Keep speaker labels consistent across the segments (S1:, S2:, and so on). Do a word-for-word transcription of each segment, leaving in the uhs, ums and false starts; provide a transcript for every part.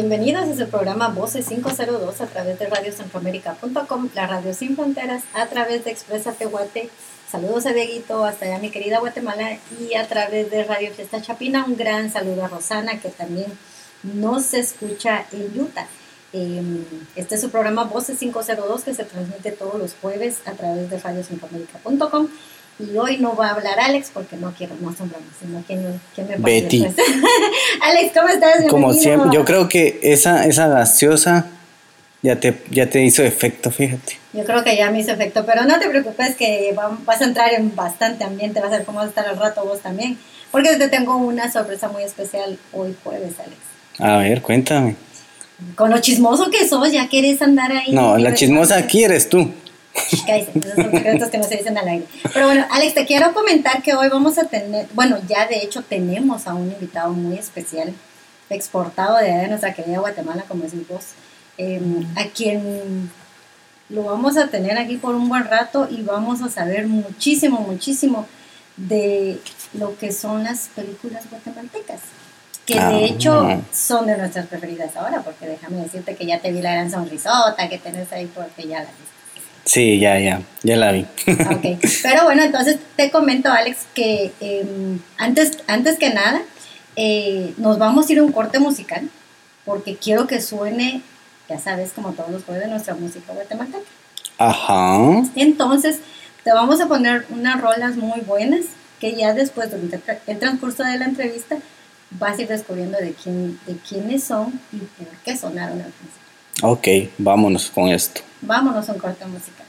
S1: Bienvenidos a su programa Voces quinientos dos a través de radio centroamérica punto com, la radio sin fronteras, a través de Exprésate Guate. Saludos a Dieguito, hasta allá mi querida Guatemala, y a través de Radio Fiesta Chapina. Un gran saludo a Rosana, que también nos escucha en Utah. Este es su programa Voces quinientos dos, que se transmite todos los jueves a través de radio centroamérica punto com. Y hoy no va a hablar Alex porque no quiero, no son bromas, sino que, que me
S2: Betty.
S1: Pues. Alex, ¿cómo estás? Bienvenido.
S2: Como siempre, yo creo que esa, esa gaseosa ya te, ya te hizo efecto, fíjate.
S1: Yo creo que ya me hizo efecto, pero no te preocupes que va, vas a entrar en bastante ambiente, vas a ver cómo vas a estar al rato vos también, porque te tengo una sorpresa muy especial hoy jueves, Alex.
S2: A ver, cuéntame.
S1: Con lo chismoso que sos, ya querés andar ahí.
S2: No, la chismosa aquí eres tú.
S1: Cállate, esos son secretos que no se dicen al aire. Pero bueno, Alex, te quiero comentar que hoy vamos a tener, bueno, ya de hecho tenemos a un invitado muy especial, exportado de allá de nuestra querida Guatemala, como decís vos, eh, a quien lo vamos a tener aquí por un buen rato y vamos a saber muchísimo, muchísimo de lo que son las películas guatemaltecas, que
S2: ah,
S1: de hecho
S2: no.
S1: son de nuestras preferidas ahora, porque déjame decirte que ya te vi la gran sonrisota que tenés ahí porque ya la viste.
S2: Sí, ya, ya, ya la vi.
S1: Ok, pero bueno, entonces te comento, Alex, que eh, antes, antes que nada, eh, nos vamos a ir a un corte musical, porque quiero que suene, ya sabes, como todos los jueves, nuestra música guatemalteca.
S2: Ajá.
S1: Entonces, te vamos a poner unas rolas muy buenas, que ya después, durante el transcurso de la entrevista, vas a ir descubriendo de, quién, de quiénes son y por qué sonaron al principio.
S2: Ok, vámonos con esto.
S1: Vámonos a un corte musical.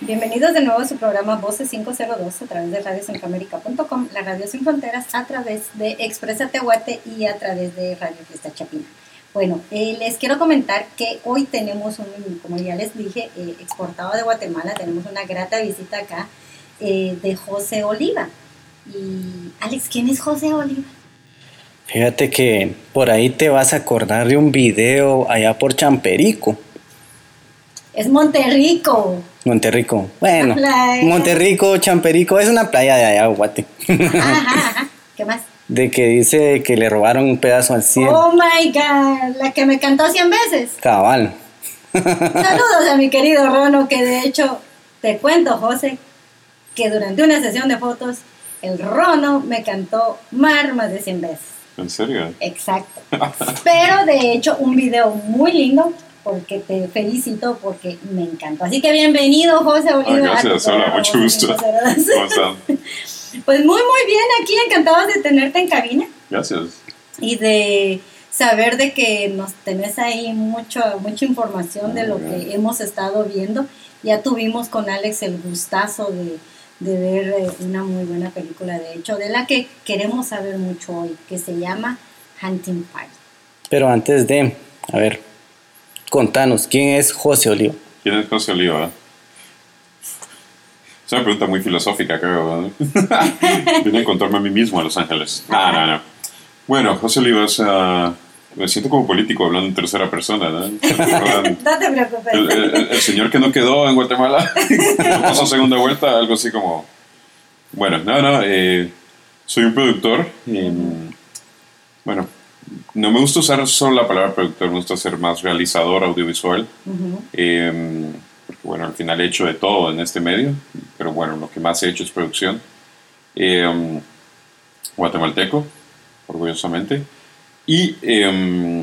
S1: Bienvenidos de nuevo a su programa Voces quinientos dos a través de radio centroamérica punto com, la radio sin fronteras, a través de Expresa Tehuate y a través de Radio Fiesta Chapina. Bueno, eh, les quiero comentar que hoy tenemos, un, como ya les dije, eh, exportado de Guatemala, tenemos una grata visita acá eh, de José Oliva. Y Alex, ¿quién es José Oliva?
S2: Fíjate que por ahí te vas a acordar de un video allá por Champerico.
S1: Es Monterrico.
S2: Monterrico, bueno, Monterrico, Champerico, es una playa de allá, Guate.
S1: Ajá, ajá, ¿qué más?
S2: De que dice que le robaron un pedazo al cielo.
S1: Oh my God, la que me cantó cien veces.
S2: Cabal.
S1: Saludos a mi querido Rono, que de hecho, te cuento, José, que durante una sesión de fotos, el Rono me cantó Mar más de cien veces.
S3: ¿En serio?
S1: Exacto. Pero de hecho, un video muy lindo, porque te felicito, porque me encantó. Así que bienvenido, José Oliva.
S3: Ah, gracias, hola, mucho gusto. ¿Cómo están?
S1: Pues muy, muy bien aquí, encantados de tenerte en cabina.
S3: Gracias.
S1: Y de saber de que nos tenés ahí mucho, mucha información de lo que hemos estado viendo. Ya tuvimos con Alex el gustazo de, de ver una muy buena película, de hecho, de la que queremos saber mucho hoy, que se llama Hunting Party.
S2: Pero antes de, a ver, contanos, ¿quién es José Oliva?
S3: ¿Quién es José Oliva? Es una pregunta muy filosófica, creo. ¿No? Vine a encontrarme a mí mismo a Los Ángeles. No, no, no. Bueno, José Oliva, o sea, me siento como político hablando en tercera persona, ¿no?
S1: No te preocupes.
S3: El, el, el señor que no quedó en Guatemala, no pasó segunda vuelta, algo así como... Bueno, no, no, eh, soy un productor. Eh, bueno, no me gusta usar solo la palabra productor, me gusta ser más realizador audiovisual. Uh-huh. Eh, porque bueno, al final he hecho de todo en este medio, pero bueno, lo que más he hecho es producción. Eh, um, guatemalteco, orgullosamente. Y eh,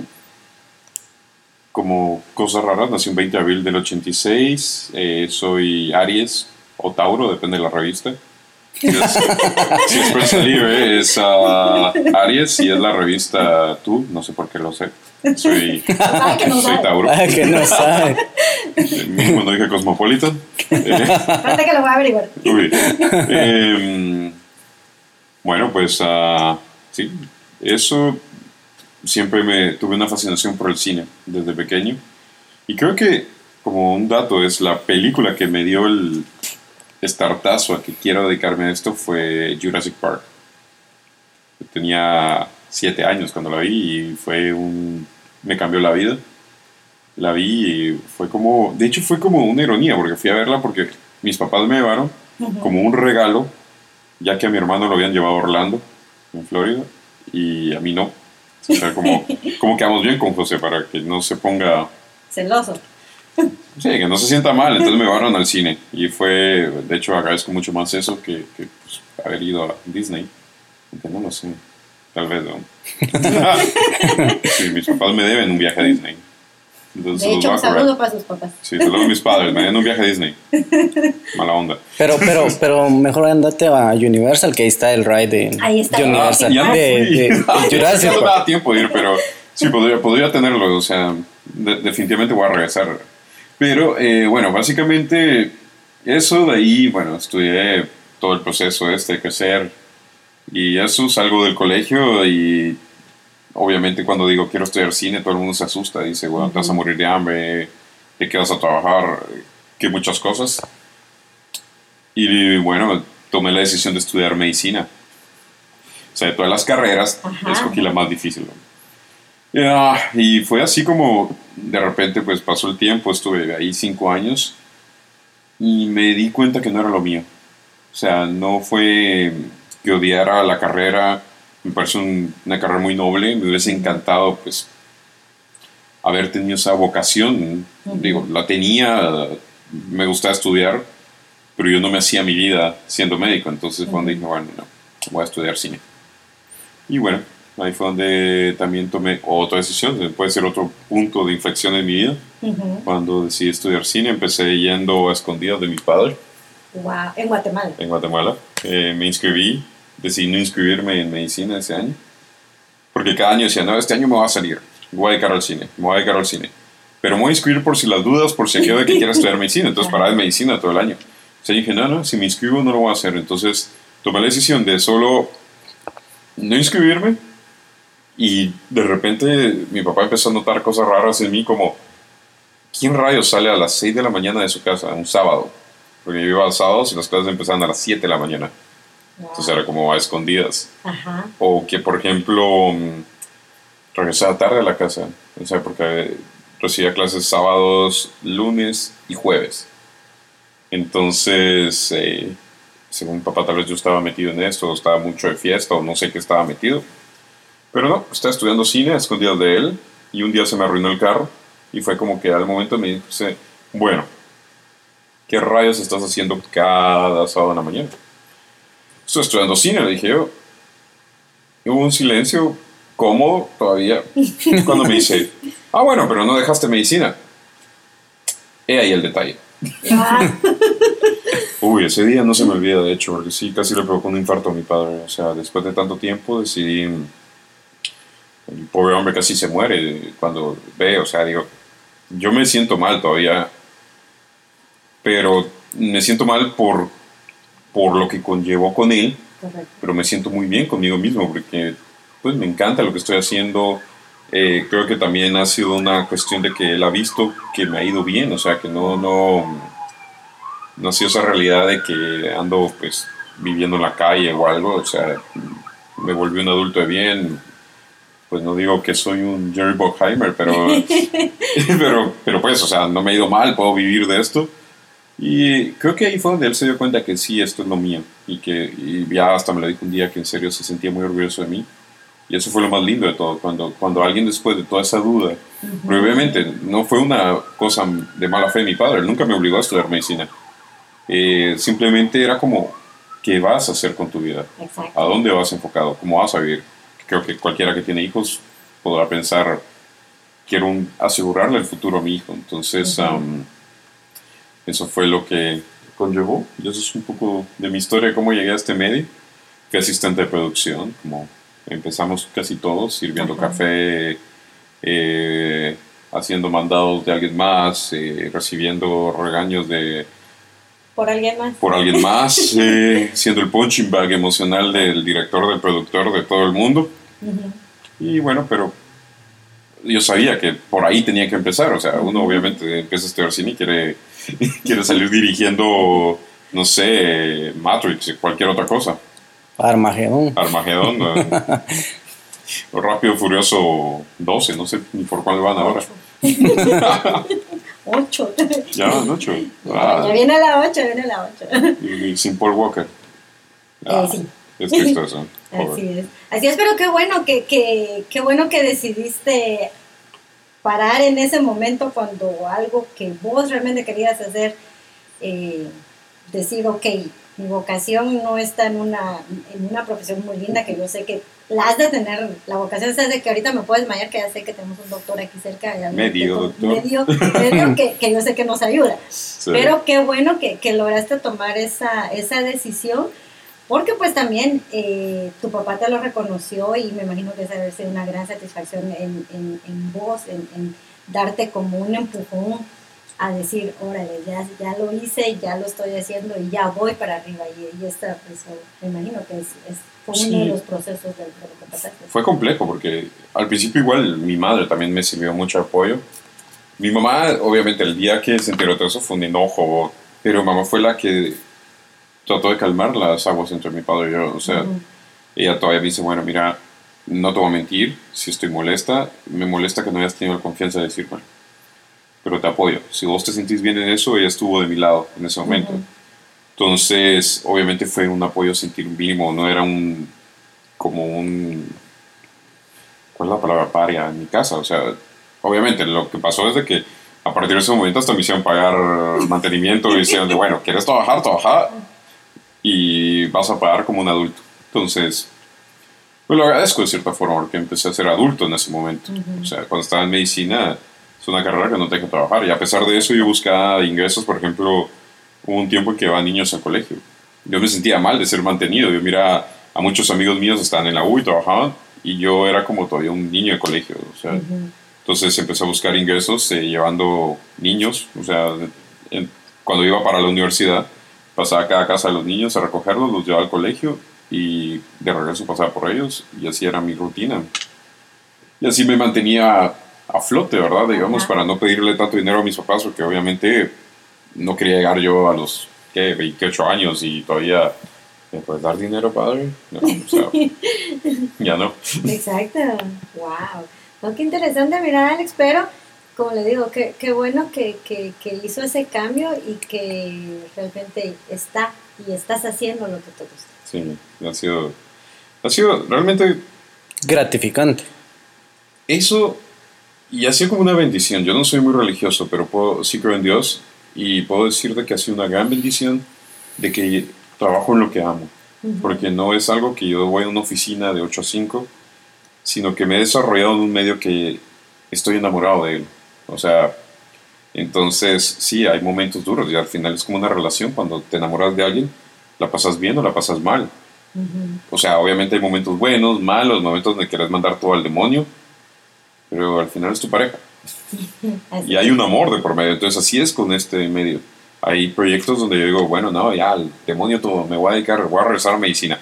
S3: como cosas raras, nací un veinte de abril del ochenta y seis, eh, soy Aries o Tauro, depende de la revista. Si es, si es Prensa Libre es uh, Aries, y es la revista Tú, no sé por qué lo sé. Soy,
S1: ah, que no
S3: soy
S1: sabe.
S3: Tauro.
S2: Ah, que no sabe.
S3: Mismo no dije Cosmopolitan.
S1: Espérate que lo voy a averiguar.
S3: Uy. Eh, bueno, pues uh, sí, eso siempre me tuve una fascinación por el cine desde pequeño. Y creo que, como un dato, es la película que me dio el startazo a que quiero dedicarme a esto fue Jurassic Park. Yo tenía siete años cuando la vi y fue un... me cambió la vida. La vi y fue como... De hecho fue como una ironía, porque fui a verla porque mis papás me llevaron uh-huh. como un regalo, ya que a mi hermano lo habían llevado a Orlando, en Florida, y a mí no. O sea, como, como quedamos bien con José para que no se ponga...
S1: celoso.
S3: Sí, que no se sienta mal, entonces me llevaron al cine. Y fue, de hecho, agradezco mucho más eso que, que pues, haber ido a Disney. Aunque no lo sé, tal vez no. Sí, mis papás me deben un viaje a Disney. Entonces,
S1: de hecho, un saludo para sus papás.
S3: Sí, saludo a mis padres, me deben un viaje a Disney. Mala onda.
S2: Pero, pero, pero mejor andate a Universal, que ahí está el ride de,
S1: ahí está,
S2: de Universal.
S3: Ya no
S2: de, de, de Jurassic.
S3: No me da tiempo de ir, pero sí, podría, podría tenerlo. O sea, de, definitivamente voy a regresar. Pero, eh, bueno, básicamente eso, de ahí, bueno, estudié todo el proceso este de crecer y eso, salgo del colegio y obviamente cuando digo quiero estudiar cine, todo el mundo se asusta, dice, bueno, te vas a morir de hambre, ¿de qué vas a trabajar? Que muchas cosas. Y bueno, tomé la decisión de estudiar medicina. O sea, de todas las carreras, ajá, escogí la más difícil, ¿no? Yeah, y fue así como de repente pues pasó el tiempo, estuve ahí cinco años y me di cuenta que no era lo mío. O sea, no fue que odiara la carrera, me parece un, una carrera muy noble, me hubiese encantado pues haber tenido esa vocación. Uh-huh. Digo, la tenía, me gustaba estudiar, pero yo no me hacía mi vida siendo médico, entonces uh-huh. cuando dije, bueno, no, voy a estudiar cine. Y bueno, ahí fue donde también tomé otra decisión, puede ser otro punto de inflexión en mi vida. Uh-huh. Cuando decidí estudiar cine, empecé yendo a escondidas de mi padre.
S1: Wow, en Guatemala.
S3: En Guatemala. Eh, me inscribí, decidí no inscribirme en medicina ese año, porque cada año decía, no, este año me voy a salir, me voy a dedicar al cine, me voy a dedicar al cine. Pero me voy a inscribir por si las dudas, por si aquello de que quiera estudiar medicina, entonces paraba en medicina todo el año. sea, dije, no, no, si me inscribo no lo voy a hacer. Entonces tomé la decisión de solo no inscribirme y de repente mi papá empezó a notar cosas raras en mí como, ¿quién rayos sale a las seis de la mañana de su casa un sábado? Porque yo iba a sábados y las clases empezaban a las siete de la mañana. Wow. Entonces era como a escondidas.
S1: Ajá.
S3: O que, por ejemplo, regresaba tarde a la casa. O sea, porque recibía clases sábados, lunes y jueves. Entonces, eh, según mi papá, tal vez yo estaba metido en esto, o estaba mucho de fiesta, o no sé qué estaba metido. Pero no, estaba estudiando cine a escondidas de él. Y un día se me arruinó el carro. Y fue como que al momento me dije, bueno, ¿qué rayos estás haciendo cada sábado en la mañana? Estoy estudiando cine, le dije yo. Y hubo un silencio cómodo todavía cuando me dice, ah, bueno, pero no dejaste medicina. He ahí el detalle. Uy, ese día no se me olvida, de hecho, porque sí, casi le provocó un infarto a mi padre. O sea, después de tanto tiempo decidí... El pobre hombre casi se muere cuando ve, o sea, digo, yo me siento mal todavía, pero me siento mal por, por lo que conllevó con él. Correcto. Pero me siento muy bien conmigo mismo porque pues me encanta lo que estoy haciendo. Eh, creo que también ha sido una cuestión de que él ha visto que me ha ido bien, o sea, que no, no, no ha sido esa realidad de que ando pues viviendo en la calle o algo, o sea, me volví un adulto de bien. Pues no digo que soy un Jerry Bruckheimer, pero, pero, pero pues, o sea, no me ha ido mal, puedo vivir de esto. Y creo que ahí fue donde él se dio cuenta que sí, esto es lo mío. Y que y ya hasta me lo dijo un día que en serio se sentía muy orgulloso de mí. Y eso fue lo más lindo de todo, cuando, cuando alguien después de toda esa duda, uh-huh. Pero obviamente no fue una cosa de mala fe de mi padre, él nunca me obligó a estudiar medicina. Eh, simplemente era como, ¿qué vas a hacer con tu vida? Exacto. ¿A dónde vas enfocado? ¿Cómo vas a vivir? Creo que cualquiera que tiene hijos podrá pensar, quiero un, asegurarle el futuro a mi hijo. Entonces, uh-huh. um, eso fue lo que conllevó. Y eso es un poco de mi historia, cómo llegué a este medio. Fui asistente de producción, como empezamos casi todos, sirviendo uh-huh. café, eh, haciendo mandados de alguien más, eh, recibiendo regaños de...
S1: Por alguien más.
S3: Por alguien más, eh, siendo el punching bag emocional del director, del productor, de todo el mundo. Uh-huh. Y bueno, pero yo sabía que por ahí tenía que empezar. O sea, uno obviamente empieza a estudiar cine y quiere, quiere salir dirigiendo, no sé, Matrix, cualquier otra cosa.
S2: Armagedón.
S3: Armagedón. ¿No? O Rápido Furioso doce, no sé ni por cuál van ahora.
S1: ocho.
S3: Ya, ocho.
S1: Ah. Ya viene la ocho, viene la ocho.
S3: Y, y sin Paul Walker. Ah,
S1: eh, sí.
S3: Es chistoso.
S1: Así es. Así es, pero qué bueno que, que, qué bueno que decidiste parar en ese momento cuando algo que vos realmente querías hacer, eh, decir, ok, mi vocación no está en una, en una profesión muy linda, que yo sé que la has de tener, la vocación es de que ahorita me puedes desmayar, que ya sé que tenemos un doctor aquí cerca.
S3: Medio doctor.
S1: Medio, medio que, que yo sé que nos ayuda. Sí. Pero qué bueno que, que lograste tomar esa, esa decisión, porque pues también eh, tu papá te lo reconoció y me imagino que esa debe ser una gran satisfacción en, en, en vos, en, en darte como un empujón a decir, órale, ya, ya lo hice, ya lo estoy haciendo y ya voy para arriba. Y, y esta, pues, me imagino que es, es fue uno sí. de los procesos de, de lo que pasaste.
S3: Fue complejo porque al principio igual mi madre también me sirvió mucho apoyo. Mi mamá, obviamente, el día que se enteró de todo eso fue un enojo, pero mamá fue la que trató de calmar las aguas entre mi padre y yo. O sea, uh-huh. ella todavía me dice, bueno, mira, no te voy a mentir, si estoy molesta, me molesta que no hayas tenido la confianza de decir, bueno, pero te apoyo. Si vos te sentís bien en eso, ella estuvo de mi lado en ese momento. Uh-huh. Entonces, obviamente fue un apoyo sentir mínimo, no era un, como un, ¿cuál es la palabra? Paria en mi casa. O sea, obviamente lo que pasó es de que a partir de ese momento hasta me hicieron pagar mantenimiento y hicieron de, bueno, ¿quieres trabajar? Trabajar y vas a pagar como un adulto. Entonces, pues lo agradezco de cierta forma porque empecé a ser adulto en ese momento. Uh-huh. O sea, cuando estaba en medicina es una carrera que no te deja trabajar y a pesar de eso yo buscaba ingresos. Por ejemplo, hubo un tiempo en que iban niños al colegio. Yo me sentía mal de ser mantenido. Yo mira, a muchos amigos míos estaban en la U y trabajaban y yo era como todavía un niño de colegio. O sea, uh-huh. Entonces empecé a buscar ingresos eh, llevando niños. O sea, en, cuando iba para la universidad pasaba a cada casa de los niños a recogerlos, los llevaba al colegio y de regreso pasaba por ellos y así era mi rutina. Y así me mantenía a flote, ¿verdad? Digamos,
S1: Ajá.
S3: para no pedirle tanto dinero a mis papás, porque obviamente no quería llegar yo a los, ¿qué? veintiocho años y todavía, ¿me puedes dar dinero, padre? No, o sea, ya no.
S1: Exacto. Wow. No, qué interesante, mira, Alex, pero como le digo, qué, qué bueno que, que, que hizo ese cambio y que realmente está y estás haciendo lo que te gusta.
S3: Sí, ha sido, ha sido realmente
S2: Gratificante.
S3: eso y ha sido como una bendición. Yo no soy muy religioso, pero puedo, sí creo en Dios y puedo decirte que ha sido una gran bendición de que trabajo en lo que amo.
S1: Ujú.
S3: Porque no es algo que yo voy a una oficina de ocho a cinco, sino que me he desarrollado en un medio que estoy enamorado de él. O sea, entonces sí, hay momentos duros y al final es como una relación. Cuando te enamoras de alguien, la pasas bien o la pasas mal.
S1: Ujú.
S3: O sea, obviamente hay momentos buenos, malos, momentos donde quieres mandar todo al demonio, pero al final es tu pareja.
S1: Así
S3: Y hay
S1: es.
S3: un amor de por medio. Entonces así es con este medio. Hay proyectos donde yo digo, bueno, no, ya, el demonio todo, me voy a dedicar, voy a regresar a medicina.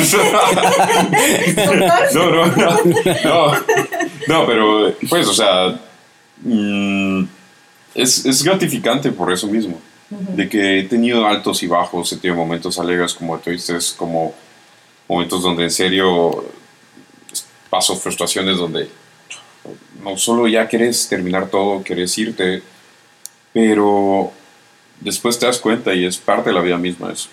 S3: No, no, no, no, no, pero pues, o sea, mm, es, es gratificante por eso mismo,
S1: Ujú.
S3: de que he tenido altos y bajos, he tenido momentos alegres como tristes, como momentos donde en serio paso frustraciones donde no solo ya querés terminar todo, querés irte, pero después te das cuenta y es parte de la vida misma eso.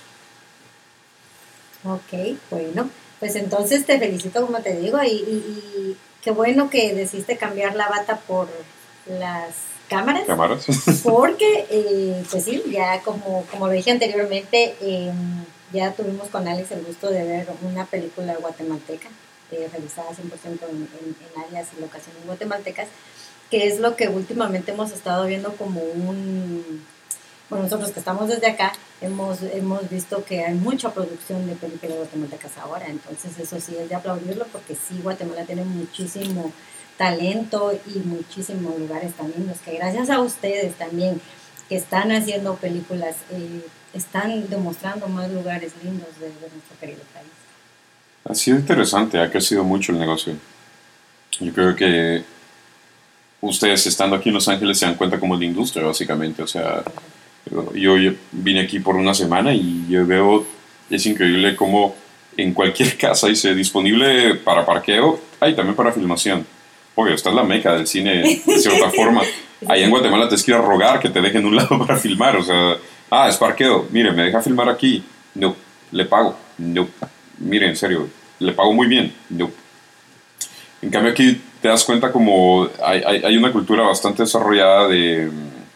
S1: Ok, bueno, pues entonces te felicito, como te digo, y, y- y qué bueno que decidiste cambiar la bata por las cámaras,
S3: ¿Cámaras?
S1: porque, eh, pues sí, ya como, como lo dije anteriormente, eh, ya tuvimos con Alex el gusto de ver una película guatemalteca, eh, realizada cien por ciento en, en, en áreas y locaciones guatemaltecas, que es lo que últimamente hemos estado viendo como un... Bueno, nosotros que estamos desde acá hemos, hemos visto que hay mucha producción de películas guatemaltecas ahora, entonces eso sí es de aplaudirlo porque sí, Guatemala tiene muchísimo talento y muchísimos lugares tan lindos que gracias a ustedes también que están haciendo películas, eh, están demostrando más lugares lindos de, de nuestro querido país.
S3: Ha sido interesante, ha crecido mucho el negocio. Yo creo que ustedes estando aquí en Los Ángeles se dan cuenta como de industria, básicamente. O sea, yo, yo vine aquí por una semana y yo veo, es increíble cómo en cualquier casa dice disponible para parqueo, hay también para filmación. Obvio, esta es la meca del cine de cierta forma. Allá en Guatemala te quiero rogar que te dejen un lado para filmar. O sea, ah, es parqueo, mire, me deja filmar aquí. No, le pago. No, mire, en serio, le pago muy bien. No. En cambio aquí te das cuenta como hay, hay, hay una cultura bastante desarrollada de,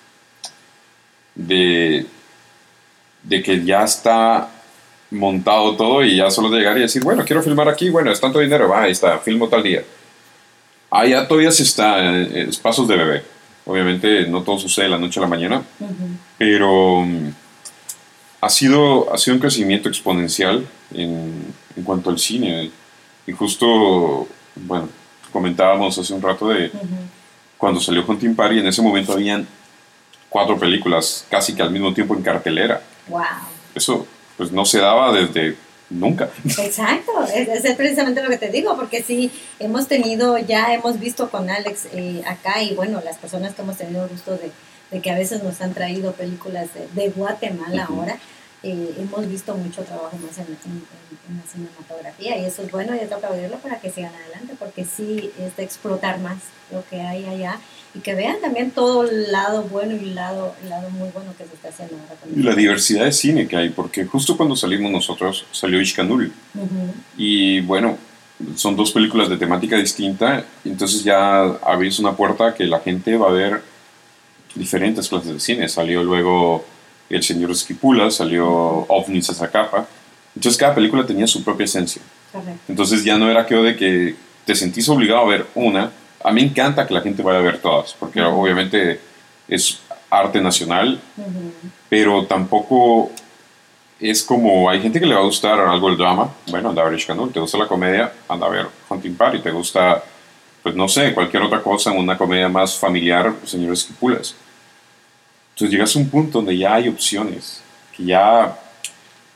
S3: de, de que ya está montado todo y ya solo de llegar y decir, bueno, quiero filmar aquí, bueno, es tanto dinero, va, ahí está, filmo tal día. Allá todavía se está, eh, es pasos de bebé. Obviamente no todo sucede de la noche a la mañana,
S1: Uh-huh.
S3: pero um, ha, sido, ha sido un crecimiento exponencial en, en cuanto al cine. Y justo, bueno, comentábamos hace un rato de
S1: Uh-huh.
S3: cuando salió Hunting Party, en ese momento habían cuatro películas casi que al mismo tiempo en cartelera.
S1: Wow.
S3: Eso pues no se daba desde nunca.
S1: Exacto, es, es precisamente lo que te digo, porque sí, hemos tenido, ya hemos visto con Alex eh, acá y bueno, las personas que hemos tenido el gusto de, de que a veces nos han traído películas de, de Guatemala
S3: Uh-huh.
S1: ahora, eh, hemos visto mucho trabajo más en, en, en, en la cinematografía y eso es bueno y es de aplaudirlo para que sigan adelante, porque sí es de explotar más lo que hay allá y que vean también todo el lado bueno y el lado, el lado muy bueno que se está haciendo ahora con
S3: Y la diversidad de cine que hay, porque justo cuando salimos nosotros salió Ishkanul.
S1: Uh-huh.
S3: Y bueno, son dos películas de temática distinta, entonces ya abrís una puerta que la gente va a ver diferentes clases de cine. Salió luego El Señor Esquipula, salió OVNIs a Zacapa. Entonces cada película tenía su propia esencia.
S1: Correcto.
S3: Entonces ya no era aquello de que te sentís obligado a ver una. A mí me encanta que la gente vaya a ver todas, porque
S1: Uh-huh.
S3: obviamente es arte nacional,
S1: Uh-huh.
S3: pero tampoco es como, hay gente que le va a gustar algo el drama, bueno, anda a ver Ishkanul, te gusta la comedia, anda a ver Hunting Party, te gusta, pues no sé, cualquier otra cosa, una comedia más familiar, Señores Esquipulas. Entonces llegas a un punto donde ya hay opciones, que ya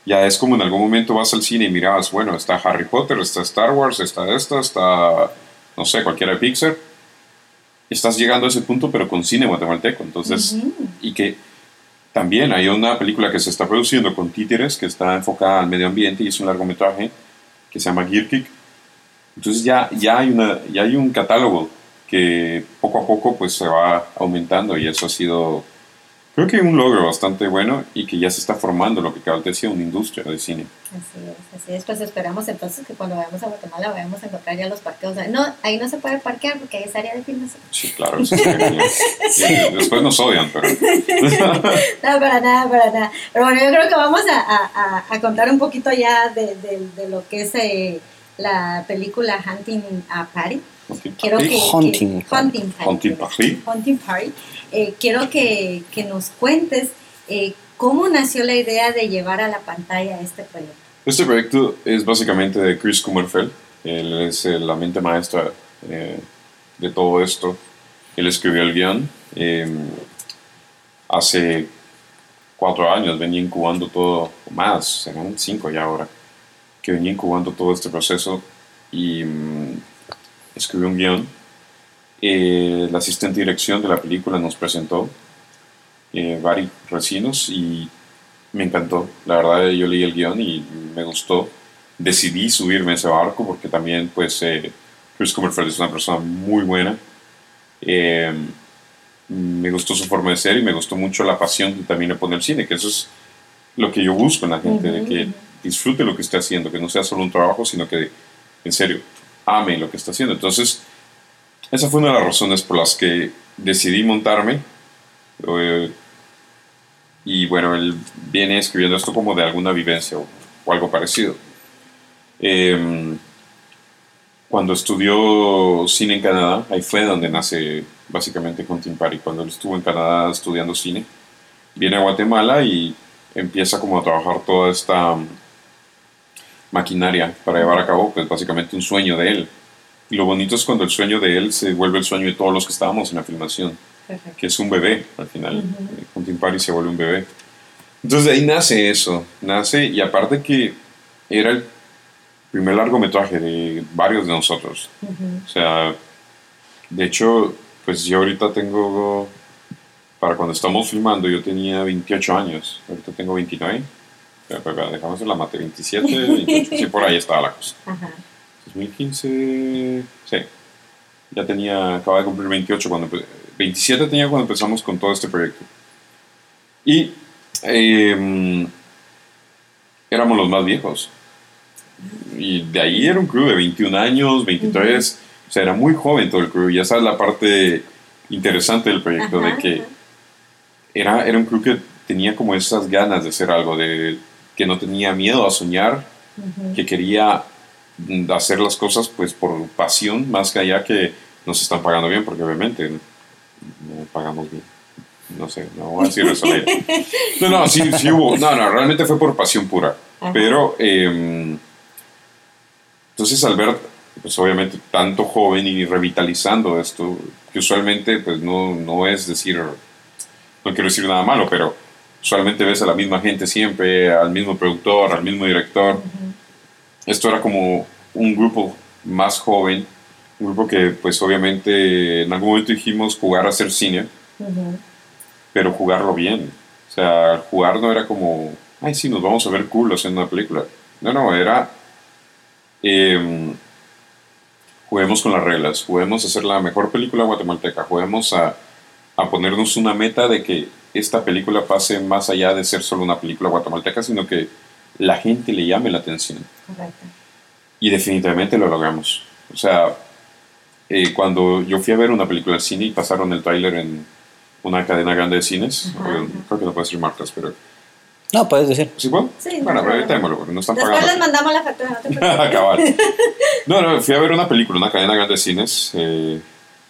S3: Ya es como en algún momento vas al cine y mirabas, bueno, está Harry Potter, está Star Wars, está esta, está, no sé, cualquiera de Pixar. Estás llegando a ese punto, pero con cine guatemalteco. Entonces, uh-huh. Y que también hay una película que se está produciendo con títeres que está enfocada al medio ambiente y es un largometraje que se llama Gearkick. Entonces ya, ya, hay una, ya hay un catálogo que poco a poco pues se va aumentando y eso ha sido, creo que un logro bastante bueno y que ya se está formando lo que Cabal decía, una industria de cine.
S1: Así es, así es, pues esperamos entonces que cuando vayamos a Guatemala vayamos a encontrar ya los parqueos. No, ahí no se puede parquear porque ahí es área de filmación.
S3: Sí, claro. Sí, sí. Después nos odian, pero...
S1: No, para nada, para nada. Pero bueno, yo creo que vamos a, a, a contar un poquito ya de, de, de lo que es eh, la película Hunting a Party. Quiero que,
S2: Hunting.
S1: que, Hunting Party.
S3: Hunting Party.
S1: Hunting Party. Eh, quiero que, que nos cuentes eh, cómo nació la idea de llevar a la pantalla este proyecto.
S3: Este proyecto es básicamente de Chris Kummerfeld. Él es eh, la mente maestra eh, de todo esto. Él escribió el guión. Eh, hace cuatro años venía incubando todo, más, serán cinco ya ahora, que venía incubando todo este proceso y um, escribió un guión. Eh, el asistente de dirección de la película nos presentó, eh, Barry Recinos, y me encantó. La verdad, yo leí el guión y me gustó. Decidí subirme a ese barco porque también, pues, eh, Chris Kummerfeld es una persona muy buena. Eh, me gustó su forma de ser y me gustó mucho la pasión que también le pone el cine, que eso es lo que yo busco en la gente, uh-huh. de que disfrute lo que esté haciendo, que no sea solo un trabajo, sino que, en serio, ame lo que está haciendo. Entonces, esa fue una de las razones por las que decidí montarme. Eh, y bueno, él viene escribiendo esto como de alguna vivencia o, o algo parecido. Eh, cuando estudió cine en Canadá, ahí fue donde nace básicamente Hunting Party. Cuando él estuvo en Canadá estudiando cine, viene a Guatemala y empieza como a trabajar toda esta um, maquinaria para llevar a cabo, pues básicamente un sueño de él. Y lo bonito es cuando el sueño de él se vuelve el sueño de todos los que estábamos en la filmación. Perfecto. Que es un bebé, al final. Uh-huh. Hunting Party se vuelve un bebé. Entonces de ahí nace eso, nace, y aparte que era el primer largometraje de varios de nosotros. Uh-huh. O sea, de hecho, pues yo ahorita tengo, para cuando estamos filmando, yo tenía veintiocho años, ahorita tengo veintinueve. Dejamos hacer la mate, veintisiete, veintiocho, sí, por ahí estaba la cosa. Uh-huh. dos mil quince, sí, ya tenía, acababa de cumplir veintiocho, cuando, veintisiete tenía cuando empezamos con todo este proyecto. Y eh, éramos los más viejos. Y de ahí era un crew de veintiún años, veintitrés, uh-huh. O sea, era muy joven todo el crew. Y esa es la parte interesante del proyecto, uh-huh. de que era, era un crew que tenía como esas ganas de hacer algo, de que no tenía miedo a soñar, uh-huh. que quería hacer las cosas pues por pasión, más que allá que nos están pagando bien, porque obviamente no, no pagamos bien. No sé, no voy a decir eso. No, no, sí, sí hubo. No, no, realmente fue por pasión pura. Ajá. Pero, eh, entonces al ver, pues obviamente tanto joven y revitalizando esto, que usualmente pues no, no es decir, no quiero decir nada malo, pero usualmente ves a la misma gente siempre, al mismo productor, al mismo director. Uh-huh. Esto era como un grupo más joven, un grupo que pues obviamente en algún momento dijimos jugar a hacer cine. Uh-huh. Pero jugarlo bien. O sea, jugar no era como, ay, sí, nos vamos a ver cool haciendo una película. No, no, era, eh, juguemos con las reglas, juguemos a hacer la mejor película guatemalteca, juguemos a, a ponernos una meta de que esta película pase más allá de ser solo una película guatemalteca, sino que la gente le llame la atención. Correcto. Y definitivamente lo logramos. O sea, eh, cuando yo fui a ver una película al cine y pasaron el tráiler en una cadena grande de cines, uh-huh. creo que no puedo decir marcas, pero...
S2: No, puedes decir.
S3: ¿Sí puedo?
S1: Sí.
S3: Bueno, pero evitémoslo, porque no están
S1: Después
S3: pagando.
S1: les mandamos la factura, no te preocupes.
S3: No, no, fui a ver una película, una cadena grande de cines, eh,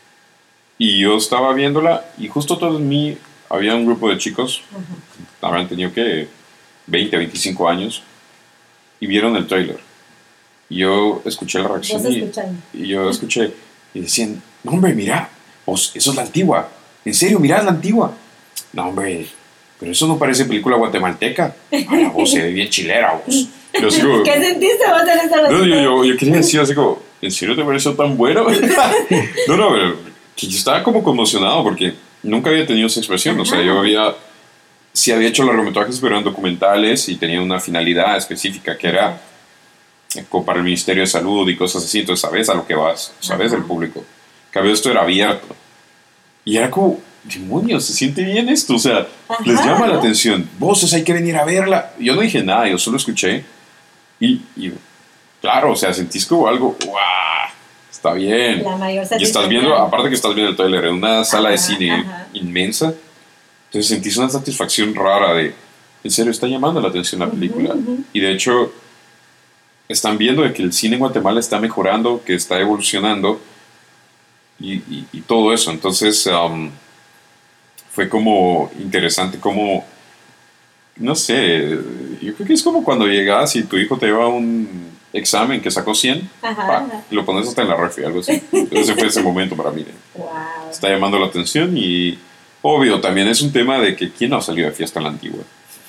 S3: y yo estaba viéndola, y justo todo en mí había un grupo de chicos, uh-huh. habrán tenido que veinte, veinticinco años, y vieron el tráiler. Y yo escuché la reacción, y, y yo escuché, y decían, no hombre, mira, pues, eso es la antigua. En serio, mirad la antigua. No, hombre, pero eso no parece película guatemalteca. A la voz se ve bien chilera, vos. Yo así como,
S1: ¿Qué sentiste vos en esa
S3: no, yo, yo, yo quería decir así como, ¿en serio te pareció tan bueno? no, no, pero que yo estaba como conmocionado porque nunca había tenido esa expresión. Ajá. O sea, yo había, sí había hecho largometrajes, pero eran documentales y tenía una finalidad específica que era como para el Ministerio de Salud y cosas así. Entonces sabes a lo que vas, sabes el público. En cambio, esto era abierto. Y era como, demonios, se siente bien esto. O sea, ajá, les llama la atención. Voces, hay que venir a verla. Yo no dije nada, yo solo escuché. Y, y claro, o sea, sentís como algo, ¡guau! Está bien.
S1: La mayor
S3: y estás viendo, aparte que estás viendo el trailer en una sala ajá, de cine ajá. inmensa, entonces sentís una satisfacción rara de, en serio, está llamando la atención la película. Uh-huh, uh-huh. Y de hecho, están viendo de que el cine en Guatemala está mejorando, que está evolucionando y, y, y todo eso. Entonces, um, fue como interesante, como, no sé, yo creo que es como cuando llegas y tu hijo te lleva un examen que sacó cien,
S1: ajá,
S3: pa,
S1: ajá.
S3: y lo pones hasta en la refri, algo así. Ese fue ese momento para mí.
S1: Wow.
S3: Está llamando la atención y, obvio, también es un tema de que ¿quién no ha salido de fiesta en la Antigua?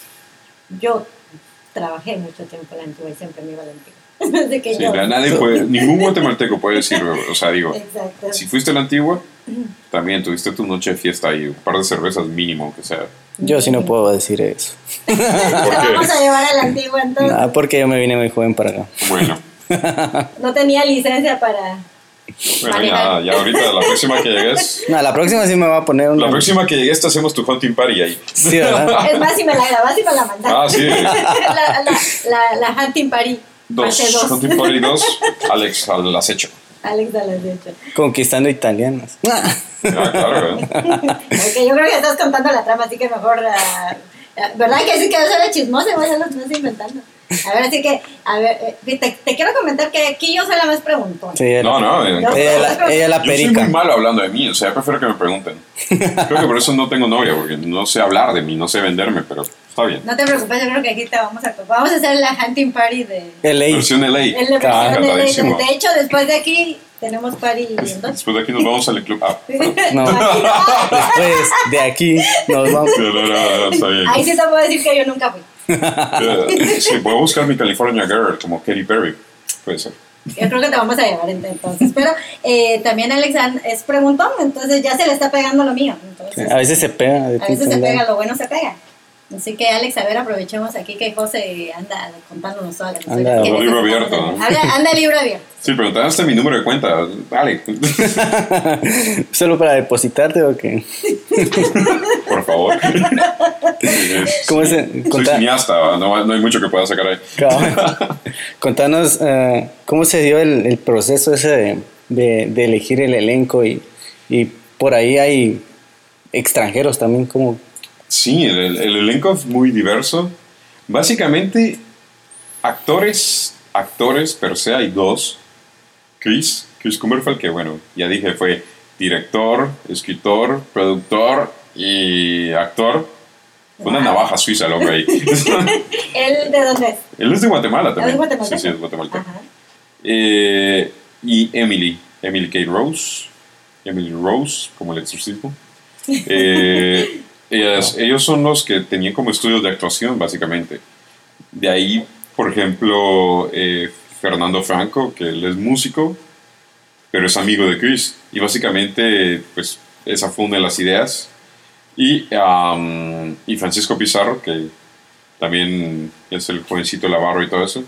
S1: Yo trabajé mucho tiempo en la Antigua y siempre me iba a la Antigua. Así que
S3: sí,
S1: yo...
S3: nadie puede, ningún guatemalteco puede decir, o sea, digo,
S1: exacto.
S3: Si fuiste a la Antigua, también tuviste tu noche de fiesta ahí, un par de cervezas mínimo, aunque sea.
S2: Yo sí no puedo decir eso.
S1: ¿Por qué? Vamos a llevar a la Antigua entonces.
S2: No, porque yo me vine muy joven para acá.
S3: Bueno.
S1: No tenía licencia para...
S3: Bueno, ya, ya ahorita, la próxima que llegues...
S2: No, la próxima sí me va a poner una...
S3: La próxima que llegues te hacemos tu hunting party ahí.
S2: Sí, ¿verdad?
S1: Es más, si me la grabas y me la mandas.
S3: Ah, sí.
S1: la, la, la, la hunting party.
S3: Dos. dos. Hunting party dos. Alex al acecho.
S1: Alex al acecho.
S2: Conquistando italianas.
S3: Ah, claro, ¿eh?
S1: Okay, yo creo que estás contando la trama, así que mejor... Uh, ¿verdad que sí que yo soy la chismosa? Voy a lo que estoy inventando. A ver, así que, a ver, te, te quiero comentar que aquí yo soy la más preguntona.
S2: Sí,
S3: no, no, eh,
S2: ella, la, ella la perica.
S3: Yo soy muy malo hablando de mí, o sea, yo prefiero que me pregunten. Creo que por eso no tengo novia, porque no sé hablar de mí, no sé venderme, pero está bien.
S1: No te preocupes, yo creo que aquí te vamos a vamos a hacer la hunting party de...
S2: L A.
S3: Versión L A.
S1: El de versión L A. De hecho, después de aquí tenemos party.
S3: Después de aquí nos vamos al club. Ah,
S2: no. Después de aquí nos vamos.
S3: No, no, no, no, está bien.
S1: Ahí sí te puedo decir que yo nunca fui.
S3: Sí, voy a buscar mi California Girl como Katy Perry. Puede ser.
S1: Yo creo que te vamos a llevar entonces. Pero eh, también Alex es preguntón, entonces ya se le está pegando lo mío. Entonces,
S2: a veces se pega.
S1: A veces se pega, lo bueno se pega. Así que Alex, a ver, aprovechemos aquí que José anda contándonos todas las
S3: historias. Anda, libro abierto. ¿No?
S1: Anda, anda libro abierto.
S3: Sí, preguntaste mi número de cuenta. Dale.
S2: ¿Solo para depositarte o qué?
S3: Por favor.
S2: ¿Cómo se,
S3: soy
S2: conta...
S3: cineasta, no, no hay mucho que pueda sacar ahí.
S2: Contanos uh, cómo se dio el, el proceso ese de, de, de elegir el elenco y, y por ahí hay extranjeros también como...
S3: Sí, el, el elenco es muy diverso. Básicamente, actores, actores per se hay dos. Chris, Chris Kummerfeld, que bueno, ya dije, fue director, escritor, productor y actor. Fue una navaja suiza el hombre ahí.
S1: ¿Él de dónde es?
S3: Él es de Guatemala también.
S1: ¿Es de Guatemala?
S3: Sí, sí, es de Guatemala. Eh, y Emily, Emily Kate Rose. Emily Rose, como el exorcismo. Eh... Ellas, ellos son los que tenían como estudios de actuación, básicamente. De ahí, por ejemplo, eh, Fernando Franco, que él es músico, pero es amigo de Chris. Y básicamente, pues, esa fue una de las ideas. Y, um, y Francisco Pizarro, que también es el jovencito Navarro y todo eso,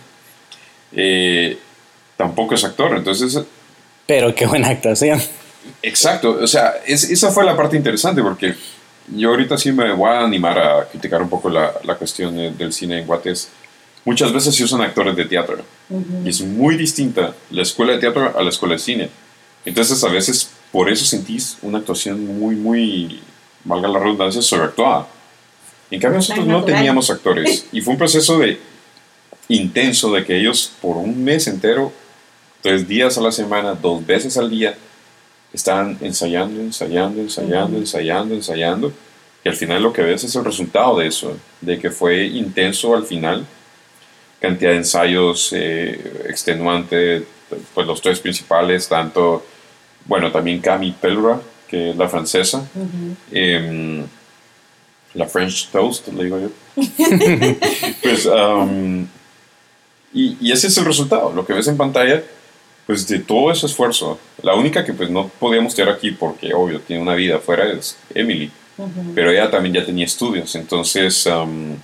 S3: eh, tampoco es actor. Entonces...
S2: Pero qué buena actuación.
S3: Exacto. O sea, es, esa fue la parte interesante, porque... Yo ahorita sí me voy a animar a criticar un poco la, la cuestión del cine en Guates. Muchas veces se usan actores de teatro. Uh-huh. Y es muy distinta la escuela de teatro a la escuela de cine. Entonces a veces por eso sentís una actuación muy, muy, valga la redundancia, sobreactuada. En cambio nosotros no teníamos actores. Y fue un proceso de intenso de que ellos por un mes entero, tres días a la semana, dos veces al día, estaban ensayando, ensayando, ensayando, uh-huh. ensayando, ensayando, y al final lo que ves es el resultado de eso, de que fue intenso al final, cantidad de ensayos eh, extenuante, pues los tres principales, tanto, bueno, también Camille Pellerin, que es la francesa, uh-huh. eh, la French Toast, le digo yo. Pues, um, y, y ese es el resultado, lo que ves en pantalla, pues de todo ese esfuerzo. La única que pues no podíamos tener aquí, porque obvio, tiene una vida afuera, es Emily. Uh-huh. Pero ella también ya tenía estudios, entonces um,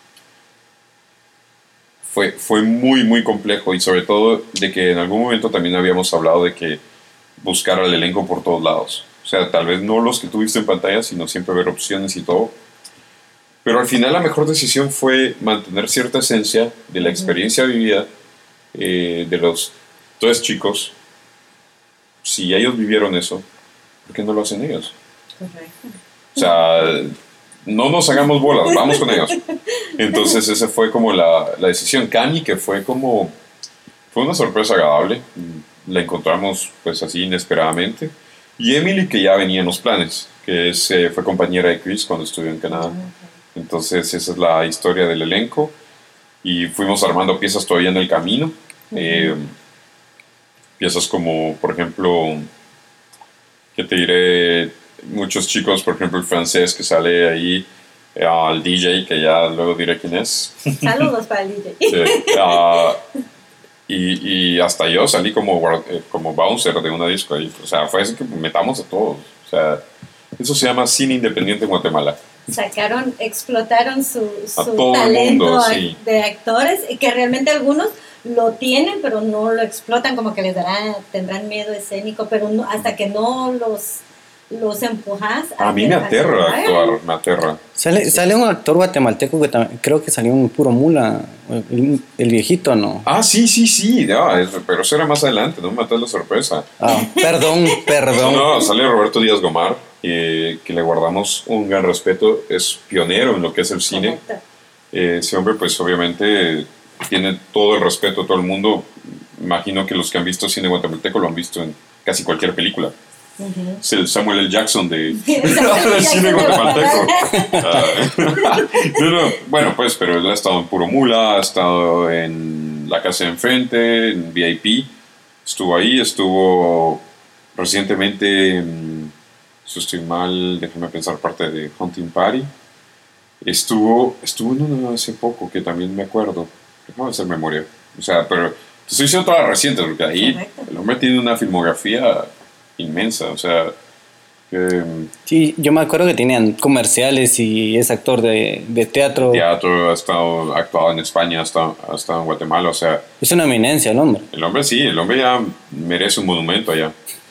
S3: fue, fue muy, muy complejo, y sobre todo de que en algún momento también habíamos hablado de que buscar al elenco por todos lados. O sea, tal vez no los que tuviste en pantalla, sino siempre ver opciones y todo. Pero al final la mejor decisión fue mantener cierta esencia de la experiencia vivida eh, de los tres chicos. Si ellos vivieron eso, ¿por qué no lo hacen ellos?
S1: Correcto.
S3: O sea, no nos hagamos bolas, vamos con ellos. Entonces esa fue como la, la decisión. Cami, que fue como, fue una sorpresa agradable, la encontramos pues así inesperadamente. Y Emily, que ya venía en los planes, que es, eh, fue compañera de Chris cuando estudió en Canadá. Entonces esa es la historia del elenco, y fuimos armando piezas todavía en el camino. Uh-huh. eh, piezas como, por ejemplo, ¿qué te diré? Muchos chicos, por ejemplo el francés que sale ahí, al uh, D J, que ya luego diré quién es.
S1: Saludos para el D J.
S3: Sí, uh, y, y hasta yo salí como, como bouncer de una disco ahí. O sea, fue así que metamos a todos. O sea, eso se llama cine independiente en Guatemala.
S1: Sacaron, explotaron su, su
S3: todo
S1: talento
S3: mundo, sí.
S1: de actores, y que realmente algunos lo tienen, pero no lo explotan, como que les dará, tendrán miedo escénico, pero no, hasta que no los, los empujas.
S3: A, a mí me aterra actuar, me aterra.
S2: Sale, sale un actor guatemalteco que también, creo que salió un Puro Mula, el, el viejito, ¿no?
S3: Ah, sí, sí, sí, no, eso, pero eso era más adelante, no me matas la sorpresa.
S2: Ah, perdón, perdón.
S3: No, no, sale Roberto Díaz Gomar, eh, que le guardamos un gran respeto, es pionero en lo que es el cine. Eh, ese hombre, pues obviamente tiene todo el respeto de todo el mundo. Imagino que los que han visto cine guatemalteco lo han visto en casi cualquier película. Uh-huh. Es el Samuel L. Jackson de, del cine guatemalteco. Pero, bueno, pues, pero él ha estado en Puro Mula, ha estado en La Casa de Enfrente, en V I P, estuvo ahí, estuvo recientemente, si estoy mal, déjame pensar, parte de Hunting Party. Estuvo, estuvo en una hace poco que también me acuerdo, déjame hacer memoria, o sea, pero te estoy diciendo todas las recientes, porque ahí correcto. El hombre tiene una filmografía inmensa, o sea que,
S2: sí, yo me acuerdo que tenían comerciales y es actor de, de teatro
S3: teatro, ha estado ha actuado en España, ha estado, ha estado en Guatemala, o sea,
S2: es una eminencia el hombre.
S3: El hombre sí, el hombre ya merece un monumento allá.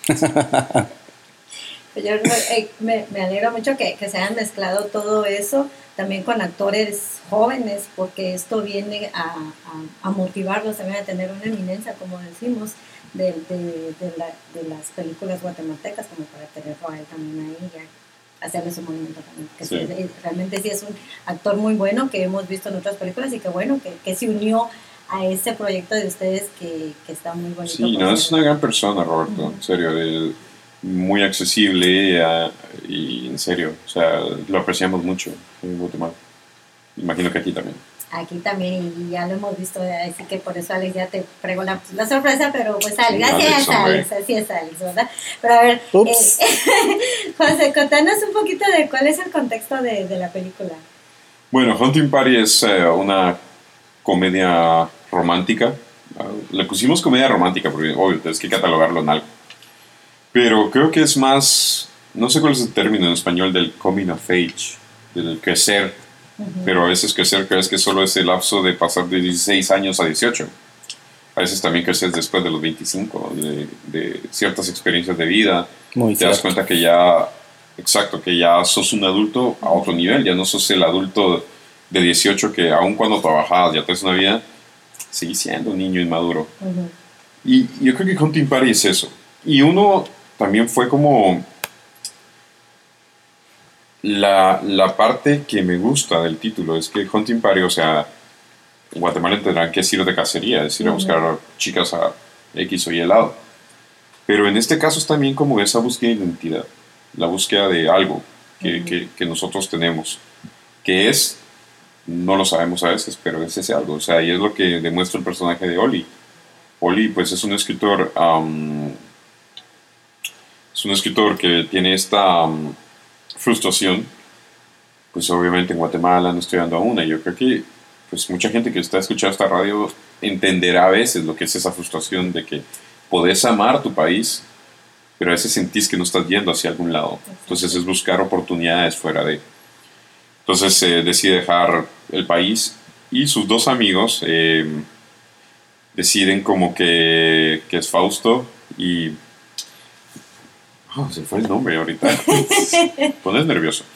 S1: Yo eh, me, me alegro mucho que, que se hayan mezclado todo eso también con actores jóvenes, porque esto viene a, a, a motivarlos también a tener una eminencia, como decimos, de, de, de, la, de las películas guatemaltecas, como para tenerlo a él también ahí y hacerle su monumento también. Que sí. Sí, realmente sí es un actor muy bueno que hemos visto en otras películas, y que bueno, que, que se unió a ese proyecto de ustedes que, que está muy bonito.
S3: Sí, no, es una gran persona, Roberto, uh-huh. En serio, de, muy accesible uh, y en serio, o sea, lo apreciamos mucho en Guatemala. Imagino que aquí también.
S1: Aquí también, y ya lo hemos visto, así que por eso, Alex, ya te prego la, la sorpresa, pero pues Alex, sí, gracias Alex, Alex, así es Alex, ¿verdad? Pero a ver, eh, José, contanos un poquito de cuál es el contexto de, de la película.
S3: Bueno, Hunting Party es uh, una comedia romántica. Uh, le pusimos comedia romántica porque, obvio, tienes que catalogarlo en algo. Pero creo que es más, no sé cuál es el término en español, del coming of age, del crecer. Uh-huh. Pero a veces crecer crees que solo es el lapso de pasar de dieciséis años a dieciocho. A veces también creces después de los veinticinco, de, de ciertas experiencias de vida. Muy Te cierto. Das cuenta que ya, exacto, que ya sos un adulto a otro nivel, ya no sos el adulto de dieciocho que aun cuando trabajabas, ya tienes una vida, sigues siendo un niño inmaduro. Uh-huh. Y yo creo que Hunting Party es eso. Y uno también fue como la, la parte que me gusta del título, es que Hunting Party, o sea, en Guatemala tendrán que ir de cacería, es ir a buscar uh-huh. chicas a X o Y lado. Pero en este caso es también como esa búsqueda de identidad, la búsqueda de algo que, uh-huh. que, que nosotros tenemos, que es, no lo sabemos a veces, pero es ese algo, o sea, y es lo que demuestra el personaje de Oli. Oli, pues, es un escritor, um, es un escritor que tiene esta um, frustración pues obviamente en Guatemala no estoy dando una. Yo creo que pues mucha gente que está escuchando esta radio entenderá a veces lo que es esa frustración de que podés amar tu país, pero a veces sentís que no estás yendo hacia algún lado. Entonces es buscar oportunidades fuera de. Entonces eh, decide dejar el país y sus dos amigos eh, deciden como que, que es Fausto y... Oh, se fue el nombre ahorita. Pones nervioso.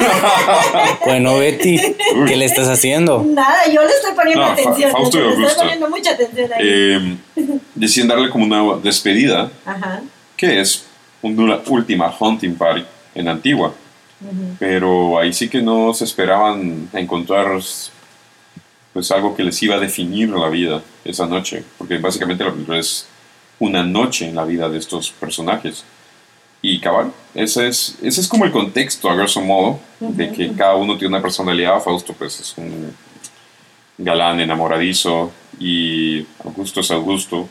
S2: Bueno, Betty, ¿qué le estás haciendo?
S1: Nada, yo le estoy poniendo
S3: No,
S1: atención.
S3: Fa- Fausto y
S1: le
S3: Augusto.
S1: estoy poniendo mucha atención ahí.
S3: Eh, deciden darle como una despedida,
S1: Ajá.
S3: que es una última hunting party en Antigua.
S1: Ujú.
S3: Pero ahí sí que no se esperaban encontrar pues algo que les iba a definir la vida esa noche, porque básicamente la película es una noche en la vida de estos personajes. Y cabal, ese es, ese es como el contexto, a grosso modo, de que cada uno tiene una personalidad. Fausto pues es un galán enamoradizo y Augusto es Augusto.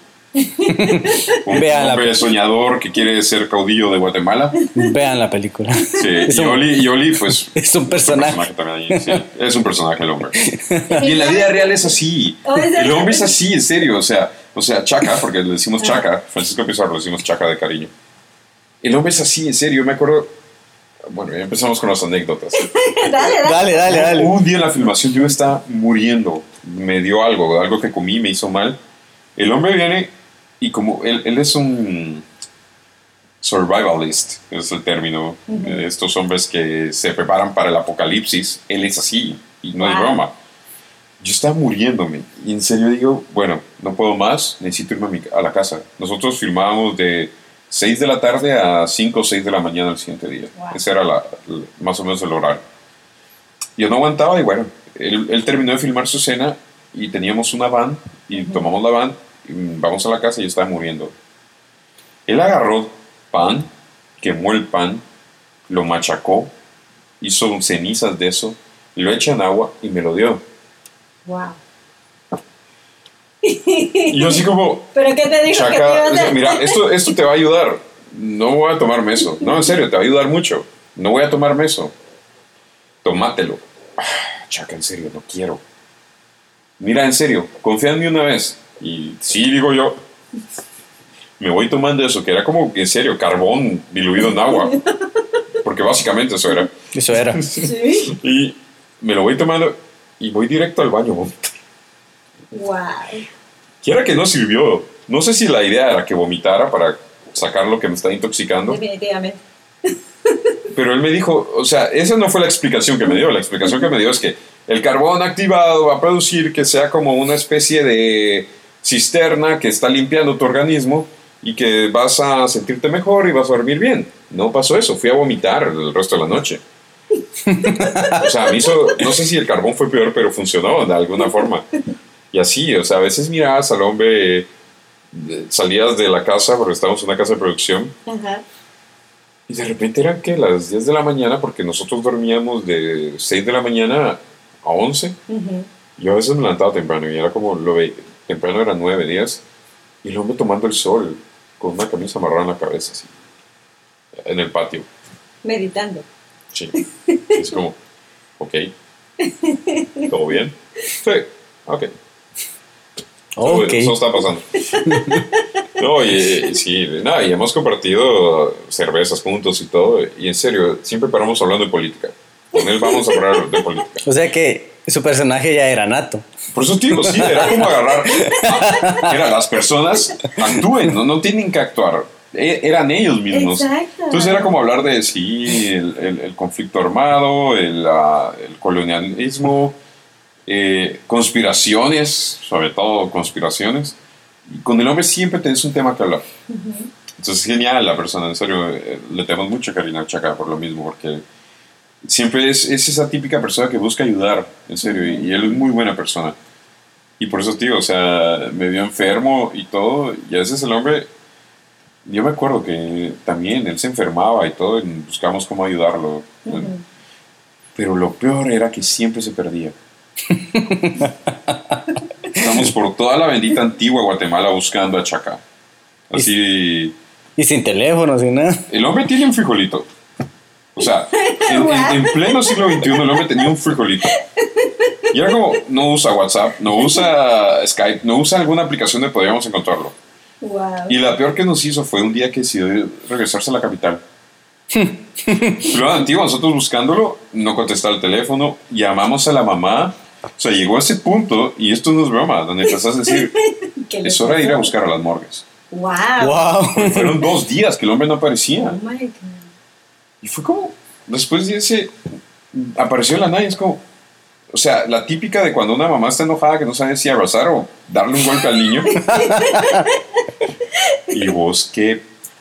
S3: Un
S2: Vean la-
S3: hombre soñador que quiere ser caudillo de Guatemala.
S2: Vean la película.
S3: Sí,
S2: Es
S3: y
S2: un-
S3: Oli, y Oli, pues
S2: es un personaje.
S3: también ahí, sí. Es un personaje el hombre. Y en la vida real es así.
S1: Oh, ¿es
S3: El
S1: serio?
S3: hombre es así, en serio. O sea, o sea, Chaca, porque le decimos Chaca, Francisco Pizarro le decimos Chaca de cariño. El hombre es así, en serio. Me acuerdo. Bueno, ya empezamos con las anécdotas.
S1: dale, dale.
S2: Dale, dale, dale.
S3: Un día en la filmación yo me estaba muriendo. Me dio algo, algo que comí, me hizo mal. El hombre viene y como él, él es un survivalist, es el término.
S1: Ujú.
S3: Eh, Estos hombres que se preparan para el apocalipsis, él es así y no es
S1: Wow.
S3: broma. Yo estaba muriéndome y en serio digo, bueno, no puedo más, necesito irme a, mi- a la casa. Nosotros filmábamos de seis de la tarde a cinco o seis de la mañana el siguiente día.
S1: Wow.
S3: Ese era la- el- más o menos el horario. Yo no aguantaba y bueno, él, él terminó de filmar su escena y teníamos una van y tomamos la van y vamos a la casa y yo estaba muriendo. Él agarró pan, quemó el pan, lo machacó, hizo cenizas de eso, lo echa en agua y me lo dio.
S1: Wow.
S3: Y yo así como,
S1: ¿Pero qué te dijo que te iba
S3: Chaca,
S1: a hacer?
S3: mira, esto, esto te va a ayudar. No voy a tomarme eso. No, en serio, te va a ayudar mucho. No voy a tomarme eso. Tomátelo. Ah, Chaca, en serio, no quiero. Mira, en serio, confía en mí una vez. Y sí, digo yo, me voy tomando eso, que era como, en serio, carbón diluido en agua. Porque básicamente eso era.
S2: Eso era.
S1: Sí.
S3: Y me lo voy tomando y voy directo al baño.
S1: Wow.
S3: Quiera que no sirvió. No sé si la idea era que vomitara para sacar lo que me está intoxicando.
S1: Definitivamente.
S3: Pero él me dijo, o sea, esa no fue la explicación que me dio. La explicación que me dio es que el carbón activado va a producir que sea como una especie de cisterna que está limpiando tu organismo y que vas a sentirte mejor y vas a dormir bien. No pasó eso. Fui a vomitar el resto de la noche. O sea, me hizo, no sé si el carbón fue peor, pero funcionó de alguna forma. Y así, o sea, a veces mirabas al hombre, eh, salías de la casa, porque estábamos en una casa de producción,
S1: Ajá.
S3: y de repente eran que las diez de la mañana, porque nosotros dormíamos de seis de la mañana a once.
S1: Ujú.
S3: Yo a veces me levantaba temprano y era como, lo ve, temprano eran nueve días, y el hombre tomando el sol, con una camisa amarrada en la cabeza, así, en el patio.
S1: Meditando.
S3: Sí. Es como, ok. ¿Todo bien? Sí, ok.
S2: Ok.
S3: Eso está pasando. No, y, sí, nada, y hemos compartido cervezas juntos y todo. Y en serio, siempre paramos hablando de política. Con él vamos a hablar de política.
S2: O sea que su personaje ya era nato.
S3: Por eso te digo, sí, era como agarrar. Era, las personas actúen, no, no tienen que actuar. E- Eran ellos mismos.
S1: Exacto.
S3: Entonces era como hablar de, sí, el, el- el conflicto armado, el, ah, el colonialismo, eh, conspiraciones, sobre todo conspiraciones. Y con el hombre siempre tenés un tema que hablar.
S1: Ujú.
S3: Entonces es genial la persona, en serio, eh, le tenemos mucho cariño a Chaca por lo mismo, porque siempre es, es esa típica persona que busca ayudar, en serio, y, y él es muy buena persona. Y por eso, tío, o sea, me vio enfermo y todo, y a veces el hombre, yo me acuerdo que también él se enfermaba y todo, y buscábamos cómo ayudarlo.
S1: Ujú.
S3: Pero lo peor era que siempre se perdía. Estamos por toda la bendita antigua Guatemala buscando a Chaca. Así,
S2: Y sin teléfono, sin nada.
S3: el hombre tiene un frijolito. O sea, en, en, en pleno siglo veintiuno el hombre tenía un frijolito. Y era como, no usa WhatsApp, no usa Skype, no usa alguna aplicación donde podríamos encontrarlo.
S1: Wow.
S3: Y la peor que nos hizo fue un día que decidió regresarse a la capital. Luego antiguo, nosotros buscándolo, no contestaba el teléfono, llamamos a la mamá. O sea, llegó a ese punto, y esto no es broma, donde empezás a decir, es hora de ir a buscar a las morgues.
S1: Wow.
S2: Wow.
S3: Fueron dos días que el hombre no aparecía.
S1: Oh my God.
S3: Y fue como, después de ese, apareció la nada, es como, o sea, la típica de cuando una mamá está enojada que no sabe si abrazar o darle un golpe al niño. Y vos, qué...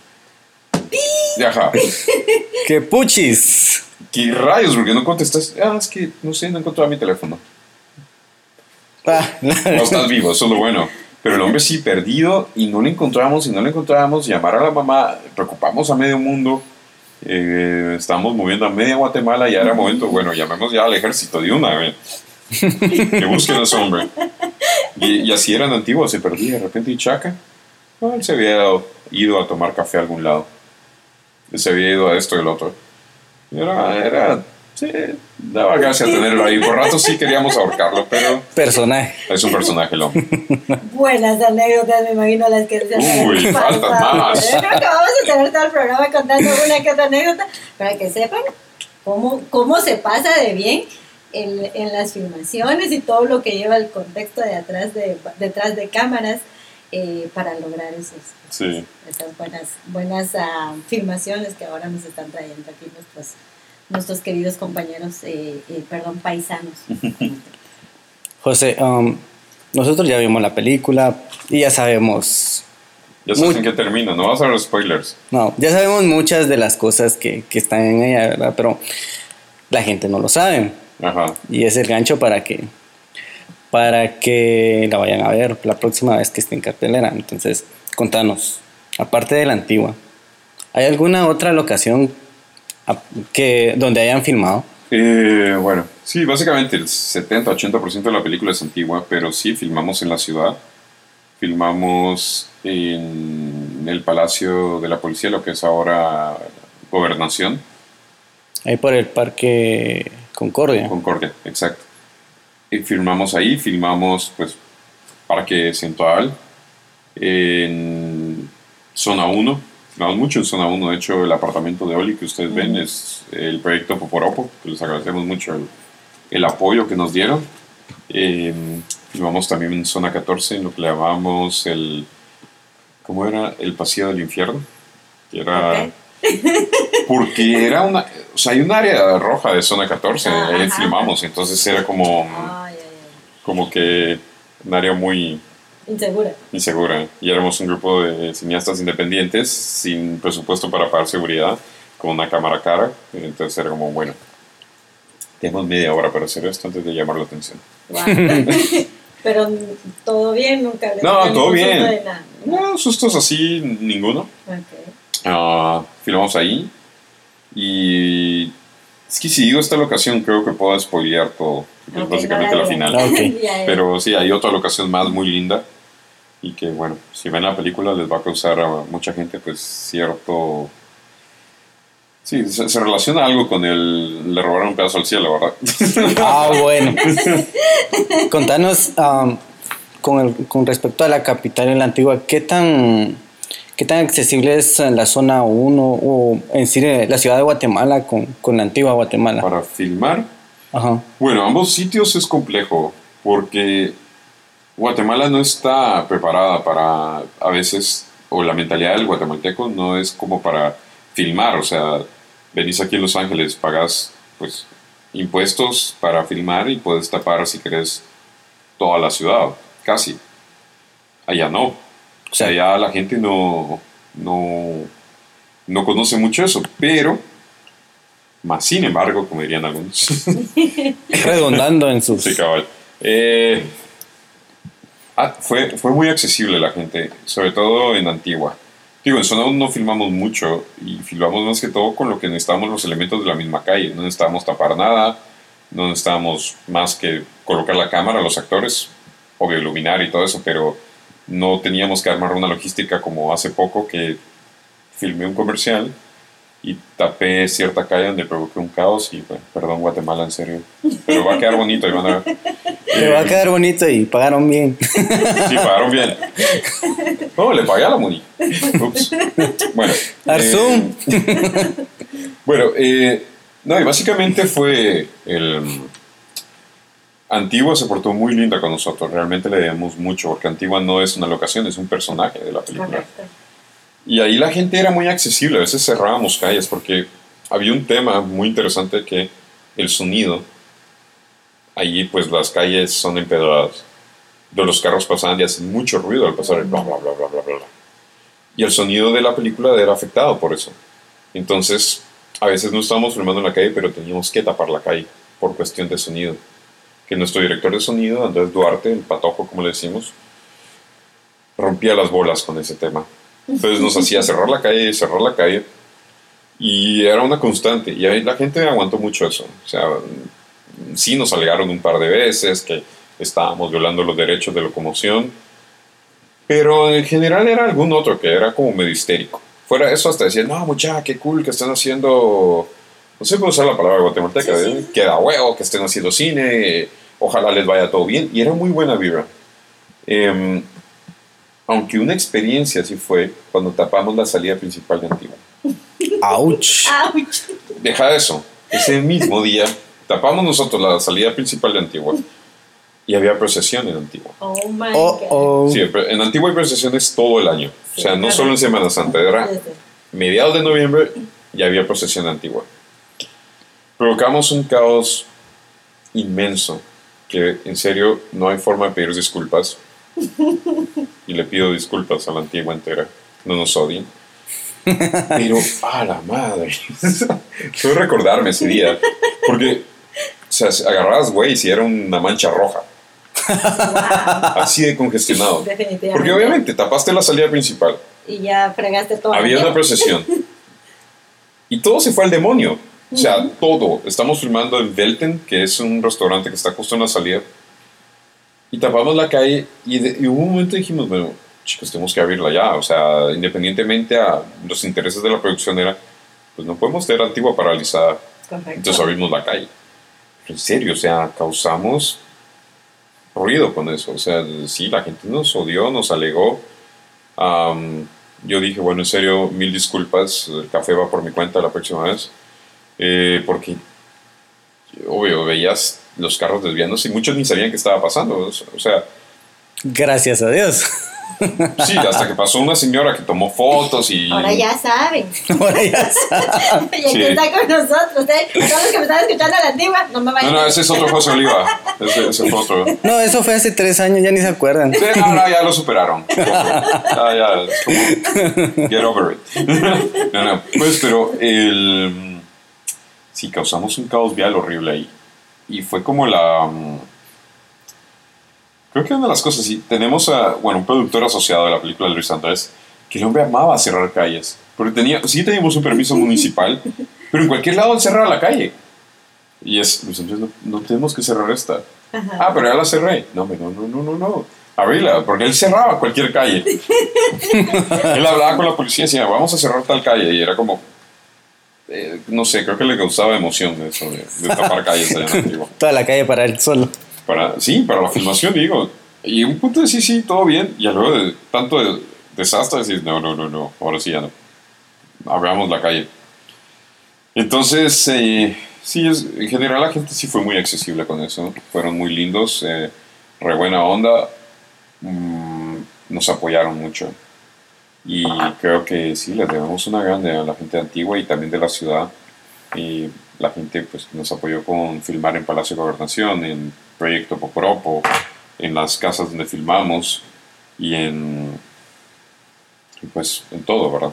S3: Ajá.
S2: ¡Qué puchis!
S3: ¿Qué rayos? ¿Por qué no contestas? Ah, es que, no sé, no encontraba mi teléfono.
S2: Ah,
S3: No estás vivo, eso es lo bueno. Pero el hombre sí, perdido, y no lo encontrábamos, y no lo encontrábamos. Llamar a la mamá, preocupamos a medio mundo. Eh, estábamos moviendo a media Guatemala y ya era momento, bueno, llamemos ya al ejército de una, ¿eh? Que busquen a ese hombre. Y, y así eran antiguos, se perdía de repente y Chaca. No, él se había ido a tomar café a algún lado. Él se había ido a esto y el otro. Y era, era, sí, daba gracia tenerlo ahí. Por rato sí queríamos ahorcarlo, pero
S2: personaje.
S3: es un personaje el hombre.
S1: Buenas anécdotas, me imagino las que se han
S3: Uy, faltan más.
S1: Yo creo que vamos a tener todo el programa contando una que otra anécdota para que sepan cómo, cómo se pasa de bien en, en las filmaciones y todo lo que lleva el contexto de atrás de, detrás de cámaras eh, para lograr esos,
S3: Sí.
S1: esas buenas, buenas uh, filmaciones que ahora nos están trayendo aquí nuestros, nuestros queridos compañeros, eh, eh, perdón, paisanos.
S2: José, um, nosotros ya vimos la película y ya sabemos...
S3: Ya sabes
S2: Muy-
S3: en qué termina, no vas a ver spoilers.
S2: No, ya sabemos muchas de las cosas que, que están en ella, ¿verdad? Pero la gente no lo sabe.
S3: Ajá.
S2: Y es el gancho para que para que la vayan a ver la próxima vez que esté en cartelera. Entonces, contanos, aparte de la antigua, ¿hay alguna otra locación a- que, donde hayan filmado?
S3: Eh, bueno, sí, básicamente el setenta a ochenta por ciento de la película es antigua, pero sí, filmamos en la ciudad. Filmamos en el Palacio de la Policía, lo que es ahora Gobernación.
S2: Ahí por el Parque Concordia.
S3: Concordia, exacto. Y filmamos ahí, filmamos pues Parque Central, en Zona uno, filmamos mucho en Zona uno, de hecho el apartamento de Oli que ustedes mm. ven es el proyecto Poporopo, que les agradecemos mucho el, el apoyo que nos dieron. Eh, filmamos también en Zona catorce, en lo que le llamamos el, ¿cómo era? El Pasillo del Infierno, que era... Okay. Porque era una, o sea, hay un área roja de Zona catorce, ah, ahí ajá. filmamos, entonces era como, ay, ay, ay. como que un área muy
S1: insegura.
S3: insegura. Y éramos un grupo de cineastas independientes sin presupuesto para pagar seguridad, con una cámara cara, entonces era como, bueno, tenemos media hora para hacer esto antes de llamar la atención.
S1: Wow. Pero todo bien, nunca les
S3: No, todo bien. De nada. No, sustos así, ninguno.
S1: Okay.
S3: Uh, filmamos ahí y es que si digo esta locación creo que puedo spoilear todo, okay, es básicamente no la final.
S2: Okay.
S3: Pero sí, hay otra locación más muy linda y que bueno, si ven la película les va a causar a mucha gente pues cierto... Sí, se, se relaciona algo con el... Le robaron un pedazo al cielo, ¿verdad?
S2: Ah, bueno. Contanos um, con, el, con respecto a la capital en la antigua, ¿qué tan... ¿Qué tan accesible es en la zona uno o en sí la ciudad de Guatemala con, con la antigua Guatemala?
S3: Para filmar.
S2: Ajá.
S3: Bueno, ambos sitios es complejo porque Guatemala no está preparada para, a veces, o la mentalidad del guatemalteco no es como para filmar. O sea, venís aquí en Los Ángeles, pagas pues impuestos para filmar y puedes tapar si querés toda la ciudad, casi. Allá no. O sea, ya la gente no, no, no conoce mucho eso, pero, más sin embargo, como dirían algunos.
S2: Redundando en sus...
S3: Sí, cabal. Eh, ah, fue, fue muy accesible la gente, sobre todo en Antigua. Digo, en Zona uno no filmamos mucho y filmamos más que todo con lo que necesitábamos los elementos de la misma calle. No necesitábamos tapar nada, no necesitábamos más que colocar la cámara, los actores, obvio, iluminar y todo eso, pero... No teníamos que armar una logística como hace poco que filmé un comercial y tapé cierta calle donde provoqué un caos y bueno, perdón Guatemala, en serio, pero va a quedar bonito y van a ver.
S2: Pero
S3: Eh,
S2: va a quedar bonito y pagaron bien.
S3: Sí, pagaron bien. No, le pagué a la Muni. Ups. Bueno.
S2: Arzum.
S3: Eh, bueno, eh, no, y básicamente fue el... Antigua se portó muy linda con nosotros, realmente le debemos mucho, porque Antigua no es una locación, es un personaje de la película.
S1: Correcto.
S3: Y ahí la gente era muy accesible, a veces cerrábamos calles, porque había un tema muy interesante que el sonido, allí pues las calles son empedradas, de los carros pasaban y hacen mucho ruido al pasar, bla, bla, bla, bla, bla, bla. Y el sonido de la película era afectado por eso. Entonces, a veces no estábamos filmando en la calle, pero teníamos que tapar la calle por cuestión de sonido. Que nuestro director de sonido, Andrés Duarte, el patojo como le decimos, rompía las bolas con ese tema. Entonces nos hacía cerrar la calle, cerrar la calle, y era una constante. Y ahí la gente aguantó mucho eso. O sea, sí nos alegaron un par de veces que estábamos violando los derechos de locomoción, pero en general era algún otro que era como medio histérico. Fuera eso, hasta decían, no, muchacha, qué cool que están haciendo... No sé cómo usar la palabra guatemalteca,
S1: Sí,
S3: ¿eh?
S1: sí.
S3: Queda huevo, que estén haciendo cine, ojalá les vaya todo bien. Y era muy buena vibra. Eh, aunque una experiencia así fue cuando tapamos la salida principal de Antigua.
S2: Ouch.
S1: ¡Auch!
S3: Deja eso. Ese mismo día tapamos nosotros la salida principal de Antigua y había procesión en Antigua.
S1: Oh my
S2: Oh,
S1: God.
S2: oh.
S3: Sí, en Antigua hay procesiones todo el año.
S1: Sí,
S3: O sea, no
S1: claro.
S3: solo en Semana Santa, era
S1: Desde-
S3: mediados de noviembre ya había procesión en Antigua. Provocamos un caos inmenso que en serio no hay forma de pedir disculpas y le pido disculpas a la Antigua entera, no nos odien, pero a la madre quiero recordarme ese día porque o sea, agarrabas güey y era una mancha roja así de congestionado
S1: Definitivamente.
S3: porque obviamente tapaste la salida principal,
S1: Y ya fregaste todo.
S3: había una procesión y todo se fue al demonio. O sea, todo. Estamos filmando en Velten, que es un restaurante que está justo en la salida. Y tapamos la calle y, de, y hubo un momento dijimos, bueno, chicos, tenemos que abrirla ya. O sea, independientemente a los intereses de la producción era, pues no podemos tener Antigua paralizada.
S1: Correcto.
S3: Entonces abrimos la calle. Pero en serio, o sea, causamos ruido con eso. O sea, sí, la gente nos odió, nos alegó. Um, yo dije, bueno, en serio, mil disculpas. El café va por mi cuenta la próxima vez. Eh, porque, obvio, veías los carros desviándose y muchos ni sabían qué estaba pasando. O sea,
S2: Gracias a Dios.
S3: sí, hasta que pasó una señora que tomó fotos y...
S1: Ahora ya saben.
S2: Ahora ya saben.
S1: Y aquí
S3: Sí.
S1: está con nosotros. ¿eh? Todos los que me están escuchando a la antigua, no me
S3: No,
S1: vayan
S3: no,
S1: a...
S3: ese es otro José Oliva. Ese, ese fue otro.
S2: No, eso fue hace tres años, ya ni se acuerdan.
S3: Sí, no, no, ya lo superaron. Ya, ya, es como, get over it. No, no, pues, pero el... Sí, causamos un caos vial horrible ahí. Y fue como la... mm, Creo que una de las cosas, sí, tenemos a, bueno, un productor asociado de la película, Luis Andrés, que el hombre amaba cerrar calles. Porque tenía, sí teníamos un permiso municipal, pero en cualquier lado él cerraba la calle. Y es, Luis Andrés, no, no tenemos que cerrar esta.
S1: Ajá.
S3: Ah, pero ya la cerré. No, hombre, no, no, no, no, no. Abrila, porque él cerraba cualquier calle. Él hablaba con la policía y decía, vamos a cerrar tal calle. Y era como, eh, no sé, creo que le causaba emoción eso de, de tapar calles allá en Antigua.
S2: Toda la calle para él solo.
S3: Para, sí, para la filmación, digo. Y un punto de sí, sí, todo bien. Y luego de tanto de desastre, decir, no, no, no, no, ahora sí ya no. Abramos la calle. Entonces, eh, sí, es, en general la gente sí fue muy accesible con eso. Fueron muy lindos, eh, re buena onda. Mm, nos apoyaron mucho. Y creo que sí, les debemos una grande a la gente de Antigua y también de la ciudad. Y la gente pues, nos apoyó con filmar en Palacio de Gobernación, en Proyecto Poporopo, en las casas donde filmamos y en, y pues, en todo, ¿verdad?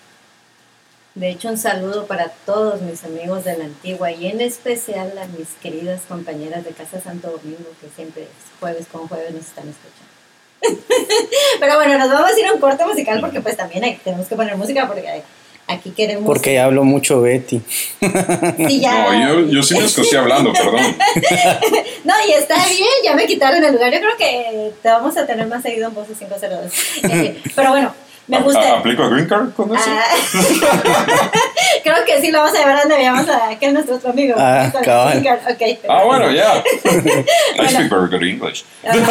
S1: De hecho, un saludo para todos mis amigos de la antigua y en especial a mis queridas compañeras de Casa Santo Domingo que siempre jueves con jueves nos están escuchando. Pero bueno, nos vamos a ir a un corte musical porque pues también hay- tenemos que poner música porque aquí queremos...
S2: Porque hablo mucho Betty.
S1: Sí, ya...
S3: No, yo, yo sí me escocé hablando, perdón.
S1: No, y está bien, ya me quitaron el lugar. Yo creo que te vamos a tener más seguido en Voces quinientos dos. Eh, pero bueno, Me gusta.
S3: ¿Aplico a Green Card con eso?
S1: Ah, creo que sí lo vamos a llevar donde veamos a que es nuestro otro amigo.
S2: Ah, cabal.
S1: Okay,
S3: Ah, bueno, ya. I
S1: Bueno.
S3: speak very good English.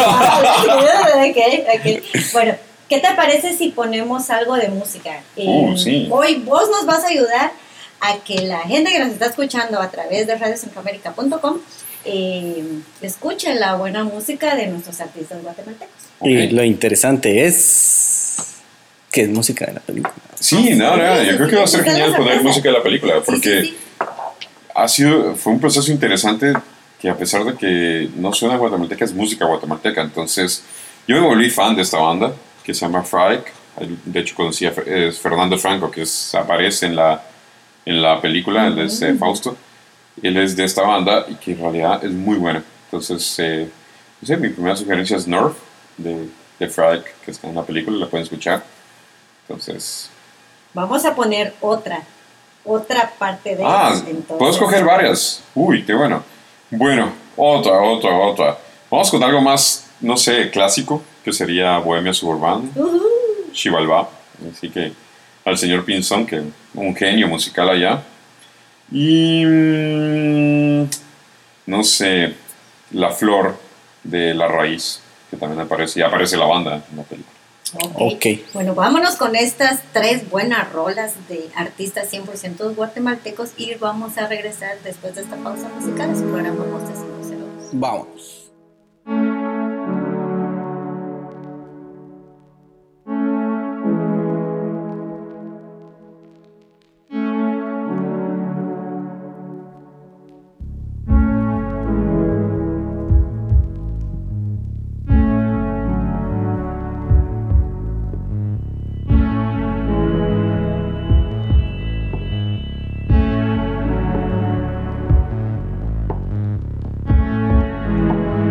S1: Ah, ok, ok. Bueno, ¿qué te parece si ponemos algo de música?
S3: Uh,
S1: Eh,
S3: sí.
S1: Hoy vos nos vas a ayudar a que la gente que nos está escuchando a través de radio centroamérica punto com eh, escuche la buena música de nuestros artistas guatemaltecos.
S2: Y
S3: Ok.
S2: lo interesante es que es música de la película.
S3: Sí, no, no, yo creo que va a ser
S1: Esa es la
S3: genial poner
S1: sorpresa.
S3: música de la película, porque
S1: Sí, sí, sí.
S3: ha sido, fue un proceso interesante que a pesar de que no suena guatemalteca, es música guatemalteca. Entonces, yo me volví fan de esta banda, que se llama Fraik. De hecho, conocí a Fer- es Fernando Franco, que es- aparece en la, en la película, él es eh, Fausto. Él es de esta banda y que en realidad es muy buena. Entonces, eh, no sé, mi primera sugerencia es Nerf, de, de Fraik, que está en la película, la pueden escuchar. Entonces...
S1: Vamos a poner otra, otra parte de
S3: Ah,
S1: entonces.
S3: puedo escoger varias. Uy, qué bueno. Bueno, otra, otra, otra. Vamos con algo más, no sé, clásico, que sería Bohemia Suburbana,
S1: Ujú.
S3: Xibalbá. Así que al señor Pinzón, que un genio musical allá. Y mm, no sé, La Flor de La Raíz, que también aparece, y aparece la banda en la película.
S2: Ok.
S1: Bueno, vámonos con estas tres buenas rolas de artistas cien por ciento guatemaltecos y vamos a regresar después de esta pausa musical a su programa Voces cinco cero dos.
S2: Vamos.
S4: Thank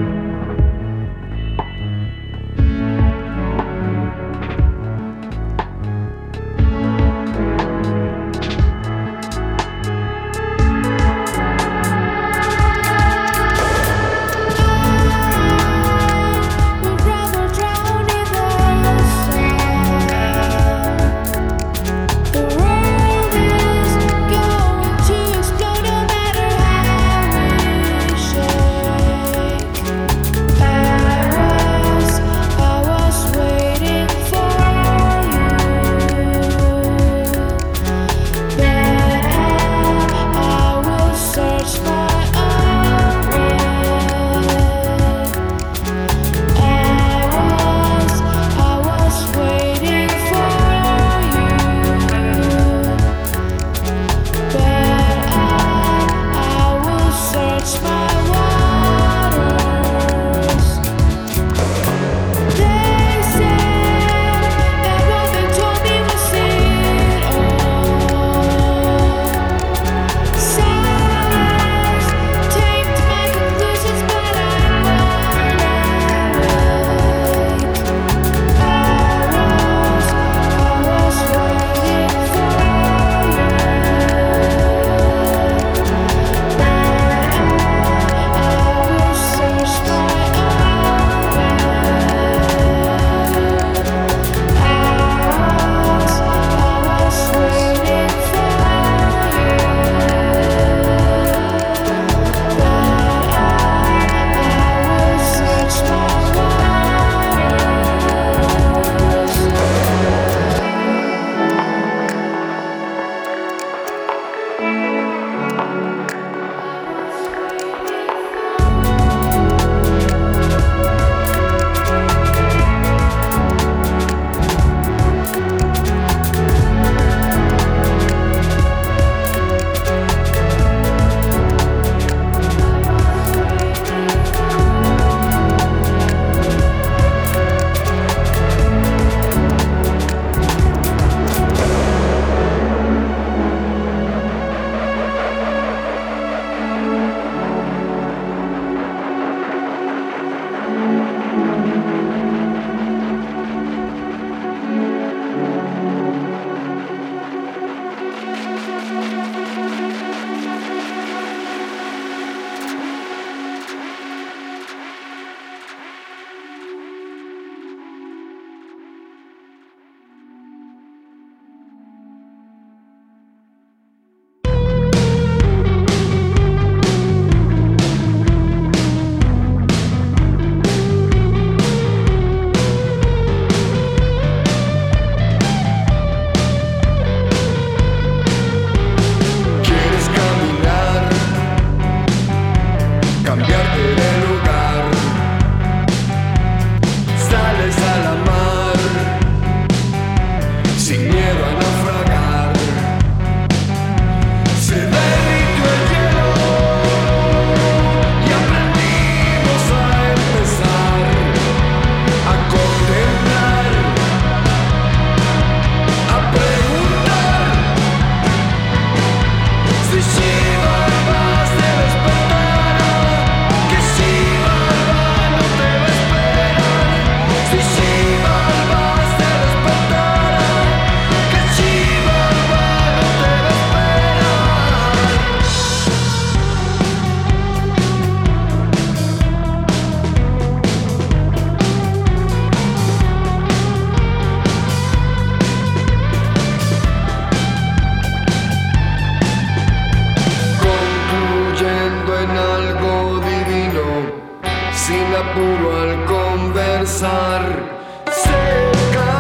S4: apuro al conversar. Cerca,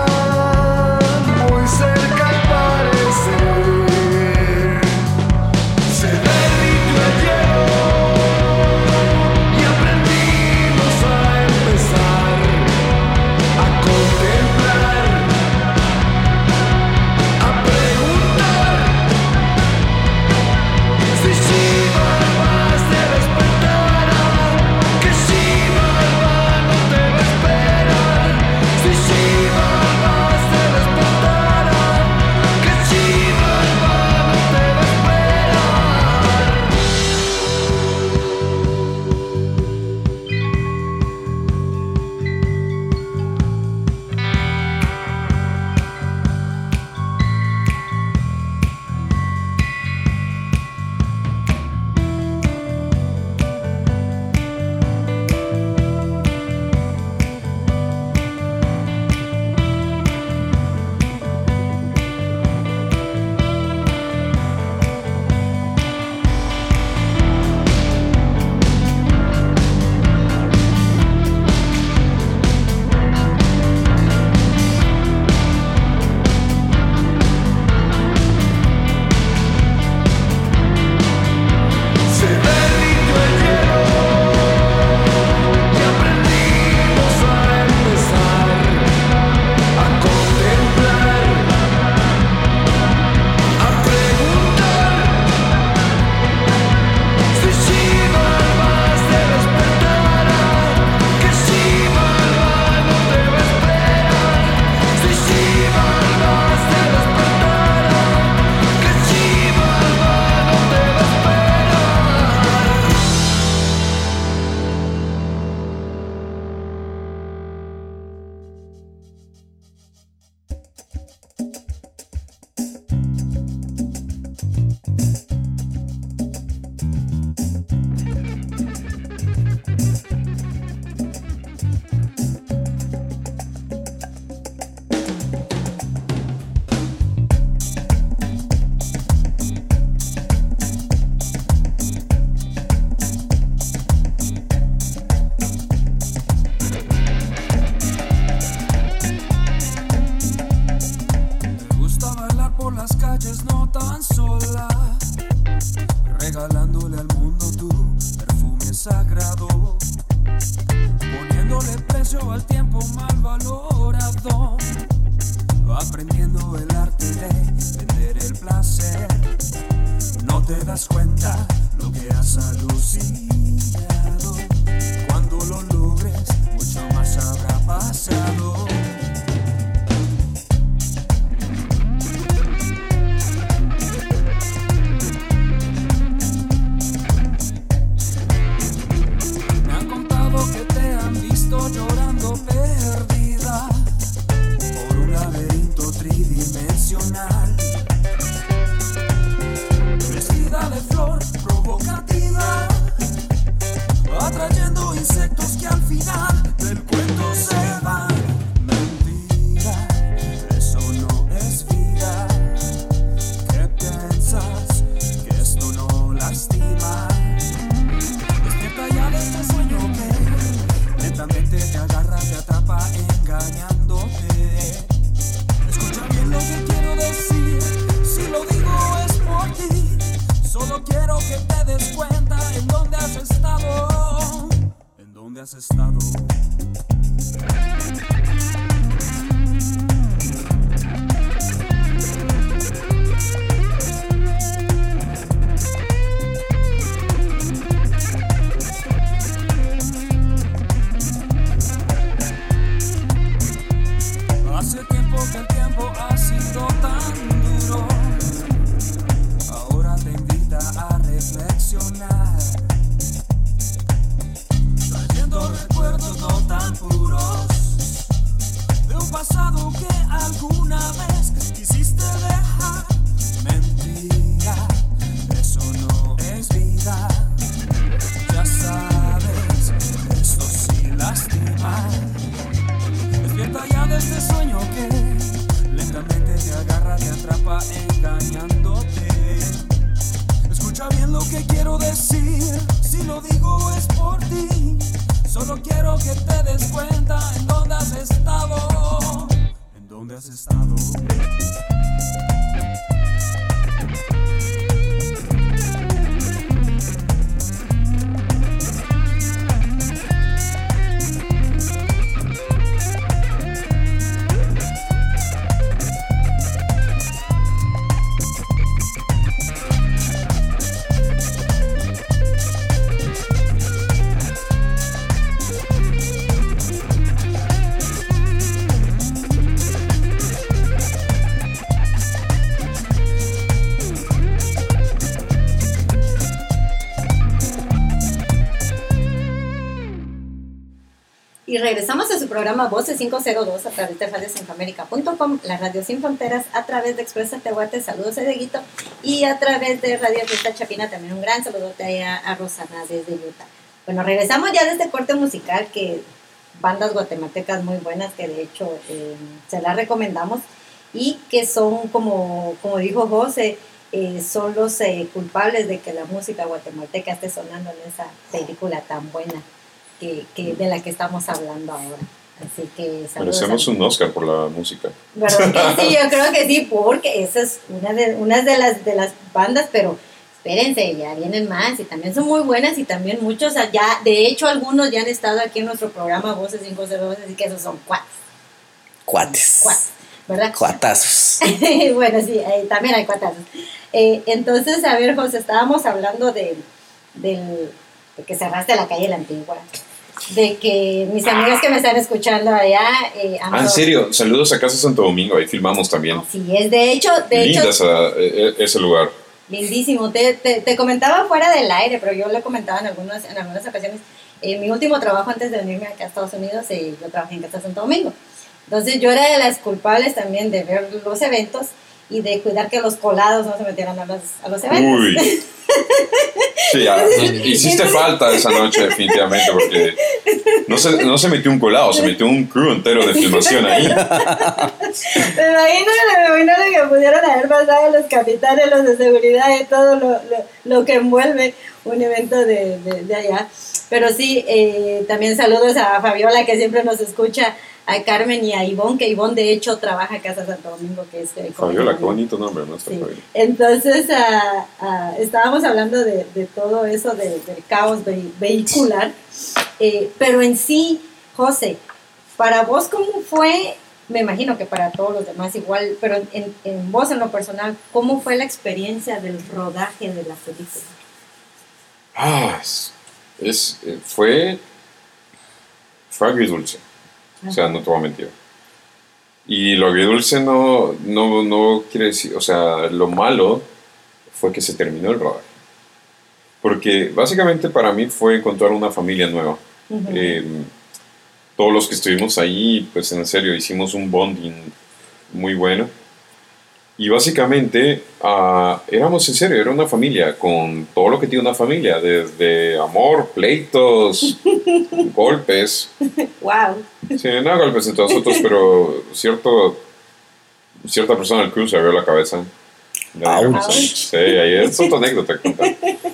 S4: muy cerca al parecer, se derritió el hielo y aprendimos a empezar a contemplar, a preguntar si Xibalbas te despertara, que Xibalbas no te va a esperar. Si Xibalbas te despertara, que Xibalbas no te va a
S5: regalándole al mundo tu perfume sagrado, poniéndole precio al tiempo mal valorado, aprendiendo el arte de vender el placer. No te das cuenta lo que has alucinado, cuando lo logres mucho más habrá pasado. Llorando perdida por un laberinto tridimensional, vestida de flor provocativa, atrayendo insectos que al final del cuento se van. Mentira, eso no es vida. ¿Qué piensas? Que esto no lastima. Despierta ya de este sueño que lentamente te agarra, te atrapa engañándote. Escucha bien lo que quiero decir, si lo digo es por ti. Solo quiero que te des cuenta en dónde has estado, en dónde has estado. Hace tiempo que el tiempo ha sido tan duro, ahora te invita a reflexionar, trayendo recuerdos no tan puros, de un pasado que alguna vez quisiste dejar. Mentira, eso no es vida. Ya sabes, esto sí lastima. Despierta ya de este sueño que lentamente te agarra, te atrapa engañándote. Escucha bien lo que quiero decir, si lo digo es por ti. Solo que te des cuenta en dónde has estado, en dónde has estado.
S1: Y regresamos a su programa Voces quinientos dos a través de radio centroamérica punto com, la radio sin fronteras, a través de Expresa Tehuate, saludos a Dieguito, y a través de Radio Fiesta Chapina también un gran saludote allá a Rosana desde Utah. Bueno, regresamos ya de este corte musical, que bandas guatemaltecas muy buenas, que de hecho eh, se las recomendamos, y que son, como, como dijo José, eh, son los eh, culpables de que la música guatemalteca esté sonando en esa película tan buena Que, que de la que estamos hablando ahora. Así que saludos.
S3: Merecemos un Oscar por la música.
S1: ¿Verdad que sí? Yo creo que sí, porque esa es una de, una de, las, de las bandas, pero espérense, ya vienen más y también son muy buenas y también muchos, ya, de hecho algunos ya han estado aquí en nuestro programa Voces quinientos dos, así que esos son cuates.
S2: Cuates.
S1: Cuates, ¿verdad?
S2: Cuatazos.
S1: Bueno, sí, eh, también hay cuatazos. Eh, entonces, a ver, José, estábamos hablando de, del, de que cerraste la calle La Antigua. De que mis amigas que me están escuchando allá eh, han
S3: Ah, en serio, saludos a Casa Santo Domingo, ahí filmamos también.
S1: Así es, de hecho, de
S3: Linda
S1: hecho
S3: esa, e- ese lugar.
S1: lindísimo. Te, te, te comentaba fuera del aire, pero yo lo comentaba en algunas, en algunas ocasiones. En mi último trabajo antes de venirme acá a Estados Unidos, eh, yo trabajé en Casa Santo Domingo. Entonces yo era de las culpables también de ver los eventos y de cuidar que los colados no se metieran a los, a los eventos.
S3: Uy. Sí, ya, hiciste falta esa noche definitivamente, porque no se, no se metió un colado, se metió un crew entero de filmación ahí.
S1: Me imagino, me imagino lo que pudieron haber pasado los capitanes, los de seguridad y todo lo, lo, lo que envuelve un evento de, de, de allá. Pero sí, eh, también saludos a Fabiola, que siempre nos escucha, a Carmen y a Ivonne, que Ivonne de hecho trabaja en Casa Santo Domingo, que es... Eh,
S3: Fabiola, qué bonito nombre, ¿no? Está
S1: sí.
S3: Fabiola.
S1: Entonces, uh, uh, estábamos hablando de, de todo eso, de, del caos ve- vehicular, eh, pero en sí, José, para vos, ¿cómo fue? Me imagino que para todos los demás igual, pero en, en vos, en lo personal, ¿cómo fue la experiencia del rodaje de la película?
S3: Ah, es, es, eh, fue, fue agridulce. O sea, no te voy a mentir. Y lo agridulce no, no, no quiere decir, o sea, lo malo fue que se terminó el rodaje. Porque básicamente para mí fue encontrar una familia nueva.
S1: Uh-huh.
S3: Eh, todos los que estuvimos ahí, pues en serio, hicimos un bonding muy bueno. Y básicamente uh, éramos en serio, era una familia con todo lo que tiene una familia, desde amor, pleitos, golpes.
S1: ¡Wow!
S3: Sí, no golpes entre nosotros, pero cierto, cierta persona del crew se abrió la cabeza.
S2: Ouch.
S3: Sí, ahí es otra anécdota que contar.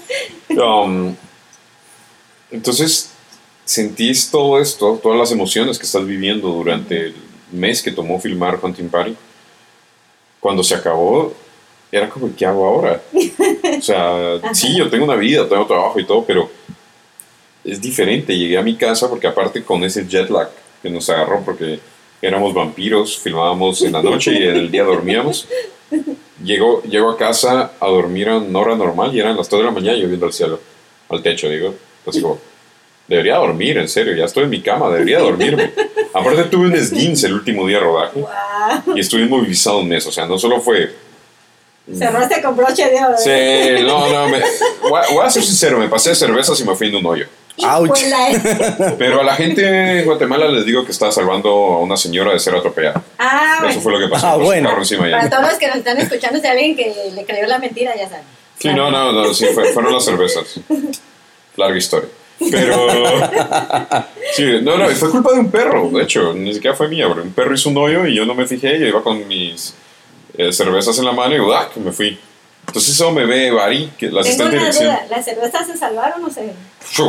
S3: Um, entonces, sentís todo esto, todas las emociones que estás viviendo durante el mes que tomó filmar Hunting Party. Cuando se acabó, era como, ¿qué hago ahora? O sea, sí, yo tengo una vida, tengo trabajo y todo, pero es diferente. Llegué a mi casa porque aparte con ese jet lag que nos agarró, porque éramos vampiros, filmábamos en la noche y en el día dormíamos. Llego, llego a casa a dormir a una hora normal y eran las tres de la mañana y yo viendo al cielo, al techo, digo. Entonces digo, debería dormir, en serio, ya estoy en mi cama, debería dormirme. Aparte tuve un esguince el último día de rodaje.
S1: Wow.
S3: Y estuve inmovilizado un mes, o sea, no solo fue...
S1: Cerraste con broche de oro.
S3: Sí, no, no, me, voy, a, voy a ser sincero, me pasé de cervezas y me fui en un hoyo.
S2: Ouch.
S3: Pero a la gente en Guatemala les digo que estaba salvando a una señora de ser atropellada.
S1: Ah,
S3: Eso
S1: bueno.
S3: fue lo que pasó.
S2: Ah,
S3: Pasó un
S2: bueno.
S3: carro encima
S1: Para
S3: ya.
S1: todos los que nos están escuchando, si alguien que le creyó la mentira, ya saben.
S3: Sí, no, no, no, sí, fue- fueron las cervezas. Larga historia. Pero... Sí, no, no, fue culpa de un perro, de hecho, ni siquiera fue mía, bro. Un perro hizo un hoyo y yo no me fijé, yo iba con mis eh, cervezas en la mano y ¡uah! Que me fui. Entonces eso me ve Bari, que la
S1: Tengo
S3: asistente de
S1: una
S3: dirección.
S1: duda, ¿las cervezas se salvaron o se...?
S3: Fu,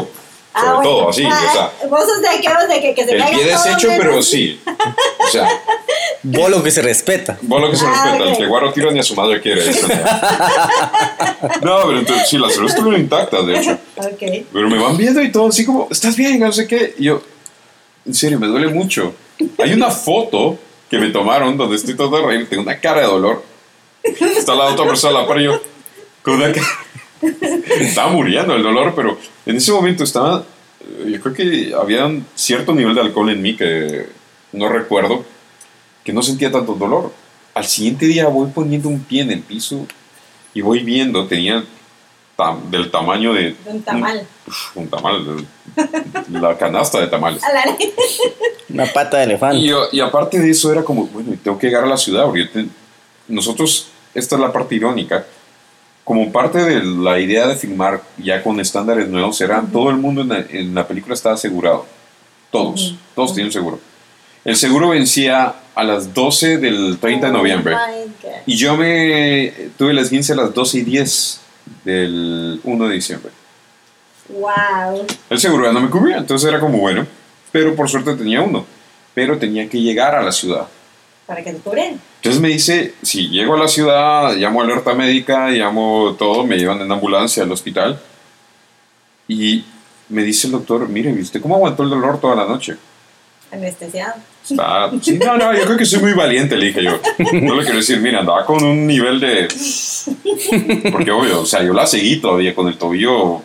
S1: Ah,
S3: sobre
S1: bueno.
S3: todo, así,
S1: Ah,
S3: o sea,
S1: vos sos de aquellos de que, que se
S3: el
S1: caiga
S3: pie
S1: todo
S3: deshecho,
S1: menos-
S3: pero sí. O sea,
S2: Vos lo que se respeta.
S3: vos lo que se
S1: Ah,
S3: respeta,
S1: ok.
S3: el que guaro tira ni a su madre quiere. eso, No, pero entonces, sí, las cervezas estuvieron intactas, de hecho.
S1: Ok.
S3: Pero me van viendo y todo así como, ¿estás bien? No sé qué. Y yo, en serio, me duele mucho. Hay una foto que me tomaron donde estoy todo de reír, tengo una cara de dolor. Está la otra persona a la par y yo, con una cara. Estaba muriendo el dolor, pero en ese momento estaba. Yo creo que había un cierto nivel de alcohol en mí que no recuerdo, que no sentía tanto dolor. Al siguiente día voy poniendo un pie en el piso y voy viendo, tenía tam- del tamaño de.
S1: Un tamal.
S3: Uf, un tamal, de- la canasta de tamales.
S1: A la-
S2: Una pata de elefante.
S3: Y, yo- y aparte de eso era como, bueno, tengo que llegar a la ciudad, porque yo te- nosotros, esta es la parte irónica, como parte de la idea de filmar ya con estándares nuevos, era todo el mundo en la, en la película estaba asegurado, todos,
S1: Ujú.
S3: todos tenían seguro. El seguro vencía a las doce del treinta de noviembre
S1: Oh my God.
S3: y yo me tuve el esguince a las doce y diez del uno de diciembre.
S1: Wow.
S3: El seguro ya no me cubría, entonces era como bueno, pero por suerte tenía uno, pero tenía que llegar a la ciudad.
S1: Para que te cubren.
S3: Entonces me dice, si llego a la ciudad, llamo a alerta médica, llamo todo, me llevan en ambulancia al hospital y me dice el doctor, mire, ¿usted cómo aguantó el dolor toda la noche?
S1: Anestesiado.
S3: Está, sí, no, no, yo creo que soy muy valiente, le dije yo. No le quiero decir, mira, andaba con un nivel de... Porque obvio, o sea, yo la seguí todavía con el tobillo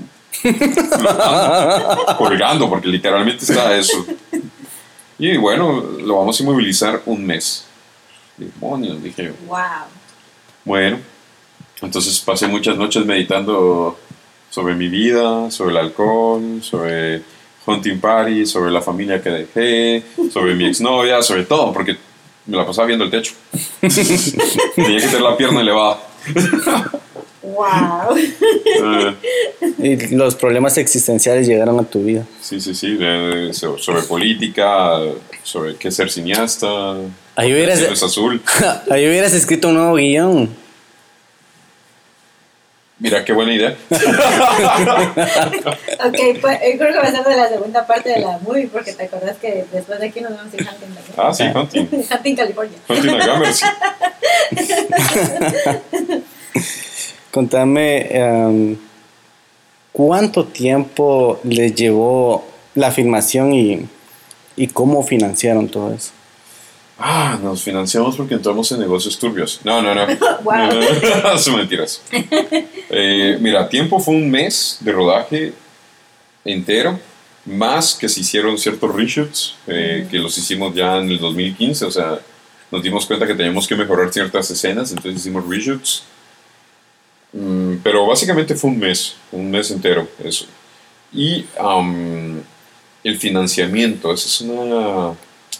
S3: flotando, colgando, porque literalmente está eso. Y bueno, lo vamos a inmovilizar un mes. Demonios, dije yo.
S1: Wow.
S3: Bueno, entonces pasé muchas noches meditando sobre mi vida, sobre el alcohol, sobre hunting party, sobre la familia que dejé, sobre mi exnovia, sobre todo, porque me la pasaba viendo el techo. Tenía que tener la pierna elevada.
S1: Wow.
S3: Eh,
S2: Y los problemas existenciales llegaron a tu vida.
S3: sí, sí, sí, de- de- so- sobre política, sobre qué ser cineasta.
S2: Ahí hubieras,
S3: El cielo es azul.
S2: ahí hubieras escrito un nuevo guión.
S3: Mira, qué buena idea.
S1: Ok, pues yo creo que va a ser de la segunda parte de la movie, porque te acordás que después de aquí nos vamos a ir a Hunting, ¿verdad?
S3: Ah, sí, hunting.
S1: Hunting, California.
S3: Hunting a Gramercy.
S2: Contame, em, ¿cuánto tiempo les llevó la filmación y, y cómo financiaron todo eso?
S3: Ah, nos financiamos porque entramos en negocios turbios. No, no, no.
S1: Wow.
S3: Son mentiras. Eh, mira, tiempo fue un mes de rodaje entero, más que se hicieron ciertos reshoots, eh, que los hicimos ya en el dos mil quince, o sea, nos dimos cuenta que teníamos que mejorar ciertas escenas, entonces hicimos reshoots. Mm, pero básicamente fue un mes, un mes entero, eso. Y um, el financiamiento, esa es una...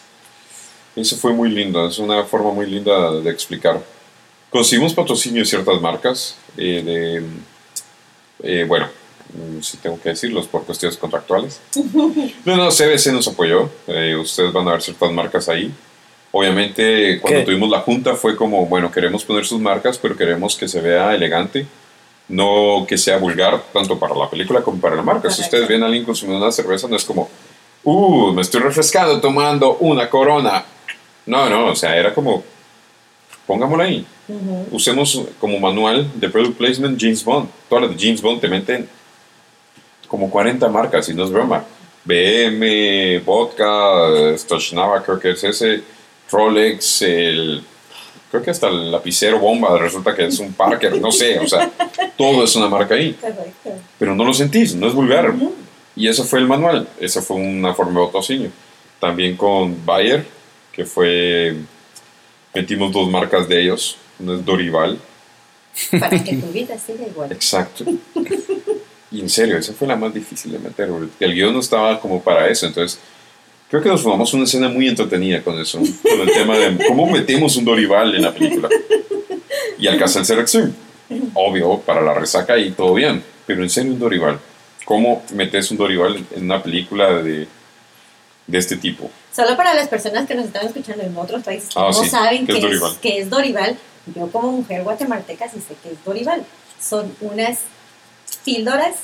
S3: Eso fue muy lindo, es una forma muy linda de explicar. Conseguimos patrocinio de ciertas marcas, eh, de, eh, bueno, mm, si tengo que decirlos por cuestiones contractuales. No, no, C B C nos apoyó, eh, ustedes van a ver ciertas marcas ahí. Obviamente, cuando
S2: ¿Qué?
S3: tuvimos la junta fue como, bueno, queremos poner sus marcas, pero queremos que se vea elegante, no que sea vulgar, tanto para la película como para la marca. Si
S1: Correcto.
S3: ustedes ven a alguien consumiendo una cerveza, no es como, uh, me estoy refrescando tomando una Corona. No, no, o sea, era como, pongámosla ahí.
S1: Ujú.
S3: Usemos como manual de product placement James Bond. Todas las de James Bond te meten como cuarenta marcas, y no es broma. B M, Vodka, Stochnava, creo que es ese, Rolex, el, creo que hasta el lapicero bomba resulta que es un Parker, no sé, o sea, todo es una marca ahí.
S1: Correcto.
S3: Pero no lo sentís, no es vulgar. Y eso fue el manual, esa fue una forma de patrocinio. También con Bayer, que fue, metimos dos marcas de ellos, una es Dorival.
S1: Para que tu vida siga igual.
S3: Exacto. Y en serio, esa fue la más difícil de meter, porque el guión no estaba como para eso, entonces creo que nos formamos una escena muy entretenida con eso, con el tema de cómo metemos un Dorival en la película. Y Alka-Seltzer Extreme, obvio, para la resaca y todo bien, pero en serio un Dorival. ¿Cómo metes un Dorival en una película de, de este tipo?
S1: Solo para las personas que nos están escuchando en otros países que
S3: Ah,
S1: no
S3: sí.
S1: saben
S3: ¿Qué
S1: qué
S3: es
S1: es,
S3: Dorival?
S1: qué es Dorival, yo como mujer guatemalteca sí sé qué es Dorival. Son unas píldoras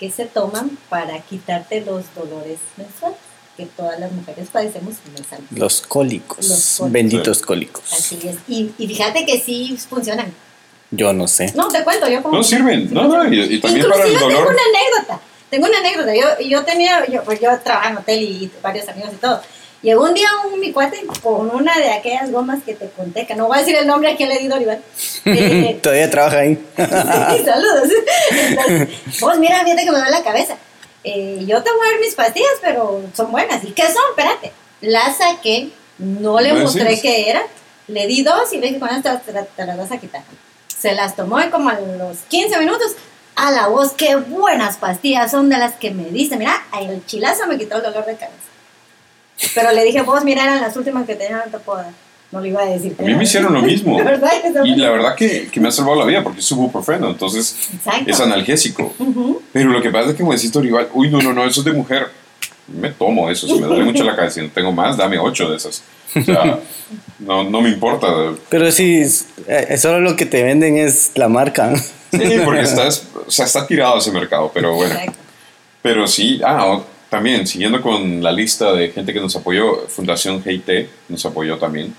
S1: que se toman para quitarte los dolores menstruales, que todas las mujeres padecemos mensualmente.
S2: Los cólicos,
S1: Los cólicos.
S2: benditos cólicos.
S1: Así es. Y, y fíjate que sí funcionan.
S2: Yo no sé.
S1: No, te cuento, yo como...
S3: No sirven, no, no, y, y también para el
S1: Inclusive
S3: dolor.
S1: tengo una anécdota, tengo una anécdota. Yo, yo tenía, yo, pues yo trabajaba en hotel y varios amigos y todo. Llegó un día un mi cuate con una de aquellas gomas que te conté, que no voy a decir el nombre a quién le di Dorival. Eh,
S2: Todavía trabaja ahí.
S1: sí, saludos. Entonces, vos mira, fíjate que me duele la cabeza. Eh, yo te voy a dar mis pastillas, pero son buenas. ¿Y qué son? Espérate. Las saqué, no le
S3: No
S1: mostré
S3: decís.
S1: qué era, le di dos y le dije, con esto te, te- te las vas a quitar. Se las tomó y como a los quince minutos, a la voz, qué buenas pastillas son de las que me diste. Mira, el chilazo me quitó el dolor de cabeza. Pero le dije, vos, mira, eran las últimas que tenía, no te puedo dar. No le iba a decir.
S3: A mí me hicieron lo mismo.
S1: La verdad es que
S3: Y la verdad que, que me ha salvado la vida porque es ibuprofeno, entonces
S1: Exacto.
S3: es analgésico.
S1: Ujú.
S3: Pero lo que pasa es que como decís Dorival, uy, no, no, no, eso es de mujer. Me tomo eso, si me duele mucho la cabeza y no tengo más, dame ocho de esas. O sea, no, no me importa.
S2: Pero sí, es- eh, solo lo que te venden es la marca.
S3: Sí, porque está, o sea, está tirado ese mercado, pero bueno.
S1: Exacto.
S3: Pero sí, ah, o- también, siguiendo con la lista de gente que nos apoyó, Fundación G I T nos apoyó también.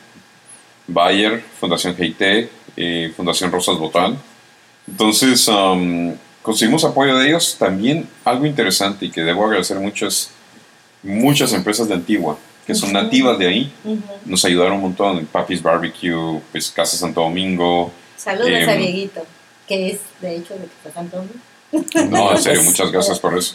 S3: Bayer, Fundación G I T, eh, Fundación Rosas Botán. Entonces, um, conseguimos apoyo de ellos. También algo interesante y que debo agradecer mucho es muchas empresas de Antigua, que son nativas de ahí,
S1: Ujú.
S3: nos ayudaron un montón. Papi's Barbecue, pues Casa Santo Domingo.
S1: Saludos
S3: Em,
S1: a Dieguito, que es de hecho de que está Santo Domingo.
S3: No, en serio, muchas gracias por eso.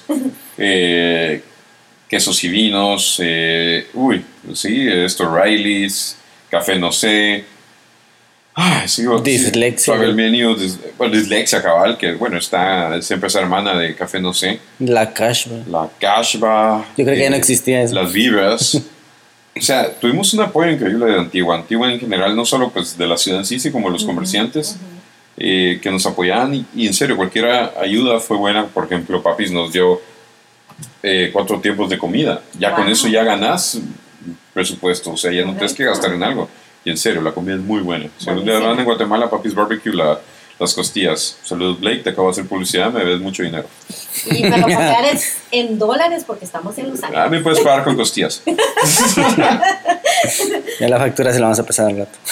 S3: Eh, quesos y vinos, eh, uy, sí, esto, Riley's, Café No Sé. Ay, sigo.
S2: Dislexia.
S3: Sí, Pavel Menio, dis, bueno, Dislexia Cabal, que bueno, está, es empresa hermana de Café No Sé.
S2: La cash, bro.
S3: La Cashba.
S2: Yo creo que ya no existía eso.
S3: Las Vivas. O sea, tuvimos un apoyo increíble de Antigua. Antigua en general, no solo pues de la ciudad en sí, sino como los comerciantes. Eh, que nos apoyaban y, y en serio cualquier ayuda fue buena. Por ejemplo, Papis nos dio eh, cuatro tiempos de comida, ya
S1: Wow.
S3: con eso ya ganás presupuesto, o sea, ya no tienes que
S1: Correcto.
S3: gastar en algo. Y en serio, la comida es muy buena. Si algún día
S1: Buenísimo.
S3: van en Guatemala, Papis Barbecue, la, las costillas. Saludos, Blake, te acabo de hacer publicidad, me ves mucho dinero.
S1: Y me lo pagar es en dólares porque estamos en Los
S3: Ah,
S1: Ángeles.
S3: me puedes pagar con costillas.
S2: Ya la factura se la vamos a pasar al rato.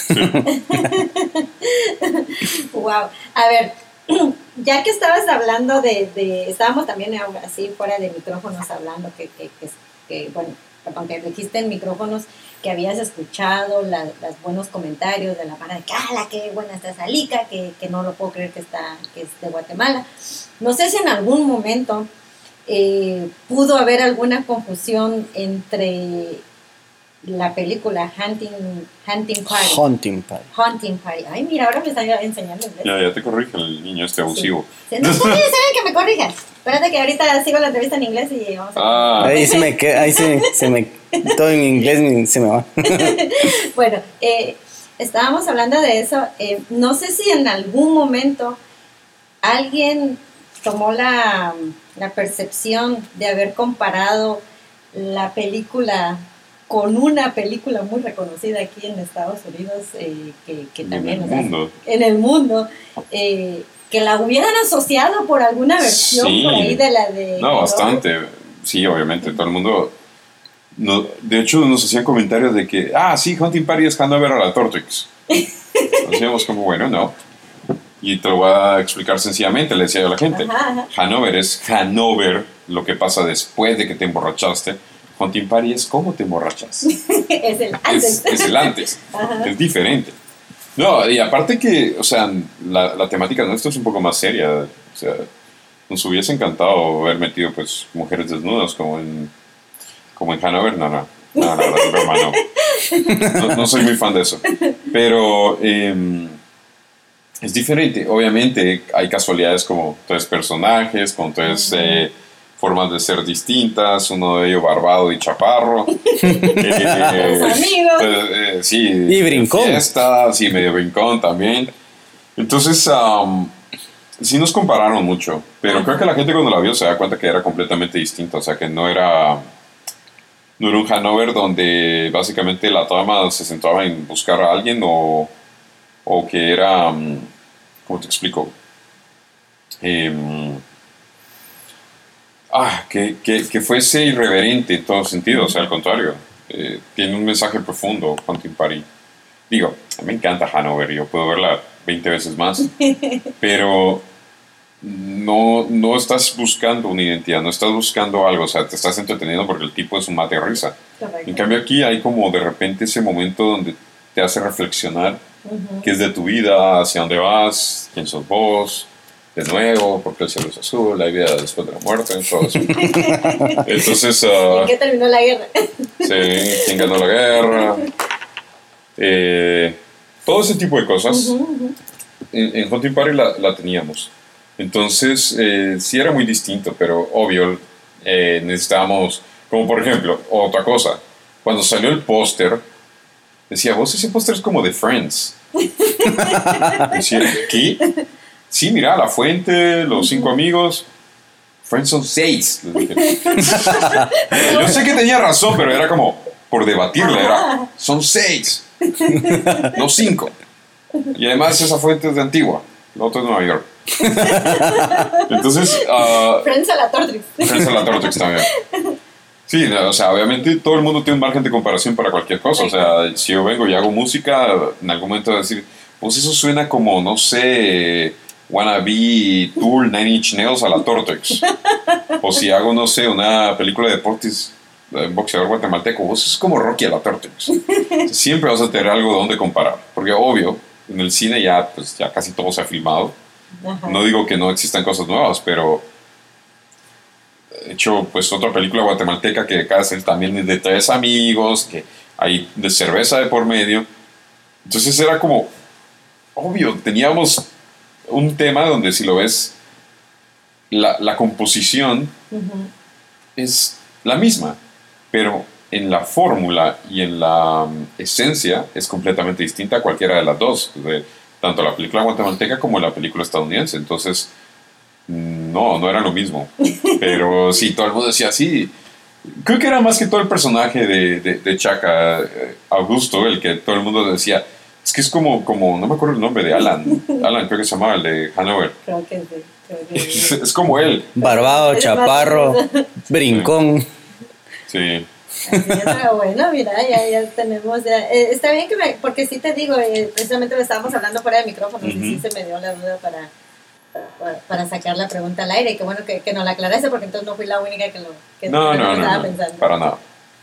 S1: Wow. A ver, ya que estabas hablando de, de estábamos también así fuera de micrófonos hablando que, que, que, que, bueno, perdón, que dijiste en micrófonos que habías escuchado la- los buenos comentarios de la pana de que, ¡ala, qué buena está esa lica! Que, que no lo puedo creer que, está, que es de Guatemala. No sé si en algún momento eh, pudo haber alguna confusión entre la película Hunting, Hunting Party.
S2: Hunting Party.
S1: Hunting Party. Ay, mira, ahora me está enseñando inglés.
S3: Ya, ya te corrige el niño este abusivo.
S1: Sí. No, está bien, está bien que me corrijas. Espérate que ahorita sigo la entrevista en inglés y vamos a...
S3: Ah,
S2: Ahí se me queda, ahí se, se me, todo en inglés me- se me va.
S1: Bueno, eh, estábamos hablando de eso. Eh, no sé si en algún momento alguien tomó la, la percepción de haber comparado la película con una película muy reconocida aquí en Estados Unidos, eh, que, que
S3: en
S1: también...
S3: el
S1: o sea,
S3: mundo.
S1: en el mundo, eh, que la hubieran asociado por alguna versión
S3: Sí.
S1: por ahí de la de...
S3: No, bastante. Sí, obviamente, todo el mundo. No, de hecho, nos hacían comentarios de que, ah, sí, Hunting Party es Hanover a la Tortrix. Hacíamos como, bueno, no. Y te lo voy a explicar sencillamente, le decía yo a la gente.
S1: Ajá, ajá.
S3: Hanover es Hanover, lo que pasa después de que te emborrachaste. Hunting Party es cómo te emborrachas.
S1: Es el antes.
S3: Es, es el antes.
S1: Ajá.
S3: Es diferente. No, y aparte que, o sea, la, la temática nuestra es un poco más seria. O sea, nos hubiese encantado haber metido, pues, mujeres desnudas como en, como en Hanover. No, no. No, la verdad, broma, no. no. No soy muy fan de eso. Pero eh, es diferente. Obviamente hay casualidades como tres personajes, con tres eh, formas de ser distintas. Uno de ellos barbado y chaparro. Eh,
S1: Los amigos.
S3: eh, eh, sí.
S2: Y brincón.
S3: Fiesta, sí, medio brincón también. Entonces, um, sí nos compararon mucho. Pero creo que la gente cuando la vio se da cuenta que era completamente distinta. O sea, que no era... No era un Hanover donde básicamente la trama se centraba en buscar a alguien o, o que era, um, ¿cómo te explico? Em, Ah, que, que, que fuese irreverente en todo sentido, o sea, al contrario. Eh, tiene un mensaje profundo, Quentin Parry. Digo, me encanta Hanover, yo puedo verla veinte veces más, pero no, no estás buscando una identidad, no estás buscando algo, o sea, te estás entreteniendo porque el tipo es un mate de risa.
S1: Correcto.
S3: En cambio aquí hay como de repente ese momento donde te hace reflexionar
S1: Ujú.
S3: qué es de tu vida, hacia dónde vas, quién sos vos, de nuevo, porque el cielo es azul, hay vida después de la muerte, todo eso. Entonces, ah,
S1: ¿En qué terminó la guerra?
S3: sí, quién ganó la guerra, eh, todo ese tipo de cosas.
S1: Ujú, ujú.
S3: En, en Hunting Party la, la teníamos. Entonces, eh, sí era muy distinto, pero obvio, eh, necesitábamos, como por ejemplo, otra cosa, cuando salió el póster, decía, vos ese póster es como de Friends. Decía, ¿qué? Sí, mira, la fuente, los cinco amigos, Friends son seis. Les dije. Yo sé que tenía razón, pero era como, por debatirle, era, son seis, no cinco. Y además esa fuente es de Antigua, la otra es de Nueva York. Entonces, uh,
S1: Friends a la Tortrix.
S3: Friends a la Tortrix también. Sí, o sea, obviamente todo el mundo tiene un margen de comparación para cualquier cosa. O sea, si yo vengo y hago música, en algún momento voy a decir, pues eso suena como, no sé, Wannabe Tool Nine Inch Nails a la Tortrix. O si hago, no sé, una película de deportes, de boxeador guatemalteco, pues eso es como Rocky a la Tortrix. Siempre vas a tener algo donde comparar. Porque obvio, en el cine ya, pues, ya casi todo se ha filmado.
S1: Ajá.
S3: No digo que no existan cosas nuevas, pero he hecho pues otra película guatemalteca que acá es también es de tres amigos, que hay de cerveza de por medio. Entonces era como, obvio, teníamos un tema donde si lo ves, la, la composición
S1: Ujú.
S3: es la misma, pero en la fórmula y en la um, esencia es completamente distinta a cualquiera de las dos, de, tanto la película guatemalteca como la película estadounidense. Entonces, no, no era lo mismo. Pero sí, todo el mundo decía sí. Creo que era más que todo el personaje de, de, de Chaka, eh, Augusto, el que todo el mundo decía, es que es como, como, no me acuerdo el nombre de Alan, Alan creo que se llamaba, el de Hanover.
S1: Creo que sí. Creo que sí.
S3: Es como él.
S2: Barbado,
S1: Es
S2: chaparro,
S1: más-
S2: brincón.
S3: Sí.
S1: Así es, pero bueno, mira, ya, ya tenemos, ya, eh, está bien que me, porque sí te digo, eh, precisamente lo estábamos hablando fuera de micrófono, y sí
S3: Ujú.
S1: se me dio la duda para, para, para sacar la pregunta al aire, y qué bueno que, que nos la aclaraste, porque entonces no fui la única que lo, que
S3: No,
S1: que
S3: no,
S1: lo
S3: no,
S1: estaba
S3: no,
S1: pensando.
S3: para nada.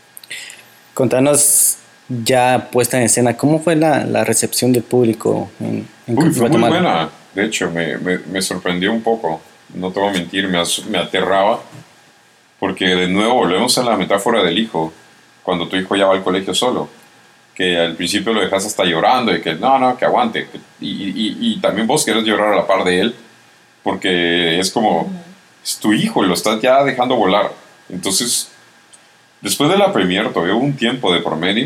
S2: Contanos ya puesta en escena, ¿cómo fue la, la recepción del público en, en
S3: Uy, fue muy
S2: Guatemala?
S3: buena. De hecho, me, me, me sorprendió un poco. No te voy a mentir, me, as- me aterraba. Porque de nuevo volvemos a la metáfora del hijo. Cuando tu hijo ya va al colegio solo. Que al principio lo dejas hasta llorando y que no, no, que aguante. Y, y, y también vos querés llorar a la par de él. Porque es como, es tu hijo, lo estás ya dejando volar. Entonces, después de la premier, todavía hubo un tiempo de por medio.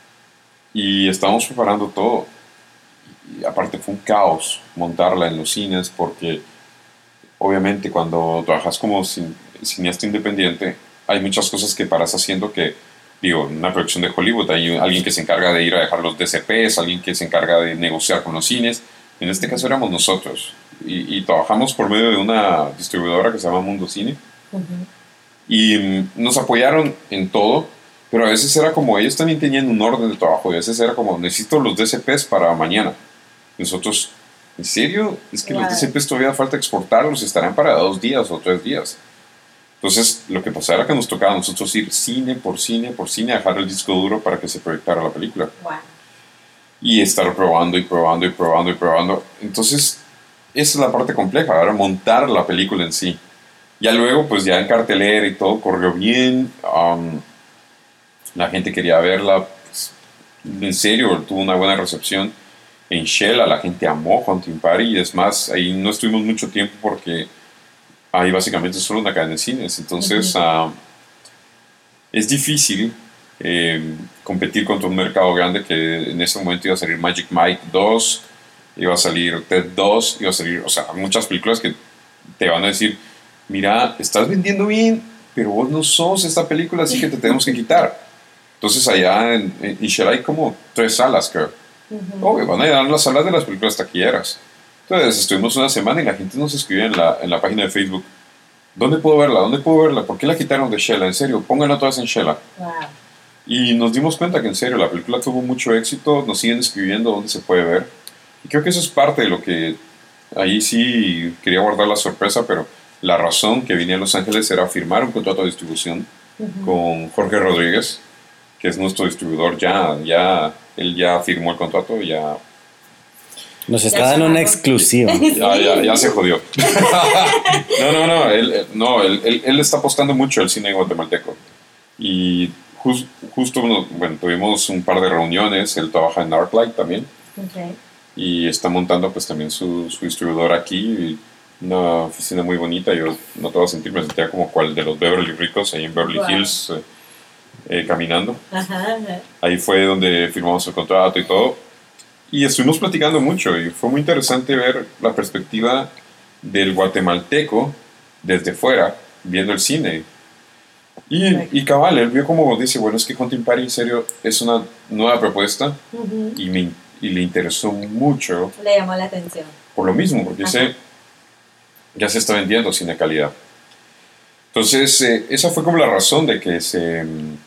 S3: Y estábamos preparando todo. Y aparte fue un caos montarla en los cines porque obviamente cuando trabajas como cin- cineasta independiente hay muchas cosas que paras haciendo que, digo, en una producción de Hollywood hay alguien que se encarga de ir a dejar los D C Ps, alguien que se encarga de negociar con los cines. En este caso éramos nosotros y, y trabajamos por medio de una distribuidora que se llama Mundo Cine
S1: Ujú.
S3: y mm, nos apoyaron en todo, pero a veces era como ellos también tenían un orden de trabajo y a veces era como necesito los D C Ps para mañana. Nosotros, ¿en serio? Es que
S1: Wow.
S3: los D C Ps todavía falta exportarlos, estarán para dos días o tres días. Entonces, lo que pasaba era que nos tocaba a nosotros ir cine por cine por cine a dejar el disco duro para que se proyectara la película.
S1: Wow.
S3: Y estar probando y probando y probando y probando. Entonces, esa es la parte compleja, ahora montar la película en sí. Ya luego, pues ya en cartelera y todo corrió bien. um, la gente quería verla. Pues, en serio, tuvo una buena recepción. En Shell la gente amó Hunting Party y es más, ahí no estuvimos mucho tiempo porque ahí básicamente es solo una cadena de cines. Entonces,
S1: Ujú.
S3: ah, es difícil eh, competir contra un mercado grande que en ese momento iba a salir Magic Mike dos, iba a salir Ted dos, iba a salir, o sea, muchas películas que te van a decir, mira, estás vendiendo bien, pero vos no sos esta película, así que te tenemos que quitar. Entonces allá en, en Ishel hay como tres salas, creo.
S1: Ujú.
S3: Obvio, van a llenar las salas de las películas taquilleras. Entonces estuvimos una semana y la gente nos escribía en la, en la página de Facebook, ¿dónde puedo verla? ¿Dónde puedo verla? ¿Por qué la quitaron de Shela? En serio, pónganla todas en Shela.
S1: Wow.
S3: Y nos dimos cuenta que en serio la película tuvo mucho éxito, nos siguen escribiendo dónde se puede ver. Y creo que eso es parte de lo que ahí sí quería guardar la sorpresa, pero la razón que vine a Los Ángeles era firmar un contrato de distribución uh-huh. con Jorge Rodríguez, que es nuestro distribuidor. Ya, ya, él ya firmó el contrato, ya...
S2: Nos está dando una exclusiva.
S3: Ya, ya, ya se jodió. no, no, no, él, no él, él, él está apostando mucho al cine guatemalteco. Y just, justo, bueno, tuvimos un par de reuniones, él trabaja en Arclight también.
S1: Okay.
S3: Y está montando pues también su, su distribuidor aquí, una oficina muy bonita. Yo no te voy a sentir, me sentía como cual de los Beverly Ricos ahí en Beverly wow. Hills eh, eh, caminando.
S1: Ajá, ajá.
S3: Ahí fue donde firmamos el contrato y todo. Y estuvimos platicando mucho y fue muy interesante ver la perspectiva del guatemalteco desde fuera, viendo el cine. Y, y cabal, él vio como dice, bueno, es que Hunting Party en serio es una nueva propuesta uh-huh. y, me, y le interesó mucho.
S1: Le llamó la atención.
S3: Por lo mismo, porque ese, ya se está vendiendo cine de calidad. Entonces, eh, esa fue como la razón de que se,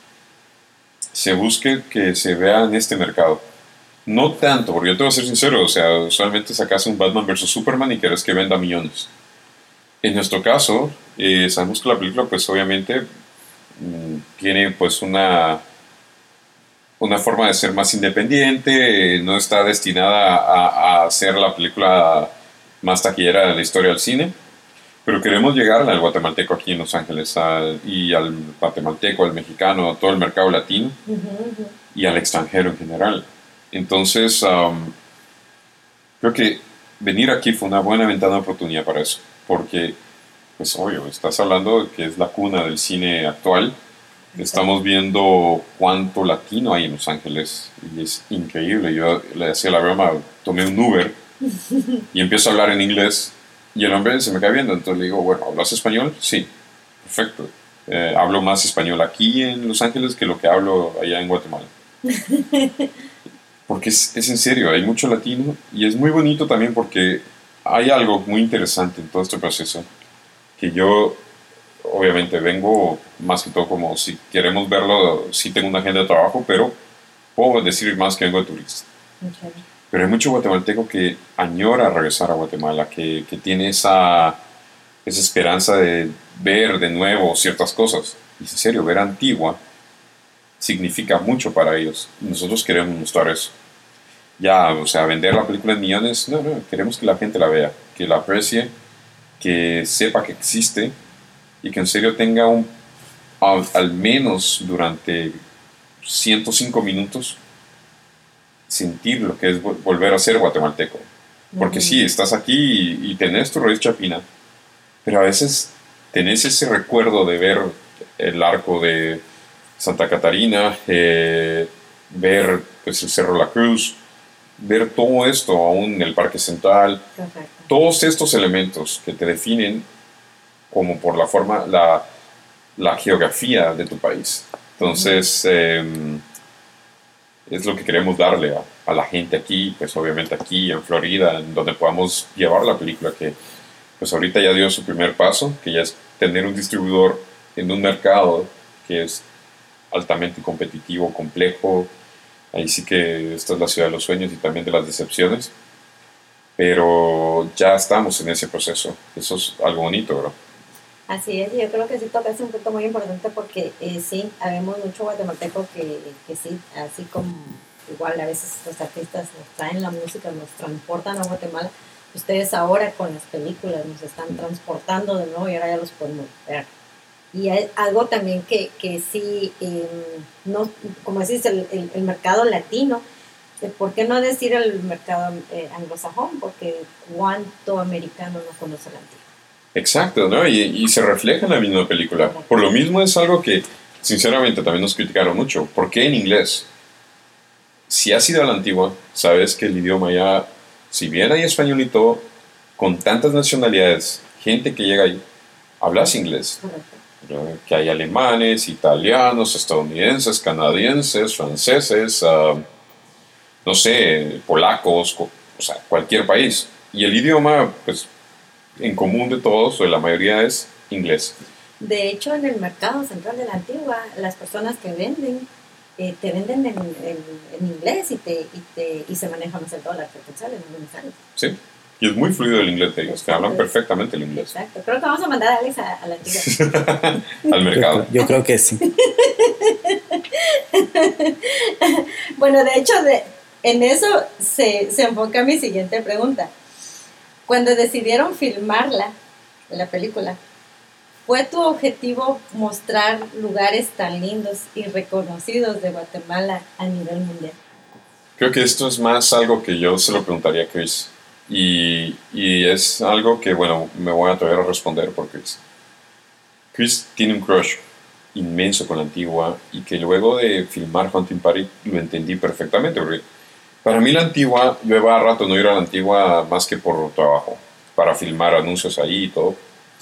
S3: se busque que se vea en este mercado. No tanto, porque yo te voy a ser sincero, o sea, usualmente sacas un Batman versus Superman y quieres que venda millones. En nuestro caso, eh, sabemos que la película, pues obviamente, mmm, tiene pues una, una forma de ser más independiente, eh, no está destinada a, a ser la película más taquillera de la historia del cine, pero queremos llegar al guatemalteco aquí en Los Ángeles, al, y al guatemalteco, al mexicano, a todo el mercado latino uh-huh, uh-huh. y al extranjero en general. Entonces, um, creo que venir aquí fue una buena ventana de oportunidad para eso, porque, pues obvio, estás hablando de que es la cuna del cine actual, estamos viendo cuánto latino hay en Los Ángeles, y es increíble. Yo le decía la broma, tomé un Uber, y empiezo a hablar en inglés, y el hombre se me queda viendo, entonces le digo, bueno, ¿hablas español? Sí, perfecto. Eh, hablo más español aquí en Los Ángeles que lo que hablo allá en Guatemala. Porque es, es en serio, hay mucho latino y es muy bonito también porque hay algo muy interesante en todo este proceso que yo obviamente vengo más que todo como si queremos verlo, sí tengo una agenda de trabajo, pero puedo decir más que vengo de turista. Okay. Pero hay mucho guatemalteco que añora regresar a Guatemala, que, que tiene esa, esa esperanza de ver de nuevo ciertas cosas. Y en serio, ver Antigua significa mucho para ellos. Nosotros queremos mostrar eso. Ya, o sea, vender la película en millones, no, no, queremos que la gente la vea, que la aprecie, que sepa que existe y que en serio tenga un, al, al menos durante ciento cinco minutos, sentir lo que es volver a ser guatemalteco. Porque uh-huh. sí, estás aquí y, y tenés tu raíz chapina, pero a veces tenés ese recuerdo de ver el arco de Santa Catarina, eh, ver pues, el Cerro La Cruz, ver todo esto aún en el Parque Central. Perfecto. Todos estos elementos que te definen como por la forma, la, la geografía de tu país. Entonces, uh-huh. eh, es lo que queremos darle a, a la gente aquí, pues obviamente aquí en Florida, en donde podamos llevar la película que pues ahorita ya dio su primer paso, que ya es tener un distribuidor en un mercado que es altamente competitivo, complejo. Ahí sí que esta es la ciudad de los sueños y también de las decepciones, pero ya estamos en ese proceso. Eso es algo bonito, ¿verdad?
S1: Así es, y yo creo que sí tocas un punto muy importante porque eh, sí, habemos mucho guatemalteco que, que sí, así como igual a veces los artistas nos traen la música, nos transportan a Guatemala. Ustedes ahora con las películas nos están transportando de nuevo y ahora ya los podemos ver. Y hay algo también que, que sí, eh, no, como decís, el, el, el mercado latino, eh, ¿por qué no decir el mercado eh, anglosajón? Porque cuánto americano no conoce la antigua.
S3: Exacto, ¿no? Y, y se refleja en la misma película. Por lo mismo es algo que, sinceramente, también nos criticaron mucho. ¿Por qué en inglés? Si has ido a la antigua, sabes que el idioma ya, si bien hay español y todo, con tantas nacionalidades, gente que llega ahí, hablas inglés. Correcto. Que hay alemanes, italianos, estadounidenses, canadienses, franceses, uh, no sé, polacos, o sea, cualquier país. Y el idioma, pues, en común de todos, o de la mayoría, es inglés.
S1: De hecho, en el mercado central de la Antigua, las personas que venden, eh, te venden en, en, en inglés y, te, y, te, y se maneja más el dólar que te sale, no me sale.
S3: Sí, y es muy fluido el inglés de ellos, que hablan perfectamente el inglés.
S1: Exacto, creo que vamos a mandar a Alex a, a la Antigua.
S3: Al mercado.
S2: Yo, yo creo que sí.
S1: Bueno, de hecho, de, en eso se, se enfoca mi siguiente pregunta. Cuando decidieron filmarla, la película, ¿fue tu objetivo mostrar lugares tan lindos y reconocidos de Guatemala a nivel mundial?
S3: Creo que esto es más algo que yo se lo preguntaría a Chris. Y, y es algo que, bueno, me voy a atrever a responder por Chris. Chris tiene un crush inmenso con la Antigua y que luego de filmar Hunting Party lo entendí perfectamente. Porque para mí la Antigua, yo llevaba rato no ir a la Antigua más que por trabajo, para filmar anuncios ahí y todo.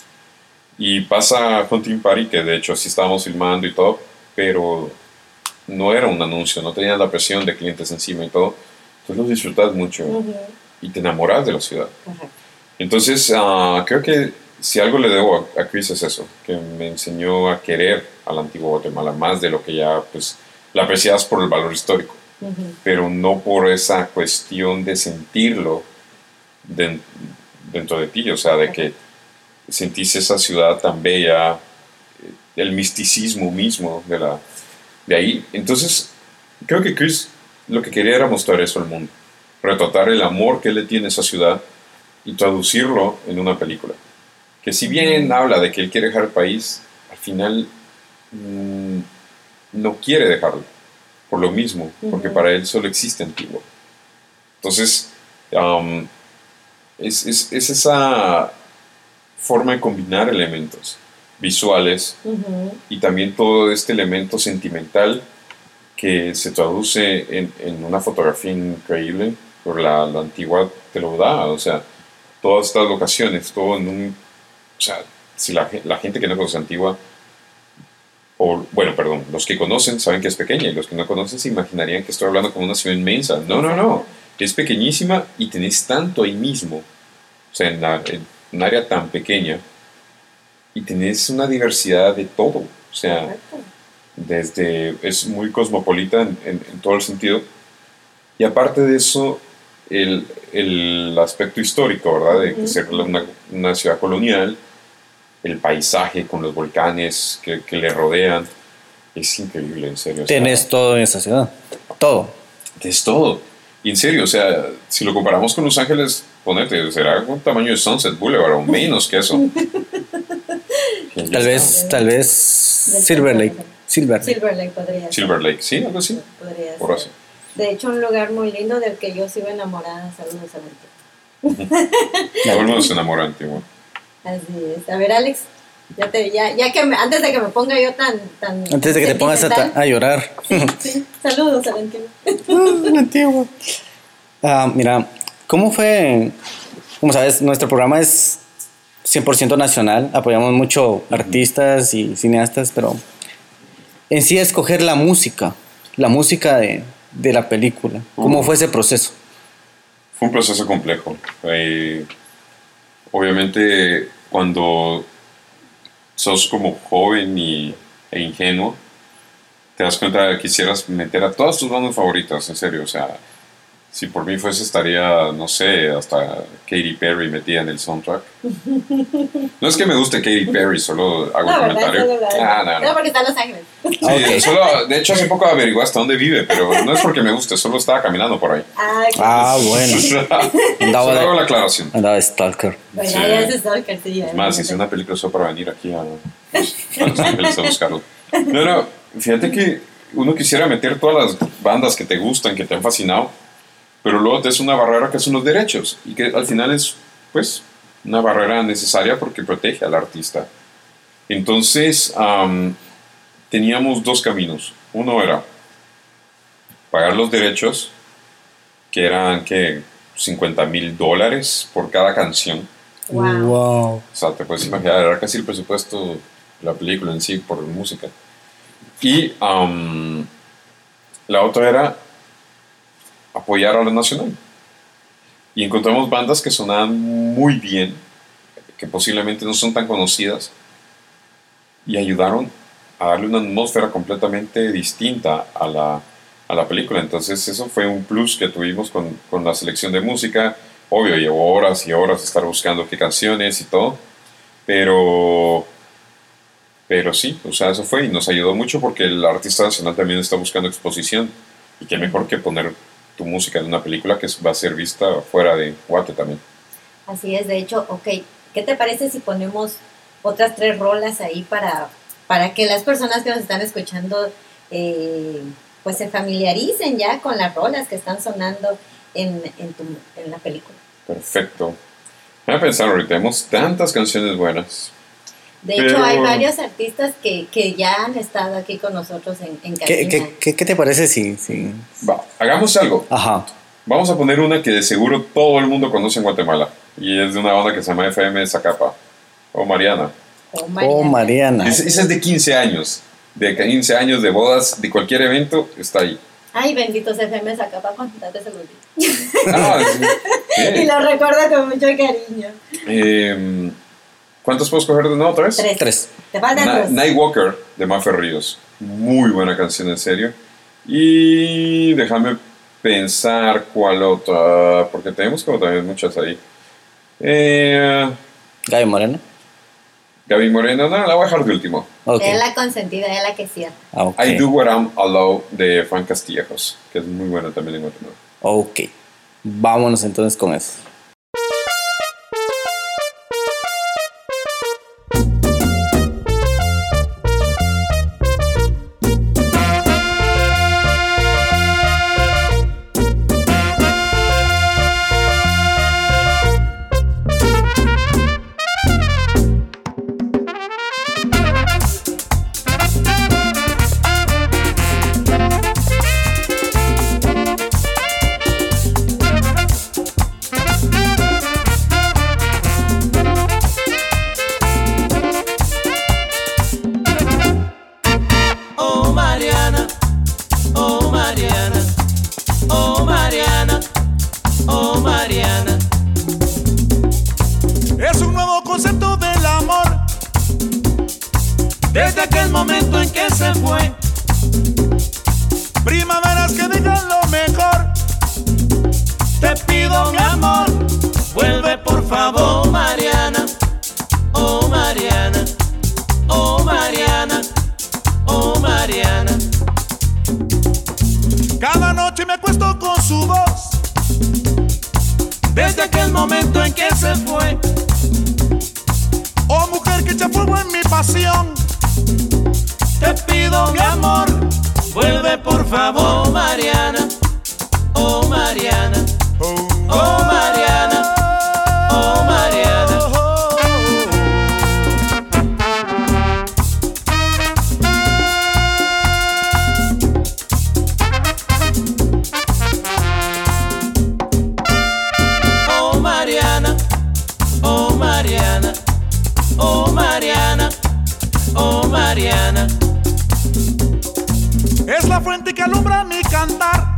S3: Y pasa Hunting Party, que de hecho sí estábamos filmando y todo, pero no era un anuncio, no tenías la presión de clientes encima y todo. Entonces lo disfrutas mucho
S1: Uh-huh.
S3: y te enamoras de la ciudad.
S1: Correcto.
S3: Entonces uh, creo que si algo le debo a, a Chris es eso, que me enseñó a querer a la antigua Guatemala más de lo que ya pues la aprecias por el valor histórico,
S1: Uh-huh.
S3: pero no por esa cuestión de sentirlo de- dentro de ti, o sea, de que sentís esa ciudad tan bella, el misticismo mismo de, la, de ahí. Entonces, creo que Chris lo que quería era mostrar eso al mundo, retratar el amor que le tiene a esa ciudad y traducirlo en una película. Que si bien habla de que él quiere dejar el país, al final mmm, no quiere dejarlo, por lo mismo, porque
S1: Ujú.
S3: para él solo existe Antigua. Entonces, um, es, es, es esa forma de combinar elementos visuales
S1: Uh-huh.
S3: y también todo este elemento sentimental que se traduce en, en una fotografía increíble, por la, la Antigua te lo da, o sea, todas estas locaciones, todo en un, o sea, si la, ge- la gente que no conoce Antigua, o bueno, perdón, los que conocen saben que es pequeña y los que no conocen se imaginarían que estoy hablando como una ciudad inmensa. No, no, no, es pequeñísima y tenés tanto ahí mismo, o sea, en, la- en un área tan pequeña y tenés una diversidad de todo, o sea,
S1: Correcto.
S3: desde es muy cosmopolita en, en- en todo el sentido y aparte de eso el, el aspecto histórico, ¿verdad? De que
S1: Ujú.
S3: ser una, una ciudad colonial, el paisaje con los volcanes que, que le rodean es increíble, en serio, o sea,
S2: Tenés todo en esa ciudad. Todo.
S3: es todo y en serio, o sea, si lo comparamos con Los Ángeles, ponete, será un tamaño de Sunset Boulevard o menos que eso. Y ahí
S2: Tal
S3: está.
S2: vez, tal vez Silver Lake. Silver Lake.
S1: Silver Lake podría ser.
S3: Silver Lake, sí, algo así.
S1: Podría
S3: Por
S1: ser.
S3: así.
S1: De hecho, un lugar muy lindo del que yo sigo enamorada. Saludos a Antigua.
S3: Todo el mundo se enamora de Antigua.
S1: Así es. A ver, Alex, ya, te, ya, ya que me- antes de que me ponga yo tan... tan
S2: Antes de que te pongas a, ta-
S1: sentimental,
S2: a llorar.
S1: sí, saludos a la Antigua.
S2: Antiguo. Ah, mira, ¿cómo fue? Como sabes, nuestro programa es cien por ciento nacional. Apoyamos mucho artistas y cineastas, pero en sí escoger la música, la música de, de la película. ¿Cómo
S3: Uh.
S2: fue ese proceso?
S3: Fue un proceso complejo. Eh, obviamente, cuando sos como joven y, e ingenuo, te das cuenta de que quisieras meter a todas tus bandas favoritas, en serio. O sea, si por mí fuese, estaría, no sé, hasta Katy Perry metida en el soundtrack. No es que me guste Katy Perry, solo hago
S1: No,
S3: un
S1: ¿verdad?
S3: comentario.
S1: Eso es verdad.
S3: Ah, no, no.
S1: No, porque está en Los Ángeles.
S3: Sí,
S2: Ok.
S3: solo, de hecho, hace poco averigué hasta dónde vive, pero no es porque me guste, solo estaba caminando por ahí.
S1: Ah, qué-
S2: Ah, bueno. Andaba
S3: Solo hago
S2: de,
S3: la aclaración.
S2: andaba de stalker.
S1: Bueno,
S3: sí.
S1: ya es Stalker, sí. ya.
S3: Es más, hice una película solo para venir aquí a, a Los Ángeles a buscarlo. No, no, fíjate que uno quisiera meter todas las bandas que te gustan, que te han fascinado, pero luego te es una barrera que son los derechos y que al final es, pues, una barrera necesaria porque protege al artista. Entonces, am, teníamos dos caminos. Uno era pagar los derechos, que eran, ¿qué? cincuenta mil dólares por cada canción.
S1: Wow.
S2: Wow.
S3: O sea, te puedes imaginar, era casi el presupuesto de la película en sí por música. Y am, la otra era apoyar a lo nacional. Y encontramos bandas que sonaban muy bien, que posiblemente no son tan conocidas, y ayudaron a darle una atmósfera completamente distinta a la, a la película. Entonces eso fue un plus que tuvimos con, con la selección de música. Obvio, llevó horas y horas de estar buscando qué canciones y todo, pero, pero sí, o sea, eso fue y nos ayudó mucho porque el artista nacional también está buscando exposición y qué mejor que poner tu música en una película que va a ser vista fuera de Guate también.
S1: Así es, de hecho, ok, ¿qué te parece si ponemos otras tres rolas ahí para, para que las personas que nos están escuchando eh, pues se familiaricen ya con las rolas que están sonando en, en, tu, en la película?
S3: Perfecto. Voy a pensar ahorita, tenemos tantas canciones buenas.
S1: De hecho,
S3: Pero-
S1: hay varios artistas que, que ya han estado aquí con nosotros en, en
S2: ¿Qué,
S1: cabina.
S2: qué, qué, qué te parece si, si...
S3: Va, hagamos algo.
S2: Ajá.
S3: Vamos a poner una que de seguro todo el mundo conoce en Guatemala. Y es de una banda que se llama F M Zacapa. O Mariana.
S1: Oh, Mariana.
S2: Oh, Mariana.
S3: Esa es de quince años. De quince años de bodas, de cualquier evento, está ahí.
S1: Ay, benditos F M Zacapa, cuántas veces los vi.
S3: Ah, sí.
S1: Y
S3: Bien.
S1: lo recuerdo con mucho cariño.
S3: Eh, ¿Cuántos puedo coger de nuevo? ¿Tres?
S1: Tres.
S2: Tres.
S1: Te faltan
S3: Na-
S1: dos.
S3: Nightwalker de Mafer Ríos. Muy buena canción, en serio. Y déjame pensar cuál otra, porque tenemos como también muchas ahí. Eh,
S2: Gaby Moreno.
S3: Gaby Moreno, no, la voy a dejar de último.
S2: Ok.
S1: Es la consentida, es la que cierra.
S2: Ah, ok.
S3: I Do What I'm Allowed de Frank Castillejos, que es muy buena también en Guatemala.
S2: Ok. Vámonos entonces con eso.
S4: Oh Mariana, oh Mariana, oh Mariana, oh Mariana.
S5: Es un nuevo concepto del amor.
S4: Desde aquel momento en que se fue,
S5: Primaveras que digan lo mejor.
S4: te pido mi amor, vuelve por favor, Mariana, oh Mariana, oh Mariana, oh Mariana.
S5: Cada noche me acuesto con su voz.
S4: Desde aquel momento en que se fue,
S5: Oh, mujer que echa fuego en mi pasión.
S4: te pido mi amor, vuelve por favor, Mariana, oh Mariana, oh Mariana, oh Mariana. Oh Mariana, oh Mariana, oh Mariana, oh Mariana.
S5: Es la fuente que alumbra mi cantar.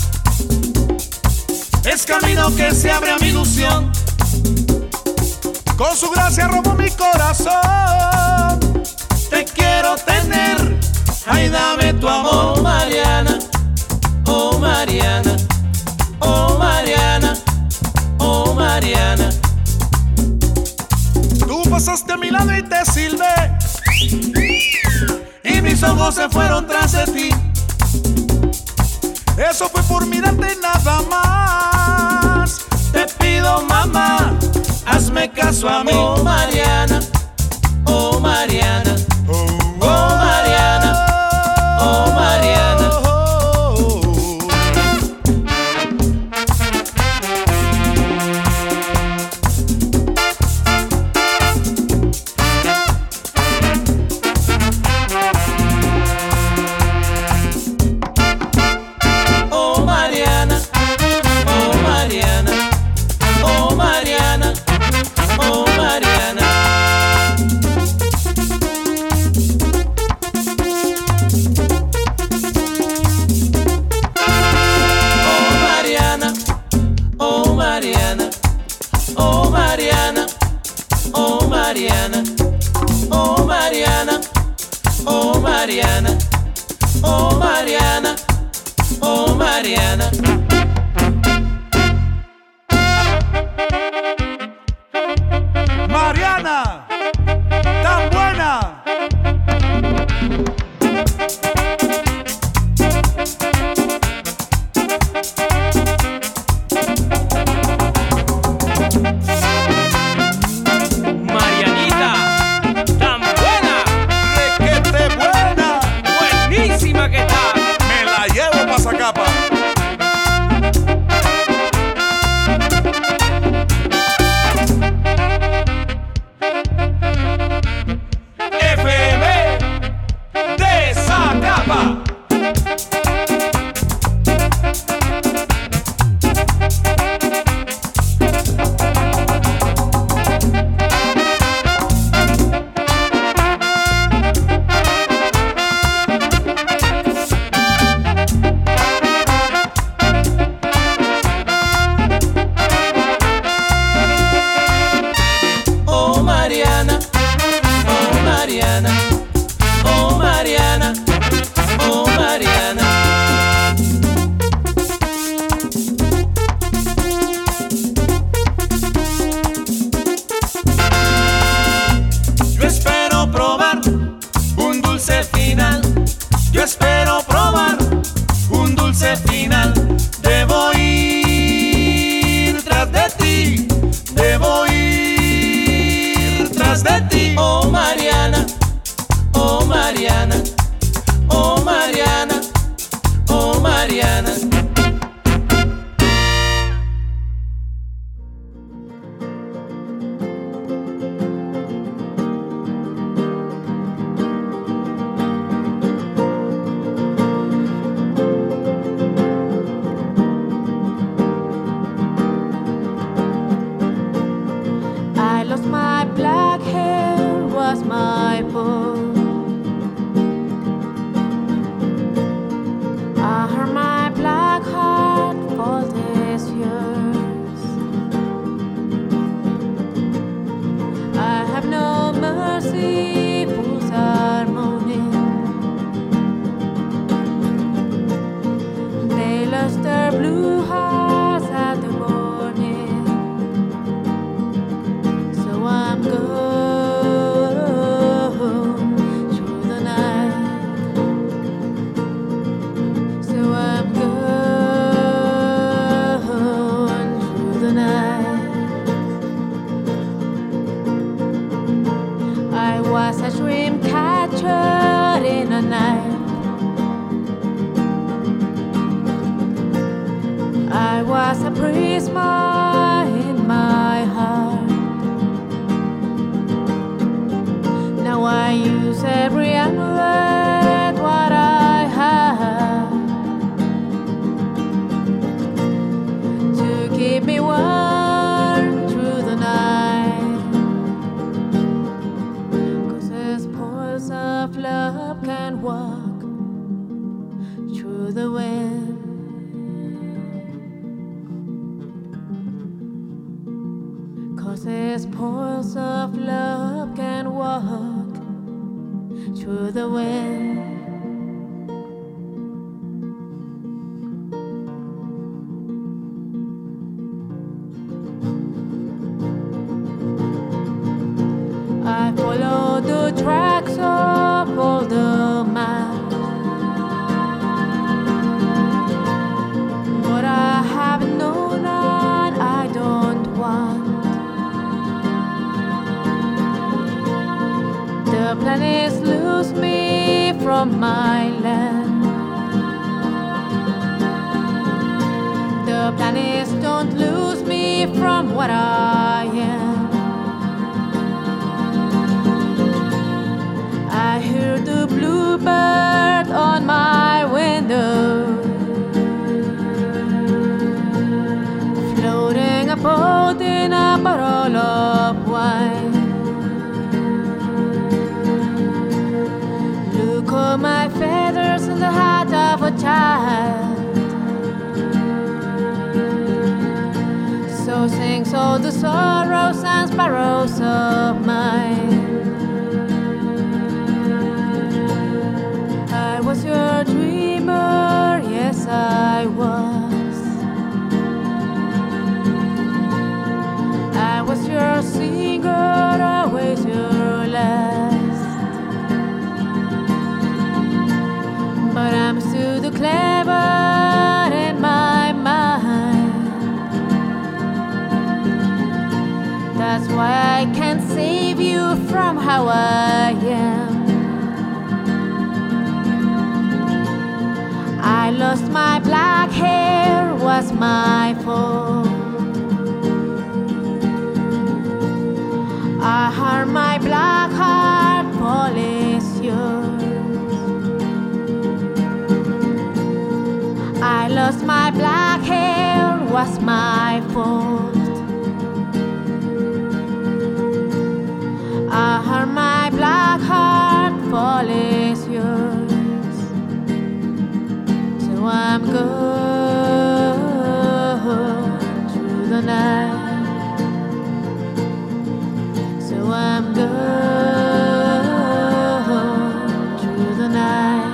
S4: Es camino que se abre a mi ilusión.
S5: Con su gracia robó mi corazón.
S4: Te quiero tener, ay dame tu amor, Mariana, oh Mariana, oh Mariana, oh Mariana.
S5: Tú pasaste a mi lado y te silbé.
S4: Y mis ojos se fueron tras de ti.
S5: Eso fue por mirarte nada más.
S4: Te pido mamá, hazme caso a mí, oh Mariana, oh Mariana, oh Mariana, oh Mariana. Oh Mariana, oh Mariana, oh Mariana, oh Mariana. oh Mariana.
S5: Mariana, tan buena.
S4: Marianita, tan buena,
S5: Requete buena.
S4: buenísima que está.
S5: Me la llevo pa' Zacapa.
S4: F M de Zacapa. Oh Mariana, oh Mariana, oh Mariana, oh Mariana. Yo espero probar un dulce final. Yo espero probar un dulce final. Debo ir tras de ti. Debo ir tras de ti. Oh Mariana, oh Mariana, oh Mariana, oh Mariana.
S6: I lost my black hair, was my fault. I heard my black heart fall as yours. I have no mercy, fools are moaning. They lost their blue hearts at the morning. So I'm going through the night. So I'm going through the night. I was a dream catcher in a night. I was a prisma in my heart. Now I use every amulet what I have to keep me warm through the night. 'Cause the spoils of love can walk through the wind. 'Cause the spoils of love can walk through the wind. I follow the tracks of all the maps, but I haven't known and I don't want. The planets lose me from my land. The planets don't lose me from what I am. I hear the bluebird on my window, floating a boat in a bottle of wine. Look at my feathers in the hat of a child. So sings all the sorrows and sparrows of mine. I was your dreamer, yes I I was. I was your singer, always your last. But I'm still too clever in my mind. That's why I can't save you from how I am. I lost my black hair, was my fault. I harmed my black heart, Paul is yours. I lost my black hair, was my fault. I harmed my black heart, Paul is yours. So I'm going through the night. So I'm going through the night.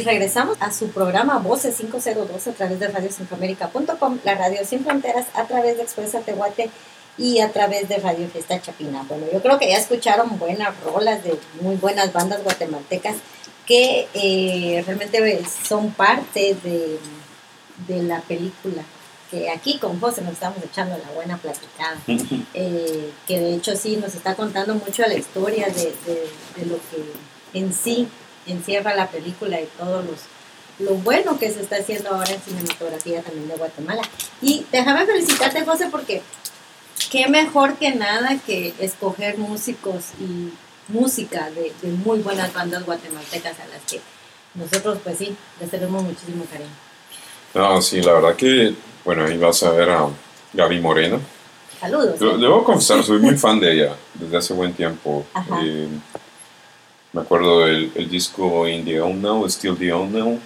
S1: regresamos a su programa Voces quinientos dos a través de radio centroamérica punto com, la radio sin fronteras, a través de Expresa Tehuate y a través de Radio Fiesta Chapina. Bueno, yo creo que ya escucharon buenas rolas de muy buenas bandas guatemaltecas que eh, realmente son parte de, de la película, que aquí con José nos estamos echando la buena platicada, eh, que de hecho sí nos está contando mucho la historia de, de, de lo que en sí encierra la película y todo los, lo bueno que se está haciendo ahora en cinematografía también de Guatemala. Y déjame felicitarte, José, porque qué mejor que nada que escoger músicos y música de, de muy buenas bandas guatemaltecas a las que nosotros pues sí, les tenemos muchísimo cariño.
S3: No, sí, la verdad que, bueno, ahí vas a ver a Gaby Moreno.
S1: Saludos.
S3: Yo,
S1: ¿eh?
S3: debo confesar, soy muy fan de ella desde hace buen tiempo. Eh, me acuerdo del el disco In the Unknown, Still the Unknown.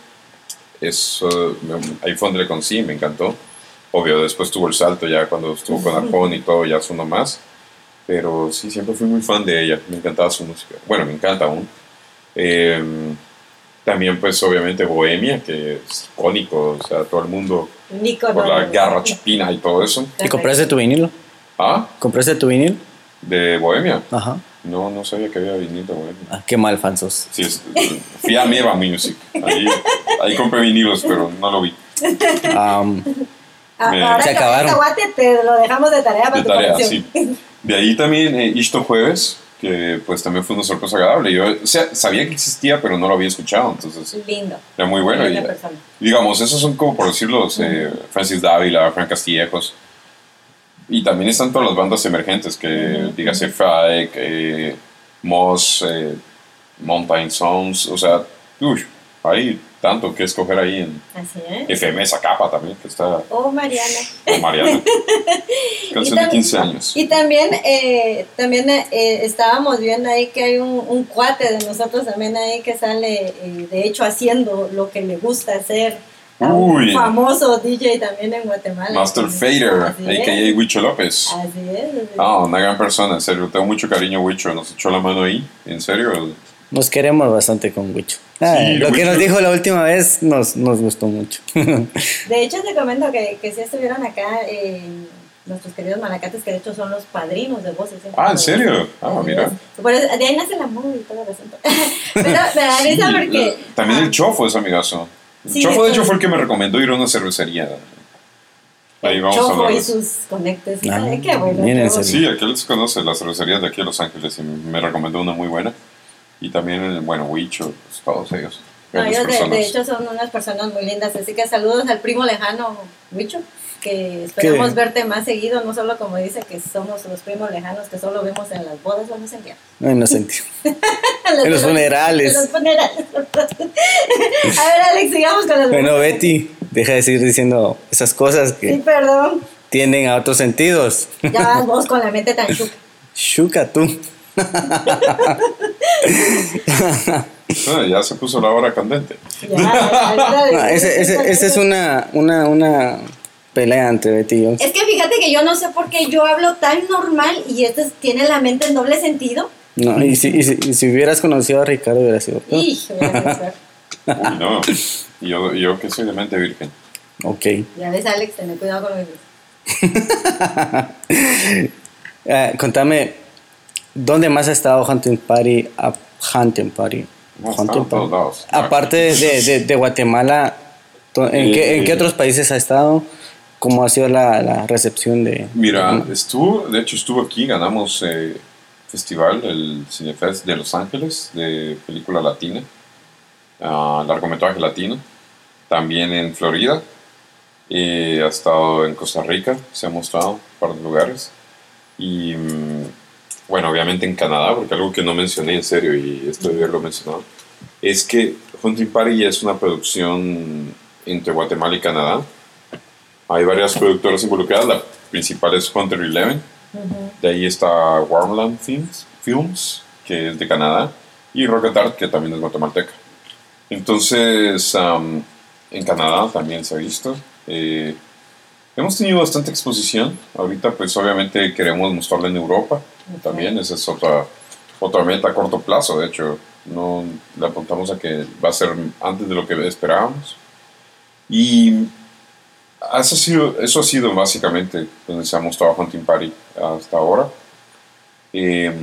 S3: Eso, ahí fue donde le conocí, me encantó. Obvio, después tuvo el salto ya cuando estuvo con Arjona y todo, ya sonó más. Pero sí, siempre fui muy fan de ella, me encantaba su música. Bueno, me encanta aún. Eh, también, pues, obviamente, Bohemia, que es icónico, o sea, todo el mundo
S1: Nico,
S3: por
S1: no,
S3: la
S1: no.
S3: garra chupina y todo eso.
S2: ¿Y compraste tu vinilo?
S3: ¿Ah?
S2: ¿Compraste tu vinilo?
S3: ¿De Bohemia?
S2: Ajá.
S3: No, no sabía que había vinilo de Bohemia.
S2: Ah, qué mal fan sos.
S3: Sí, es, fui a Meva Music, ahí, ahí compré vinilos, pero no lo vi.
S2: Um,
S1: Ah,
S3: Me-
S1: ahora
S2: se
S1: que
S2: acabaron.
S1: vas a Guate, te lo dejamos de tarea para
S3: De
S1: tu
S3: tarea,
S1: colección.
S3: sí. De ahí también eh, Ishto Jueves, que pues también fue una sorpresa agradable. Yo o sea, sabía que existía, pero no lo había escuchado, entonces
S1: Lindo.
S3: era muy bueno.
S1: Linda
S3: Y,
S1: persona.
S3: digamos, esos son como por decirlo, eh, Francis Dávila, Fran Castillejos. Y también están todas las bandas emergentes, que
S1: Ujú.
S3: dígase Fake, eh, Moss, eh, Mountain Sounds, o sea, uy, hay tanto que escoger ahí en
S1: Así es.
S3: F M, esa capa también, que está
S1: Oh, Mariana.
S3: con Mariana. Canción de
S1: tam-
S3: quince años.
S1: Y también, eh, también eh, estábamos viendo ahí que hay un, un cuate de nosotros también ahí que sale, eh, de hecho, haciendo lo que le gusta hacer. A un
S3: Uy.
S1: famoso D J también en Guatemala.
S3: Master Fader,
S1: Así
S3: a k a. Huicho López.
S1: Así es. así es.
S3: Ah, una gran persona, en serio. Tengo mucho cariño a Huicho. Nos echó la mano ahí, en serio.
S2: nos queremos bastante con Huicho. Ah,
S3: Sí,
S2: lo que
S3: Huicho.
S2: nos dijo la última vez nos, nos gustó mucho.
S1: De hecho, te comento que, que sí estuvieron acá eh, nuestros queridos malacates, que de hecho son los padrinos de Voces. ¿eh?
S3: Ah, ¿en serio? Ah,
S1: Así
S3: mira.
S1: es. Por eso- de ahí nace el amor y todo el asunto. Pero me da risa
S3: Sí,
S1: porque...
S3: También
S1: ah,
S3: el Chofo es amigazo. El
S1: Sí,
S3: Chofo, de hecho,
S1: sí.
S3: fue el que me recomendó ir a una cervecería. Ahí
S1: el
S3: vamos a
S1: Chofo
S3: hablar de
S1: y
S3: eso.
S1: sus conectes.
S2: Ah,
S1: Ay, qué bueno.
S2: miren,
S1: qué bueno.
S3: Sí, aquel se conoce las cervecerías de aquí de Los Ángeles y me recomendó una muy buena. Y también, bueno, Huicho, pues, todos ellos.
S1: No,
S3: grandes
S1: ellos de,
S3: personas.
S1: de hecho son unas personas muy lindas, así que saludos al primo lejano, Huicho, que esperamos
S2: ¿Qué?
S1: verte más seguido, no solo como dice que somos los primos lejanos que solo vemos en las bodas, vamos a enviar.
S2: No, no sentí.
S1: En
S2: En los funerales.
S1: En los funerales. A ver, Alex, sigamos con las
S2: Bueno,
S1: bodas.
S2: Betty, deja de seguir diciendo esas cosas que
S1: Sí, perdón,
S2: tienden a otros sentidos.
S1: ya vas vos con la mente tan chuca.
S2: Shuka tú.
S3: Ah, ya se puso la hora candente.
S1: Ya, ahorita de-
S2: No, ese, ese, ese es una, una, una pelea entre Betty y yo.
S1: Es que fíjate que yo no sé por qué yo hablo tan normal y este tiene la mente en doble sentido.
S2: No, y si, y si, y si hubieras conocido a Ricardo hubiera sido peor.
S1: Y voy a pensar.
S3: Uy, no. Y yo, yo que soy de mente virgen.
S2: Ok.
S1: Ya ves, Alex, ten cuidado con lo que dices.
S2: Eh, contame, ¿dónde más ha estado Hunting Party? A Hunting Party.
S3: No, ha
S2: Hunting
S3: estado en todos
S2: Party.
S3: lados.
S2: Aparte de, de, de Guatemala, to- ¿en,
S3: Eh,
S2: qué, ¿en qué otros países ha estado? ¿Cómo ha sido la, la recepción de...?
S3: Mira, estuvo, de hecho estuvo aquí, ganamos eh, festival, el Cinefest de Los Ángeles, de película latina, ah, largometraje latino, también en Florida, eh, ha estado en Costa Rica, se ha mostrado en un par de lugares, y mm, bueno, obviamente en Canadá, porque algo que no mencioné en serio, y esto de haberlo mencionado, es que Hunting Party es una producción entre Guatemala y Canadá. Hay varias productoras involucradas, la principal es Hunter Eleven, de ahí está Warmland Films, Films, que es de Canadá, y Rocket Art, que también es guatemalteca. Entonces, um, en Canadá también se ha visto. Eh, hemos tenido bastante exposición. Ahorita, pues obviamente queremos mostrarla en Europa también. Esa es otra, otra meta a corto plazo. De hecho, no le apuntamos a que va a ser antes de lo que esperábamos. Y eso ha sido, eso ha sido básicamente donde se ha mostrado Hunting Party hasta ahora. Eh,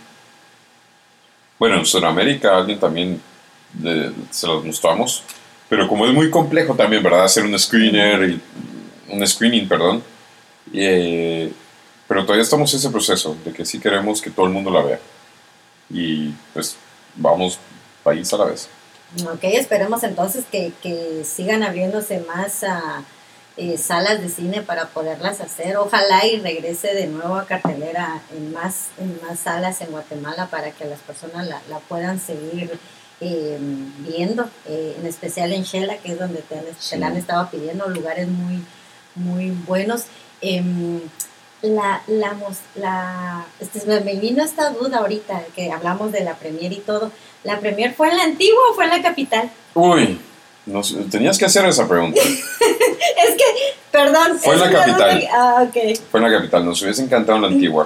S3: bueno, en Sudamérica alguien también le- se los mostramos, pero como es muy complejo también, ¿verdad? Hacer un screener, y, un screening, perdón. Eh, pero todavía estamos en ese proceso de que sí queremos que todo el mundo la vea. Y pues vamos país a la vez.
S1: Ok, esperemos entonces que, que sigan abriéndose más ah, eh, salas de cine para poderlas hacer. Ojalá y regrese de nuevo a cartelera en más, en más salas en Guatemala para que las personas la, la puedan seguir eh, viendo, eh, en especial en Shela, que es donde te, han- te la han estado pidiendo, lugares muy, muy buenos. Em, la, la, mos- la, este, me me vino esta duda ahorita que hablamos de la premier y todo. ¿La premier fue en la Antigua o fue en la capital?
S3: Uy, no sé, tenías que hacer esa pregunta.
S1: Es que, perdón.
S3: Fue en
S1: es
S3: la
S1: una
S3: capital.
S1: duda que- Ah, ok.
S3: Fue en la capital, nos hubiese encantado en la Antigua.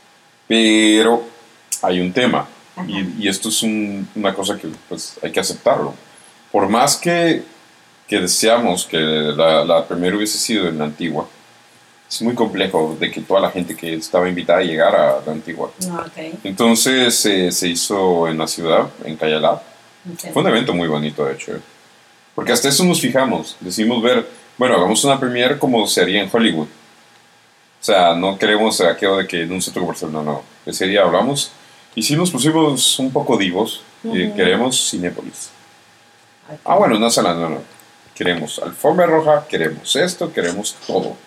S3: Pero hay un tema.
S1: Ajá.
S3: Y, y esto es un- una cosa que pues hay que aceptarlo. Por más que, que deseamos que la, la primera hubiese sido en la Antigua, es muy complejo de que toda la gente que estaba invitada llegara a la Antigua.
S1: No, ok.
S3: Entonces eh, se hizo en la ciudad, en Cayalá.
S1: Ok.
S3: Fue un evento muy bonito, de hecho. Porque hasta eso nos fijamos. Decimos ver, bueno, hagamos una premiere como se haría en Hollywood. O sea, no queremos aquello de que en un centro comercial, no, no. Ese día hablamos y sí nos pusimos un poco divos. eh,
S1: Ujú.
S3: queremos Cinépolis.
S1: Ok.
S3: Ah, bueno, una sala, no, no. Queremos alfombra roja, queremos esto, queremos todo.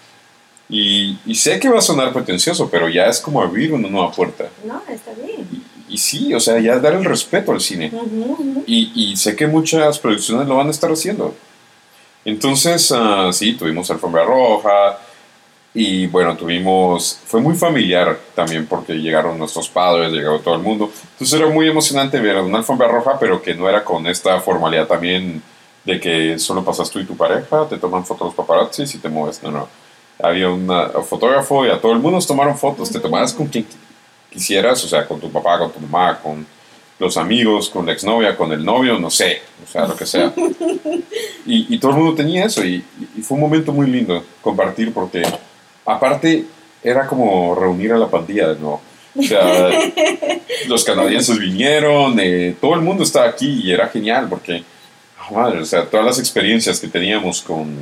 S3: Y, y sé que va a sonar pretencioso, pero ya es como abrir una nueva puerta.
S1: No, está bien.
S3: Y, y sí, o sea, ya dar el respeto al cine.
S1: Ujú, ujú.
S3: Y, y sé que muchas producciones lo van a estar haciendo. Entonces, ah, sí, tuvimos alfombra roja. Y bueno, tuvimos. Fue muy familiar también porque llegaron nuestros padres, llegó todo el mundo. Entonces era muy emocionante ver una alfombra roja, pero que no era con esta formalidad también de que solo pasas tú y tu pareja, te toman fotos los paparazzis y te mueves. No, no. Había una- un fotógrafo y a todo el mundo nos tomaron fotos. Te tomabas con quien quisieras, o sea, con tu papá, con tu mamá, con los amigos, con la exnovia, con el novio, no sé, o sea, lo que sea. Y, y todo el mundo tenía eso y, y fue un momento muy lindo compartir porque aparte era como reunir a la pandilla de nuevo. O sea, los canadienses vinieron, eh, todo el mundo estaba aquí y era genial porque, ah, madre, o sea, todas las experiencias que teníamos con,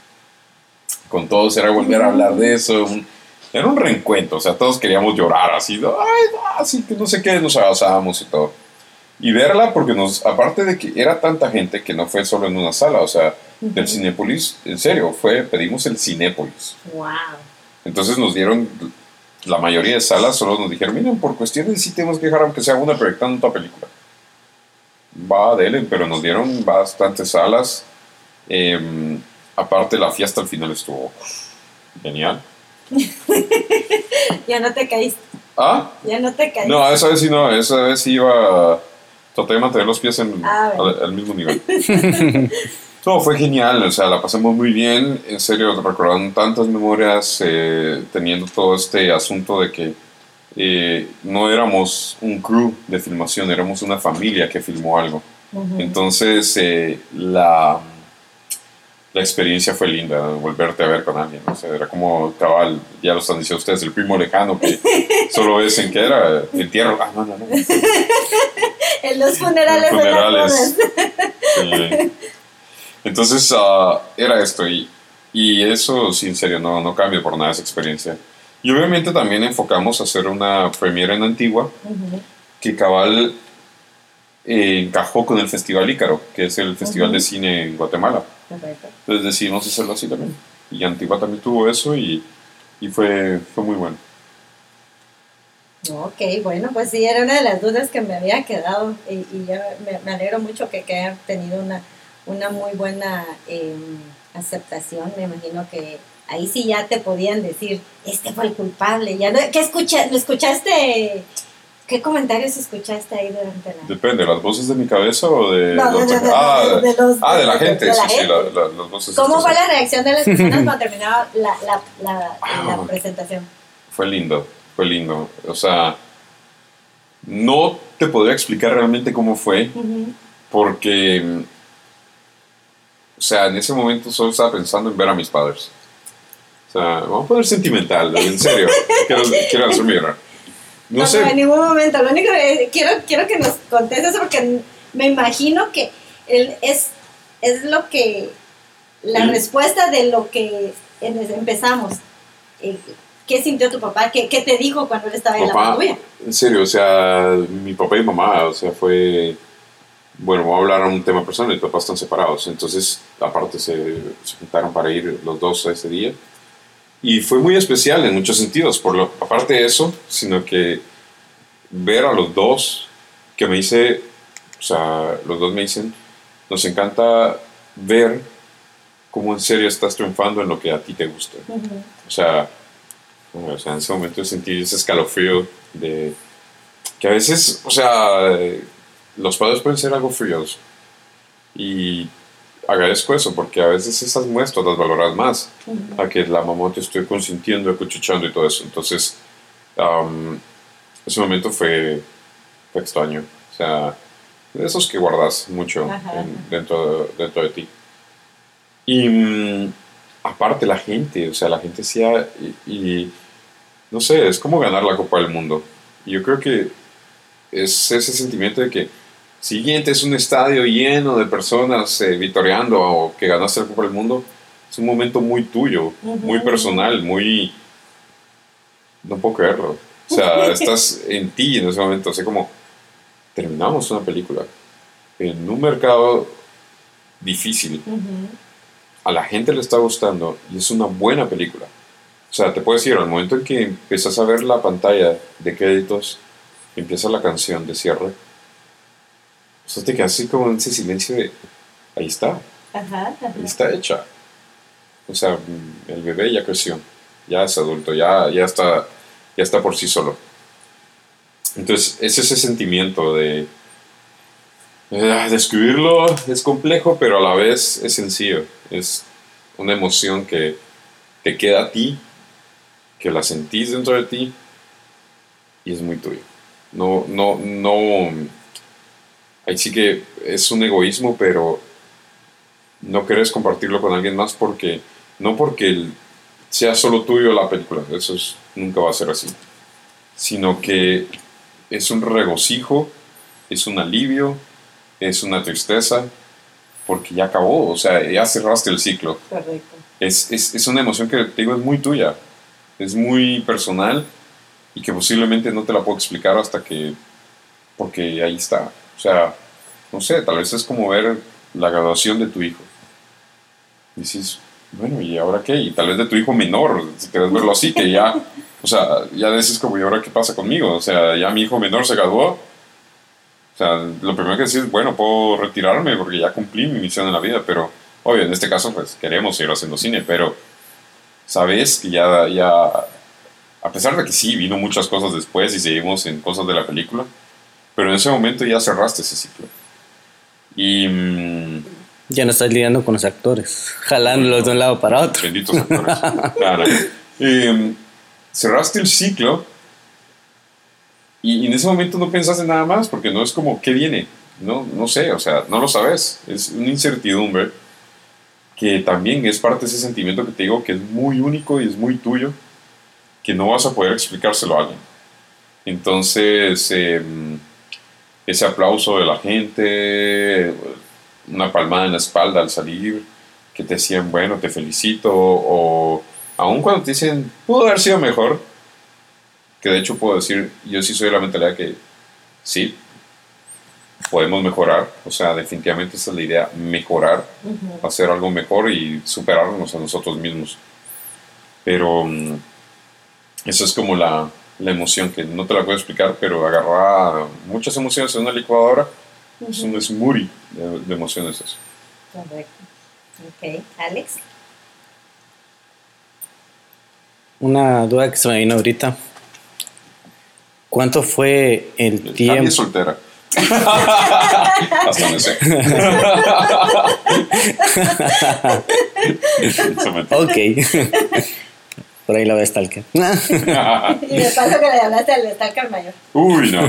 S3: con todos era volver a hablar de eso. un- era un reencuentro, o sea, todos queríamos llorar así, de, ay, no, así que no sé qué, nos abrazábamos y todo. Y verla porque nos, aparte de que era tanta gente que no fue solo en una sala, o sea, del Cinépolis, en serio, fue, pedimos el Cinépolis.
S1: Wow.
S3: Entonces nos dieron, la mayoría de salas solo nos dijeron, miren, por cuestiones sí tenemos que dejar aunque sea una proyectando otra película. Va, dele, pero nos dieron bastantes salas. Eh, aparte la fiesta al final estuvo genial.
S1: Ya no te caíste.
S3: Ah,
S1: Ya no te caíste.
S3: no, esa vez sí no, esa vez sí iba, traté de mantener los pies en,
S1: Ah, bueno.
S3: al, al mismo nivel. No, fue genial, o sea, la pasamos muy bien, en serio, recordando tantas memorias, eh, teniendo todo este asunto de que eh, no éramos un crew de filmación, éramos una familia que filmó algo.
S1: Ujú.
S3: Entonces, eh, la, la experiencia fue linda, volverte a ver con alguien, o sea, era como, cabal, ya lo están diciendo ustedes, el primo lejano que solo ves en que era, entierro, ah, no, no, no.
S1: En los funerales,
S3: Funerales.
S1: de las bodas.
S3: Sí. Entonces ah, era esto y, y eso sí, en serio no, no cambia por nada esa experiencia. Y obviamente también enfocamos a hacer una premiere en Antigua
S1: Ujú.
S3: que cabal eh, encajó con el Festival Ícaro, que es el festival
S1: Ujú.
S3: de cine en Guatemala.
S1: Correcto.
S3: Entonces decidimos hacerlo así también. Y Antigua también tuvo eso y, y fue, fue muy bueno.
S1: Ok, bueno, pues sí, era una de las dudas que me había quedado y, y yo me, me alegro mucho que, que hayan tenido una, una muy buena eh, aceptación. Me imagino que ahí sí ya te podían decir, este fue el culpable. Ya no, ¿qué escucha, ¿lo escuchaste? ¿Qué comentarios escuchaste ahí durante la...?
S3: Depende, ¿las voces de mi cabeza o de,
S1: No,
S3: los-
S1: de- de- de-
S3: ah,
S1: de- de los-
S3: ah, de la
S1: de- de-
S3: gente?
S1: de la
S3: sí, sí,
S1: gente.
S3: la- la- las voces.
S1: ¿Cómo
S3: estas
S1: fue
S3: son-
S1: la reacción de las personas cuando terminaba la, la, la, la
S3: Ah.
S1: presentación?
S3: Fue lindo, fue lindo. O sea, no te podría explicar realmente cómo fue,
S1: Ujú.
S3: porque, o sea, en ese momento solo estaba pensando en ver a mis padres. O sea, vamos a poner sentimental, en serio, quiero, quiero hacerme llorar. No,
S1: No,
S3: sé,
S1: no, en ningún momento. Lo único que quiero, quiero que nos contes eso porque me imagino que el- es, es lo que, la
S3: Sí.
S1: respuesta de lo que en- empezamos. Eh, ¿Qué sintió tu papá? ¿Qué, qué te dijo cuando él estaba en la
S3: papá,
S1: patrulla?
S3: en serio, o sea, mi papá y mamá, o sea, fue, bueno, voy a hablar de un tema personal, mis papás están separados, entonces, aparte se, se juntaron para ir los dos a ese día, y fue muy especial en muchos sentidos, por lo, aparte de eso, sino que ver a los dos, que me dice, o sea, los dos me dicen, nos encanta ver cómo en serio estás triunfando en lo que a ti te gusta.
S1: Ujú.
S3: O sea, o sea, en ese momento sentí ese escalofrío de que a veces, o sea, eh, los padres pueden ser algo fríos y agradezco eso porque a veces esas muestras las valoras más
S1: Ujú.
S3: a que la mamá te esté consintiendo, acuchuchando y todo eso. Entonces, um, ese momento fue, fue extraño. O sea, de esos que guardas mucho
S1: Ajá,
S3: en-
S1: ajá.
S3: dentro, dentro de ti. Y mm, aparte la gente, o sea, la gente hacía y, y no sé, es como ganar la Copa del Mundo. Y yo creo que es ese sentimiento de que siguiente es un estadio lleno de personas eh, vitoreando o que ganaste la Copa del Mundo, es un momento muy tuyo,
S1: Ujú.
S3: muy personal, muy... No puedo creerlo. O sea, estás en ti en ese momento, así como terminamos una película en un mercado difícil,
S1: Ujú.
S3: a la gente le está gustando y es una buena película. O sea, te puedo decir, al momento en que empiezas a ver la pantalla de créditos, empieza la canción de cierre, o sea, te quedas así como en ese silencio de, ahí está,
S1: Ajá, ajá.
S3: ahí está hecha. O sea, mm, el bebé ya creció, ya es adulto, ya, ya, está, ya está por sí solo. Entonces, es ese sentimiento de... eh, describirlo es complejo, pero a la vez es sencillo. Es una emoción que te queda a ti, que la sentís dentro de ti y es muy tuyo. No, no, no. Ahí sí que es un egoísmo, pero no querés compartirlo con alguien más porque no porque el- sea solo tuyo la película, eso es- nunca va a ser así, sino que es un regocijo, es un alivio, es una tristeza, porque ya acabó, o sea, ya cerraste el ciclo.
S1: Correcto.
S3: Es, es, es una emoción que te digo es muy tuya, es muy personal y que posiblemente no te la puedo explicar hasta que, porque ahí está. O sea, no sé, tal vez es como ver la graduación de tu hijo. Dices, bueno, ¿y ahora qué? Y tal vez de tu hijo menor, si quieres verlo así, que ya, o sea, ya dices como, ¿y ahora qué pasa conmigo? O sea, ya mi hijo menor se graduó. O sea, lo primero que decís es, bueno, puedo retirarme porque ya cumplí mi misión en la vida, pero, obvio, en este caso, pues, queremos seguir haciendo cine, pero sabes que ya, ya, a pesar de que sí, vino muchas cosas después y seguimos en cosas de la película, pero en ese momento ya cerraste ese ciclo. Y... mm,
S2: Ya no estás lidiando con los actores, jalándolos de un lado para otro.
S3: benditos actores. Claro. Eh, cerraste el ciclo y, y en ese momento no pensás en nada más porque no es como, ¿qué viene? No, no sé, o sea, no lo sabes. Es una incertidumbre que también es parte de ese sentimiento que te digo que es muy único y es muy tuyo, que no vas a poder explicárselo a alguien. Entonces, eh, ese aplauso de la gente, una palmada en la espalda al salir, que te decían, bueno, te felicito, o aun cuando te dicen, pudo haber sido mejor, que de hecho puedo decir, yo sí soy de la mentalidad que sí, podemos mejorar, o sea, definitivamente esa es la idea, mejorar,
S1: Ujú.
S3: hacer algo mejor y superarnos a nosotros mismos. Pero mm, eso es como la, la emoción que no te la puedo explicar, pero agarrar muchas emociones en una licuadora es un smoothie de, de emociones eso.
S1: Correcto. Ok, Alex.
S2: Una duda que se me vino ahorita. ¿Cuánto fue el
S3: Nadie
S2: tiempo?
S3: es soltera. Hasta donde sé. Eso me-
S2: Ok. Por ahí la ve Stalker.
S1: Y de paso que le hablaste al Stalker mayor.
S3: Uy, no.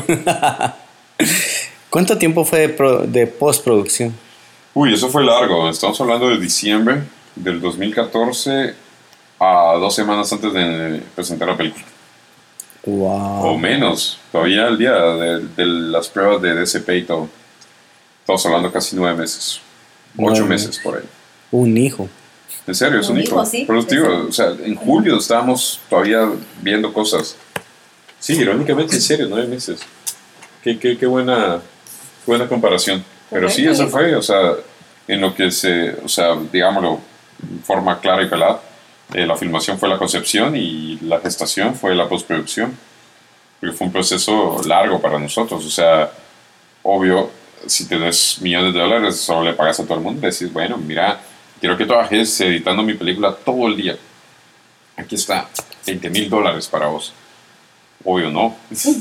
S2: ¿Cuánto tiempo fue de, pro- de postproducción?
S3: Uy, eso fue largo. Estamos hablando de diciembre del dos mil catorce a dos semanas antes de presentar la película.
S2: Wow.
S3: O menos. Todavía el día de, de las pruebas de D S P y todo. Estamos hablando casi nueve meses. Ocho
S2: Nueve.
S3: meses por ahí.
S2: Un hijo.
S3: En serio, es un,
S1: Un
S3: hijo.
S1: hijo, sí.
S3: Pero os digo,
S1: Es-
S3: o sea, en julio estábamos todavía viendo cosas. Sí, irónicamente, en serio, nueve meses. Qué, qué, qué buena, qué buena comparación. Pero sí,
S1: Correcto,
S3: eso
S1: hijo.
S3: fue, o sea, en lo que se, o sea, digámoslo, en forma clara y pelada, eh, la filmación fue la concepción y la gestación fue la postproducción. Porque fue un proceso largo para nosotros, o sea, obvio, si te des millones de dólares, solo le pagas a todo el mundo y decís, bueno, mira, quiero que trabajes editando mi película todo el día. Aquí está, veinte mil dólares para vos. Obvio, no.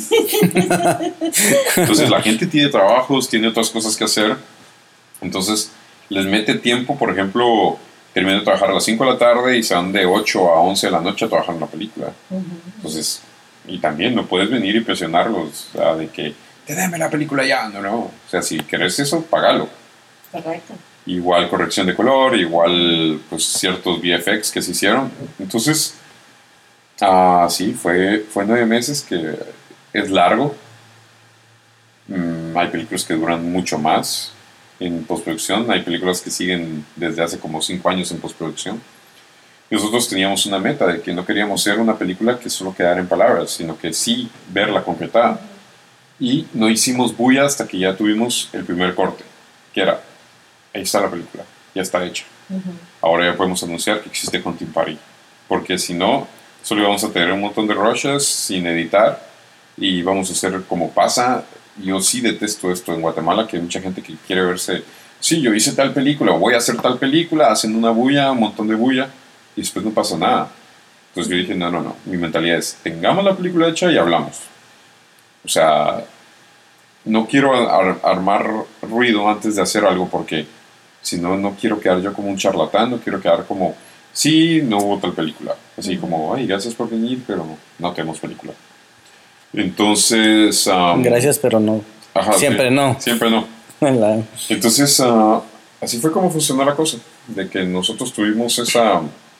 S3: Entonces, la gente tiene trabajos, tiene otras cosas que hacer. Entonces, les mete tiempo, por ejemplo, terminan de trabajar a las cinco de la tarde y se van de ocho a once de la noche a trabajar en la película. Entonces, y también no puedes venir y presionarlos, o sea, de que, te dame la película ya, no, no. O sea, si querés eso, pagalo.
S1: Correcto.
S3: Igual corrección de color, igual pues ciertos V F X que se hicieron. Entonces, ah sí, fue, fue nueve meses, que es largo. Mm, hay películas que duran mucho más en postproducción, hay películas que siguen desde hace como cinco años en postproducción. Nosotros teníamos una meta de que no queríamos ser una película que solo quedara en palabras, sino que sí verla concretada. Y no hicimos bulla hasta que ya tuvimos el primer corte, que era, ahí está la película, ya está hecha. Ahora ya podemos anunciar que existe Hunting Party, porque si no, solo íbamos a tener un montón de rushes sin editar y vamos a hacer como pasa. Yo sí detesto esto en Guatemala, que hay mucha gente que quiere verse, sí, yo hice tal película, voy a hacer tal película, hacen una bulla, un montón de bulla, y después no pasa nada. Entonces yo dije, no, no, no, mi mentalidad es, tengamos la película hecha y hablamos. O sea, no quiero ar- armar ruido antes de hacer algo, porque si no, no quiero quedar yo como un charlatán, no quiero quedar como, sí, no hubo tal película. Así como, ay, gracias por venir, pero no, no tenemos película. Entonces... um,
S2: Gracias, pero no.
S3: ajá,
S2: Siempre
S3: sí,
S2: no.
S3: Siempre no.
S2: La-
S3: Entonces, ah, así fue como funcionó la cosa, de que nosotros tuvimos esa,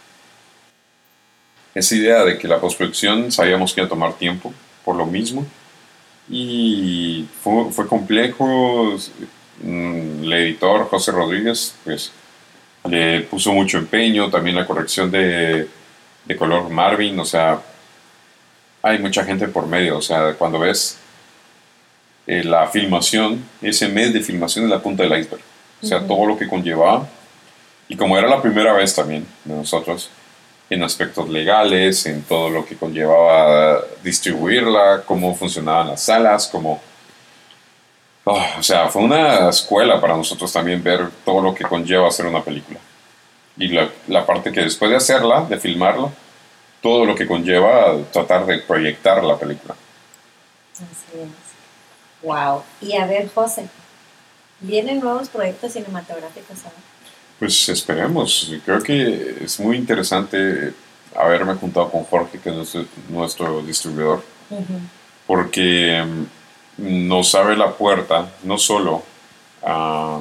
S3: esa idea de que la postproducción sabíamos que iba a tomar tiempo, por lo mismo, y fue, fue complejo. Mm, el editor, José Rodríguez, pues le puso mucho empeño, también la corrección de, de color Marvin, o sea, hay mucha gente por medio, o sea, cuando ves eh, la filmación, ese mes de filmación es la punta del iceberg. O sea, todo lo que conllevaba. Y como era la primera vez también de nosotros, en aspectos legales, en todo lo que conllevaba distribuirla, cómo funcionaban las salas, cómo... Oh, o sea, fue una escuela para nosotros también ver todo lo que conlleva hacer una película. Y la, la parte que después de hacerla, de filmarla, todo lo que conlleva tratar de proyectar la película.
S1: Así es. Wow. Y a ver, José, ¿vienen nuevos proyectos cinematográficos ahora?
S3: Pues esperemos. Creo que es muy interesante haberme juntado con Jorge, que es nuestro, nuestro distribuidor, porque mm, nos abre la puerta no solo a,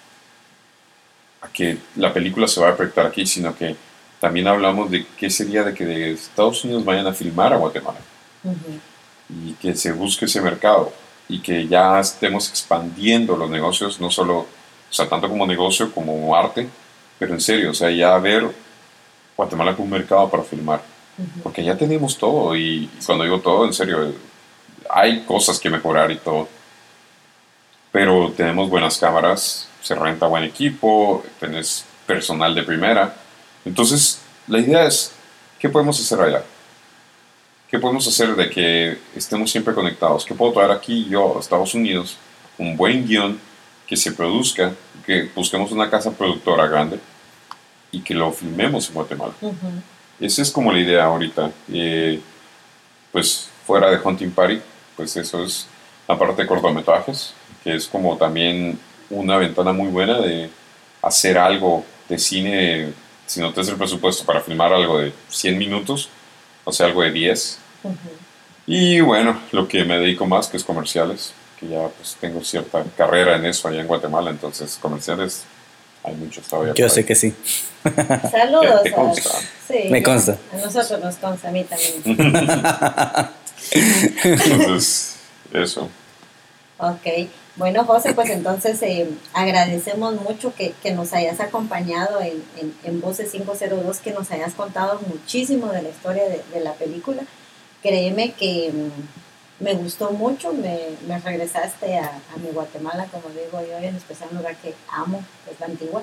S3: a que la película se va a proyectar aquí, sino que también hablamos de qué sería de que de Estados Unidos vayan a filmar a Guatemala y que se busque ese mercado y que ya estemos expandiendo los negocios, no solo, o sea, tanto como negocio como arte, pero en serio, o sea, ya ver Guatemala como un mercado para filmar, porque ya tenemos todo. Y cuando digo todo, en serio, hay cosas que mejorar y todo, pero tenemos buenas cámaras, se renta buen equipo, tenés personal de primera. Entonces, la idea es, ¿qué podemos hacer allá? ¿Qué podemos hacer de que estemos siempre conectados? ¿Qué puedo traer aquí yo a Estados Unidos? Un buen guión que se produzca, que busquemos una casa productora grande y que lo filmemos en Guatemala. Esa es como la idea ahorita. Eh, pues fuera de Hunting Party, pues eso es la parte de cortometrajes, que es como también una ventana muy buena de hacer algo de cine. Si no tienes el presupuesto para filmar algo de cien minutos, o sea, algo de diez.
S1: Ujú.
S3: Y bueno, lo que me dedico más, que es comerciales, que ya pues tengo cierta carrera en eso allá en Guatemala, entonces comerciales hay muchos todavía.
S2: Yo
S3: por
S2: sé
S3: ahí.
S2: que sí.
S1: Saludos.
S3: Te
S1: a-
S3: consta.
S1: sí,
S2: Me consta.
S1: A nosotros nos consta, a mí también.
S3: Entonces, eso.
S1: Ok, bueno José, pues entonces eh, agradecemos mucho que, que nos hayas acompañado en, en, en Voces quinientos dos, que nos hayas contado muchísimo de la historia de, de la película. Créeme que mm, me gustó mucho, me, me regresaste a, a mi Guatemala, como digo yo, en especial un lugar que amo, que es la Antigua,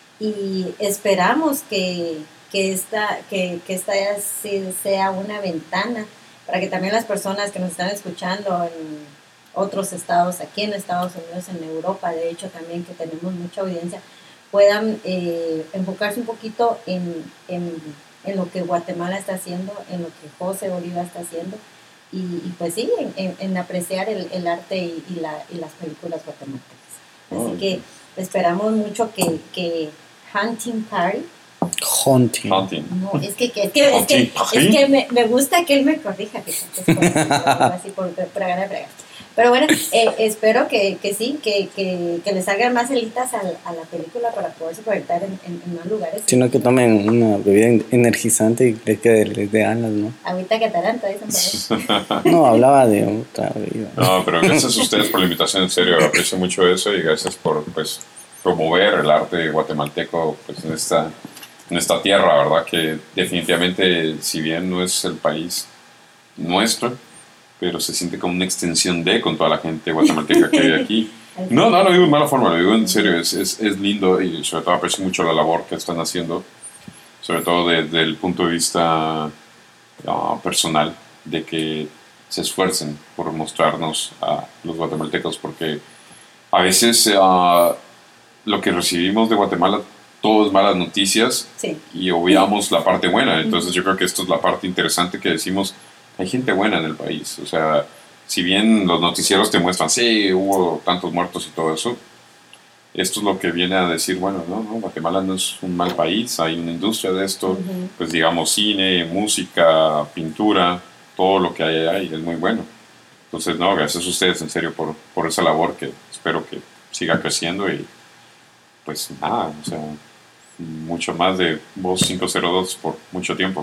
S1: y esperamos que, que esta, que, que esta sí sea una ventana para que también las personas que nos están escuchando en otros estados, aquí en Estados Unidos, en Europa, de hecho también que tenemos mucha audiencia, puedan eh, enfocarse un poquito en, en, en lo que Guatemala está haciendo, en lo que José Oliva está haciendo, y, y pues sí, en, en, en apreciar el, el arte y, y, la, y las películas guatemaltecas. Así
S3: Oh,
S1: que esperamos mucho que, que Hunting Party,
S2: Hunting.
S3: Hunting.
S1: no, es que, que, es que, es que, es que me, me gusta que él me corrija, fíjate, es como- algo así por, por ganar fregar. Pero bueno, eh, espero que, que sí, que, que, que le salgan más helitas a, a la película para poderse proyectar en, en, en más lugares.
S2: Sino que tomen una bebida en- energizante y les quede les dé alas, ¿no?
S1: Ahorita que Atalanta, dicen por ahí.
S2: No, hablaba de otra bebida.
S3: No, pero gracias a ustedes por la invitación, en serio, aprecio mucho eso y gracias por pues, promover el arte guatemalteco pues, en, esta, en esta tierra, ¿verdad? Que definitivamente, si bien no es el país nuestro, pero se siente como una extensión de con toda la gente guatemalteca que vive aquí. No, no lo digo en mala forma, lo digo en serio, es, es, es lindo y sobre todo aprecio mucho la labor que están haciendo, sobre todo desde el punto de vista uh, personal, de que se esfuercen por mostrarnos a los guatemaltecos, porque a veces uh, lo que recibimos de Guatemala, todo es malas noticias
S1: Sí.
S3: y obviamos la parte buena, entonces yo creo que esto es la parte interesante que decimos, hay gente buena en el país, o sea, si bien los noticieros te muestran, sí, hubo tantos muertos y todo eso, esto es lo que viene a decir, bueno, no, no, Guatemala no es un mal país, hay una industria de esto,
S1: Ujú.
S3: pues digamos cine, música, pintura, todo lo que hay ahí es muy bueno. Entonces, no, gracias a ustedes en serio por, por esa labor que espero que siga creciendo y pues nada, o sea, mucho más de Voz quinientos dos por mucho tiempo.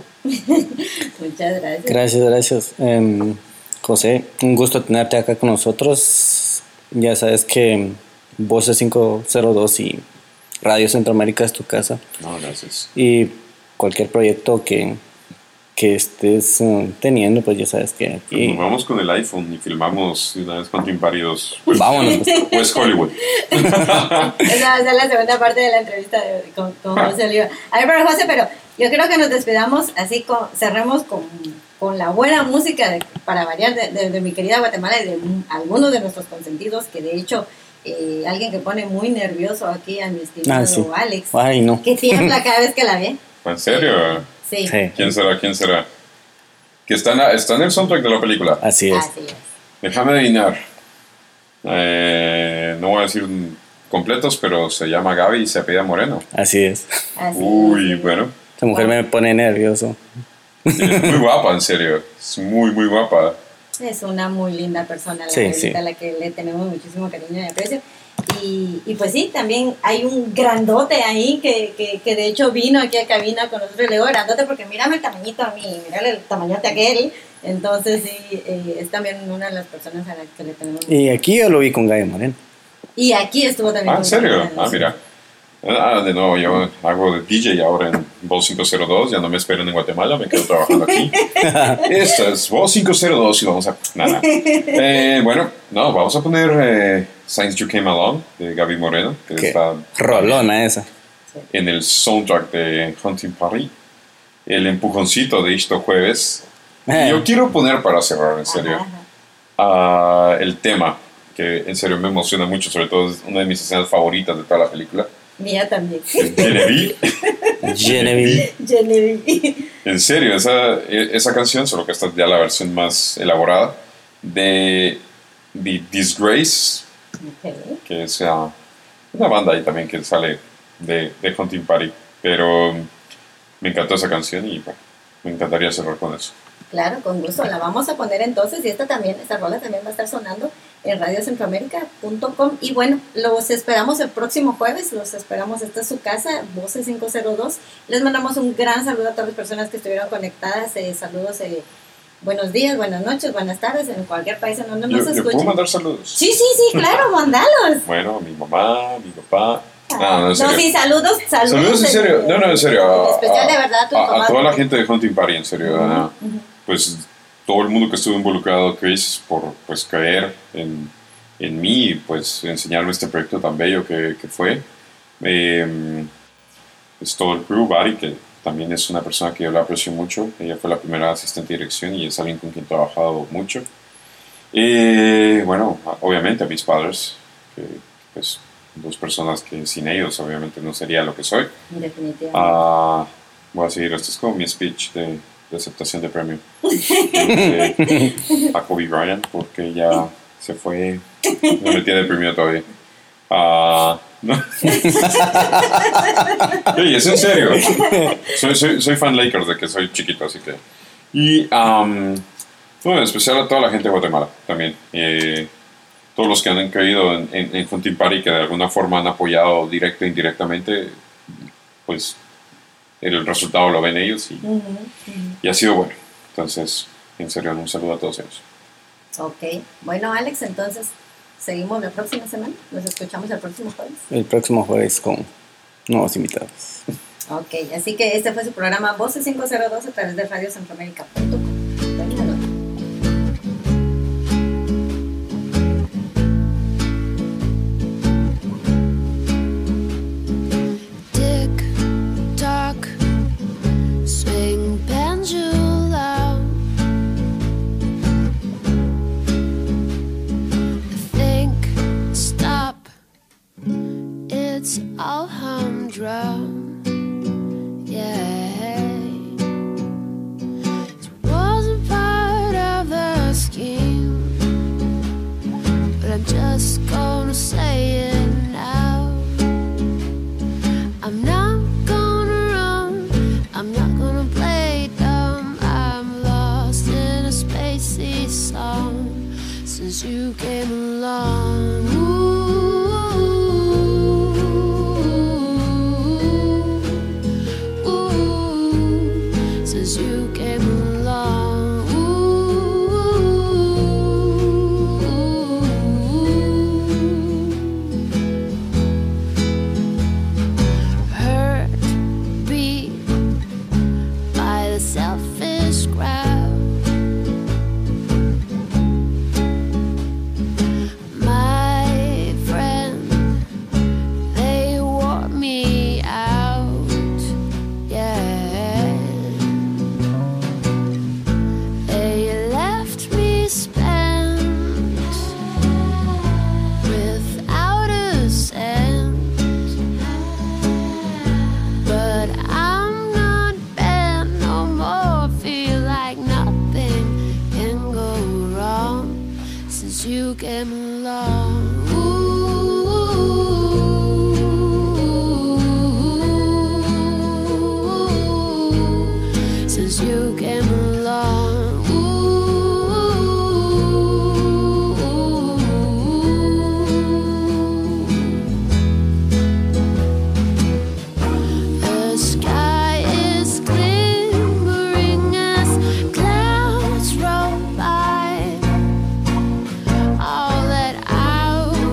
S1: Muchas gracias.
S2: Gracias, gracias. Em, José, un gusto tenerte acá con nosotros. Ya sabes que Voces quinientos dos y Radio Centroamérica es tu casa.
S3: No, gracias.
S2: Y cualquier proyecto que, que estés eh, teniendo, pues ya sabes que aquí...
S3: Nos vamos con el iPhone y filmamos de una vez Hunting Party dos.
S2: Vámonos. pues.
S3: West Hollywood.
S1: Esa va a ser la segunda parte de la entrevista de- con, con José Oliva. A ver, pero José, pero yo creo que nos despedamos así, con, cerremos con, con la buena música de- para variar de, de- de mi querida Guatemala y de m- algunos de nuestros consentidos, que de hecho eh, alguien que pone muy nervioso aquí a mi estimado
S2: Ah, sí.
S1: Alex,
S2: Ay, no.
S1: que tiembla cada vez que la ve.
S3: ¿En serio?
S1: Sí,
S2: Sí,
S3: ¿Quién será? ¿Quién será? Que está en, la- está en el soundtrack de la película.
S2: así es.
S1: así es.
S3: Déjame adivinar. Eh, no voy a decir completos, pero se llama Gaby y se apellida Moreno.
S2: Así es.
S1: Así
S3: Uy,
S1: es.
S3: bueno.
S2: Esa mujer me pone nervioso.
S3: Es muy guapa, en serio. Es muy, muy guapa.
S1: Es una muy linda persona, la
S2: Sí,
S1: Gabriela,
S2: sí.
S1: a la que le tenemos muchísimo cariño y aprecio. Y, y pues sí, también hay un grandote ahí que, que, que de hecho vino aquí a cabina con nosotros. Le digo grandote porque mírame el tamañito a mí, mírale el tamañote a aquel. Entonces sí, eh, es también una de las personas a las que le tenemos.
S2: Y aquí yo lo vi con Gallo Moreno.
S1: Y aquí estuvo también.
S3: Ah, ¿en
S1: con
S3: serio?
S1: nosotros.
S3: Ah, mira. Ah, de nuevo, yo hago de D J ahora en Voz quinientos dos. Ya no me esperen en Guatemala, me quedo trabajando aquí. Esta es Voz quinientos dos y vamos a... Nada. Eh, bueno, no, vamos a poner eh, Since You Came Along de Gaby Moreno, que
S2: Qué
S3: está
S2: rolona esa.
S3: en el soundtrack de Hunting Party. El empujoncito de Isto Jueves.
S2: Eh.
S3: Y yo quiero poner para cerrar, en serio,
S1: Ajá, ajá.
S3: ah, el tema, que en serio me emociona mucho, sobre todo es una de mis escenas favoritas de toda la película.
S1: Mía también.
S3: El Genevieve.
S2: Genevieve.
S1: Genevieve.
S3: En serio, esa, esa canción, solo que esta es ya la versión más elaborada, de The Disgrace,
S1: Ok.
S3: que es ah, una banda ahí también que sale de, de Hunting Party. Pero me encantó esa canción y bueno, me encantaría cerrar con eso.
S1: Claro, con gusto. La vamos a poner entonces y esta también, esta rola también va a estar sonando en radio centroamérica punto com. Y bueno, los esperamos el próximo jueves, los esperamos, esta es su casa, Voces cinco cero dos. Les mandamos un gran saludo a todas las personas que estuvieron conectadas, eh, saludos, eh, buenos días, buenas noches, buenas tardes, en cualquier país en donde nos
S3: ¿Yo, yo
S1: escuchen.
S3: puedo mandar saludos?
S1: Sí, sí, sí, claro, mandalos.
S3: Bueno, mi mamá, mi papá. No, no, en
S1: No,
S3: serio.
S1: sí, saludos, saludos.
S3: Saludos en serio. No, no, en serio.
S1: En
S3: A,
S1: especial de verdad a tu
S3: a- a
S1: mamá.
S3: toda la gente de Hunting Party, en serio.
S1: Ujú,
S3: ah,
S1: ujú.
S3: Pues todo el mundo que estuvo involucrado, Chris, por pues caer en, en mí y pues enseñarme este proyecto tan bello que, que fue. Eh, pues todo el crew, Bari, que también es una persona que yo la aprecio mucho. Ella fue la primera asistente de dirección y es alguien con quien he trabajado mucho. Eh, bueno, obviamente a mis padres, que pues dos personas que sin ellos obviamente no sería lo que soy.
S1: Definitivamente.
S3: Ah, voy a seguir, este es como mi speech de, de aceptación de premio. Eh, a Kobe Bryant, porque ya se fue, no me tiene premio todavía. Ah, no. Oye, es en serio. Soy, soy, soy fan Lakers de que soy chiquito, así que. Y, um, bueno, en especial a toda la gente de Guatemala también. Eh, todos los que han caído en, en, en Hunting Party, que de alguna forma han apoyado directo e indirectamente, pues el resultado lo ven ellos y,
S1: Ujú, ujú.
S3: y ha sido bueno. Entonces, en serio, un saludo a todos ellos.
S1: Ok, bueno Alex, entonces seguimos la próxima semana, nos escuchamos el próximo jueves.
S2: El próximo jueves con nuevos invitados.
S1: Ok, así que este fue su programa Voces cinco cero dos a través de radio centroamérica punto com. Buenas noches.
S6: Tick tock, swing pendulum. Think, stop. It's all humdrum. Yeah, it wasn't part of the scheme, but I'm just gonna say it now. I'm not gonna run, I'm not gonna play dumb. I'm lost in a spacey song since you came along. Ooh, ooh, since you came along. Ooh. Hurt, beat by the selfish crowd. My friend, they wore me out. Yeah, they left me spent without a cent. But I'm not bad no more. Feel like nothing can go wrong since you came along. Ooh, since you came along. The sky is glimmering as clouds roll by. All that I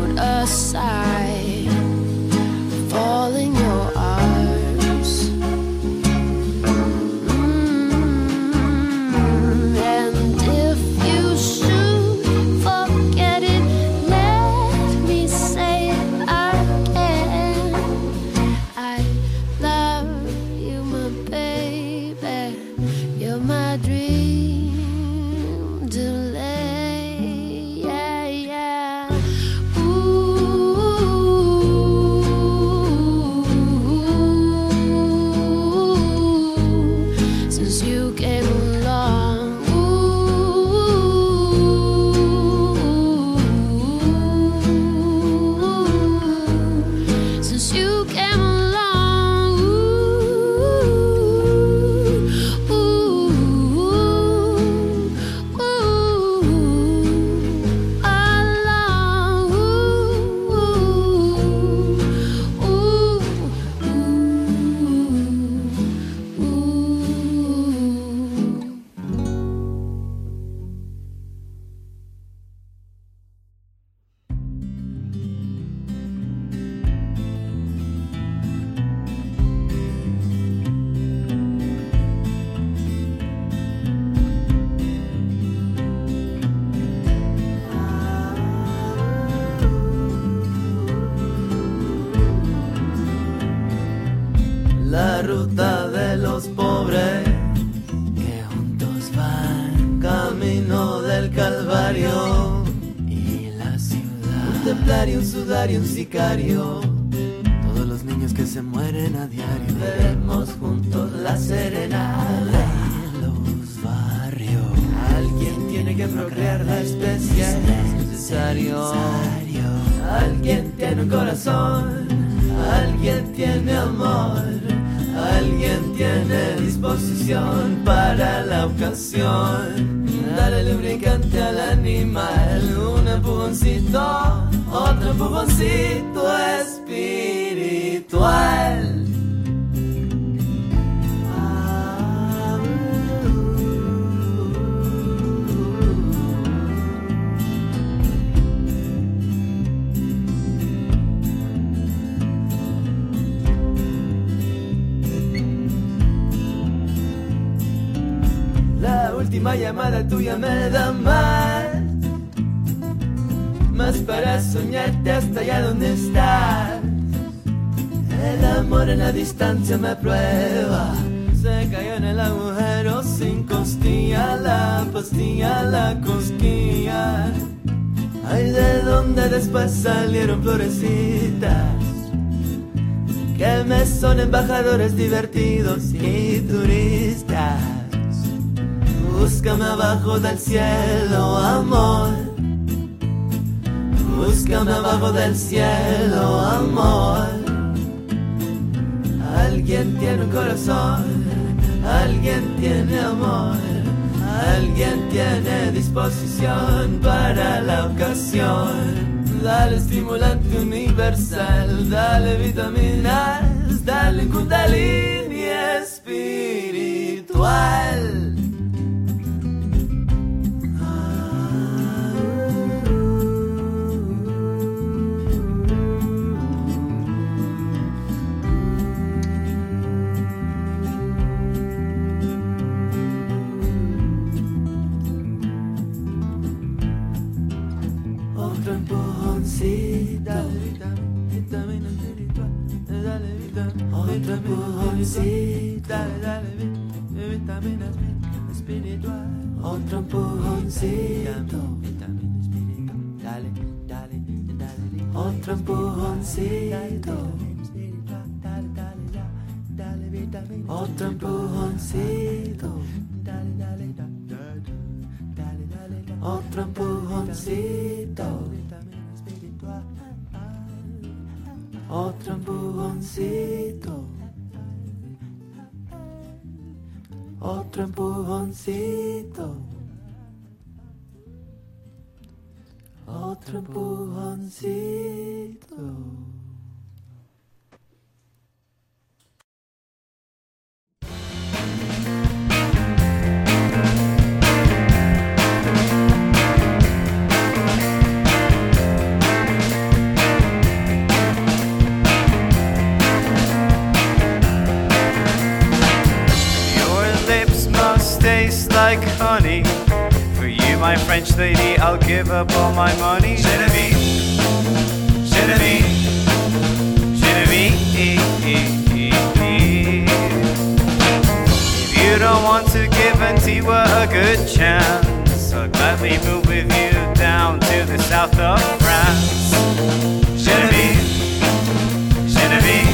S7: ruta de los pobres que juntos van camino del Calvario y la ciudad. Un templario, un sudario, un sicario, todos los niños que se mueren a diario. Veremos juntos la serenata de los barrios. Alguien tiene que procrear la especie, es necesario. Alguien tiene un corazón, alguien tiene amor, alguien tiene disposición para la ocasión. Dale lubricante al animal, un empujoncito, otro empujoncito espiritual. La última llamada tuya me da más, más para soñarte hasta allá donde estás. El amor en la distancia me prueba, se cayó en el agujero sin costilla, la pastilla, la cosquilla. Ay, de donde después salieron florecitas que me son embajadores divertidos y turistas. Búscame abajo del cielo, amor. Búscame abajo del cielo, amor. Alguien tiene un corazón, alguien tiene amor, alguien tiene disposición para la ocasión. Dale estimulante universal, dale vitaminas, dale kundalini espiritual. Dale vitamina espiritual, dale vitamina, otro empujoncito, dale, dale vitamina espiritual, otro empujoncito, vitamina espiritual, dale, dale, dale, otro empujoncito, dale, dale, dale vitamina, otro empujoncito, dale, dale, dale, dale, dale, otro empujoncito. Otro empujoncito, otro empujoncito, otro empujoncito.
S8: Taste like honey. For you, my French lady, I'll give up all my money. Genevieve, Genevieve, Genevieve. If you don't want to give Antigua a good chance, I'll gladly move with you down to the south of France. Genevieve, Genevieve.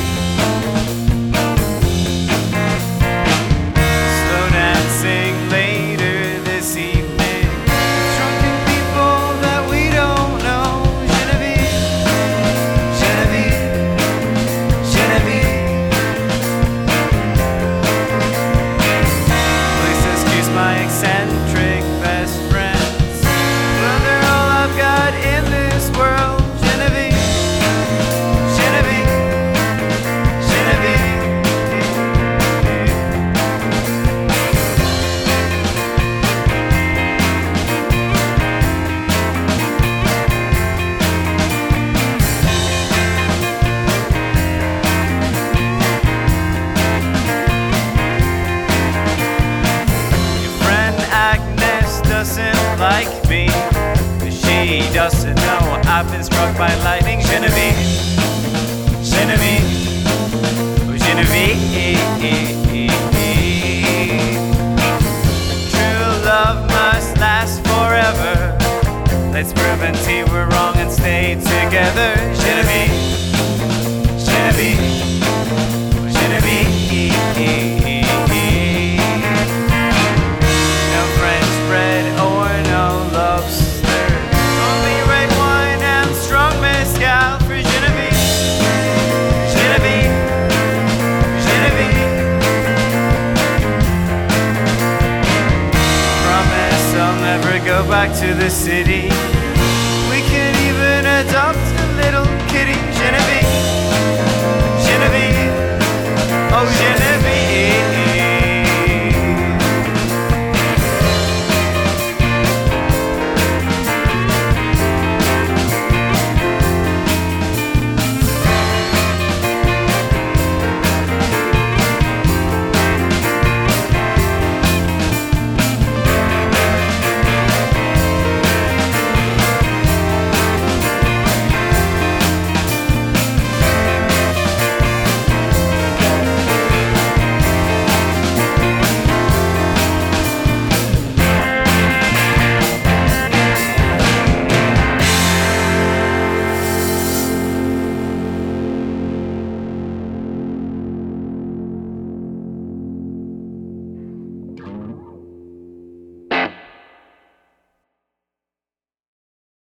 S8: Like me, but she doesn't know I've been struck by lightning. Genevieve, Genevieve, oh Genevieve. Genevieve. True love must last forever. Let's prove until we're wrong and stay together. Genevieve, Genevieve, Genevieve. No French bread or no lobster. Only red wine and strong mezcal for Genevieve. Genevieve, Genevieve. Promise I'll never go back to the city.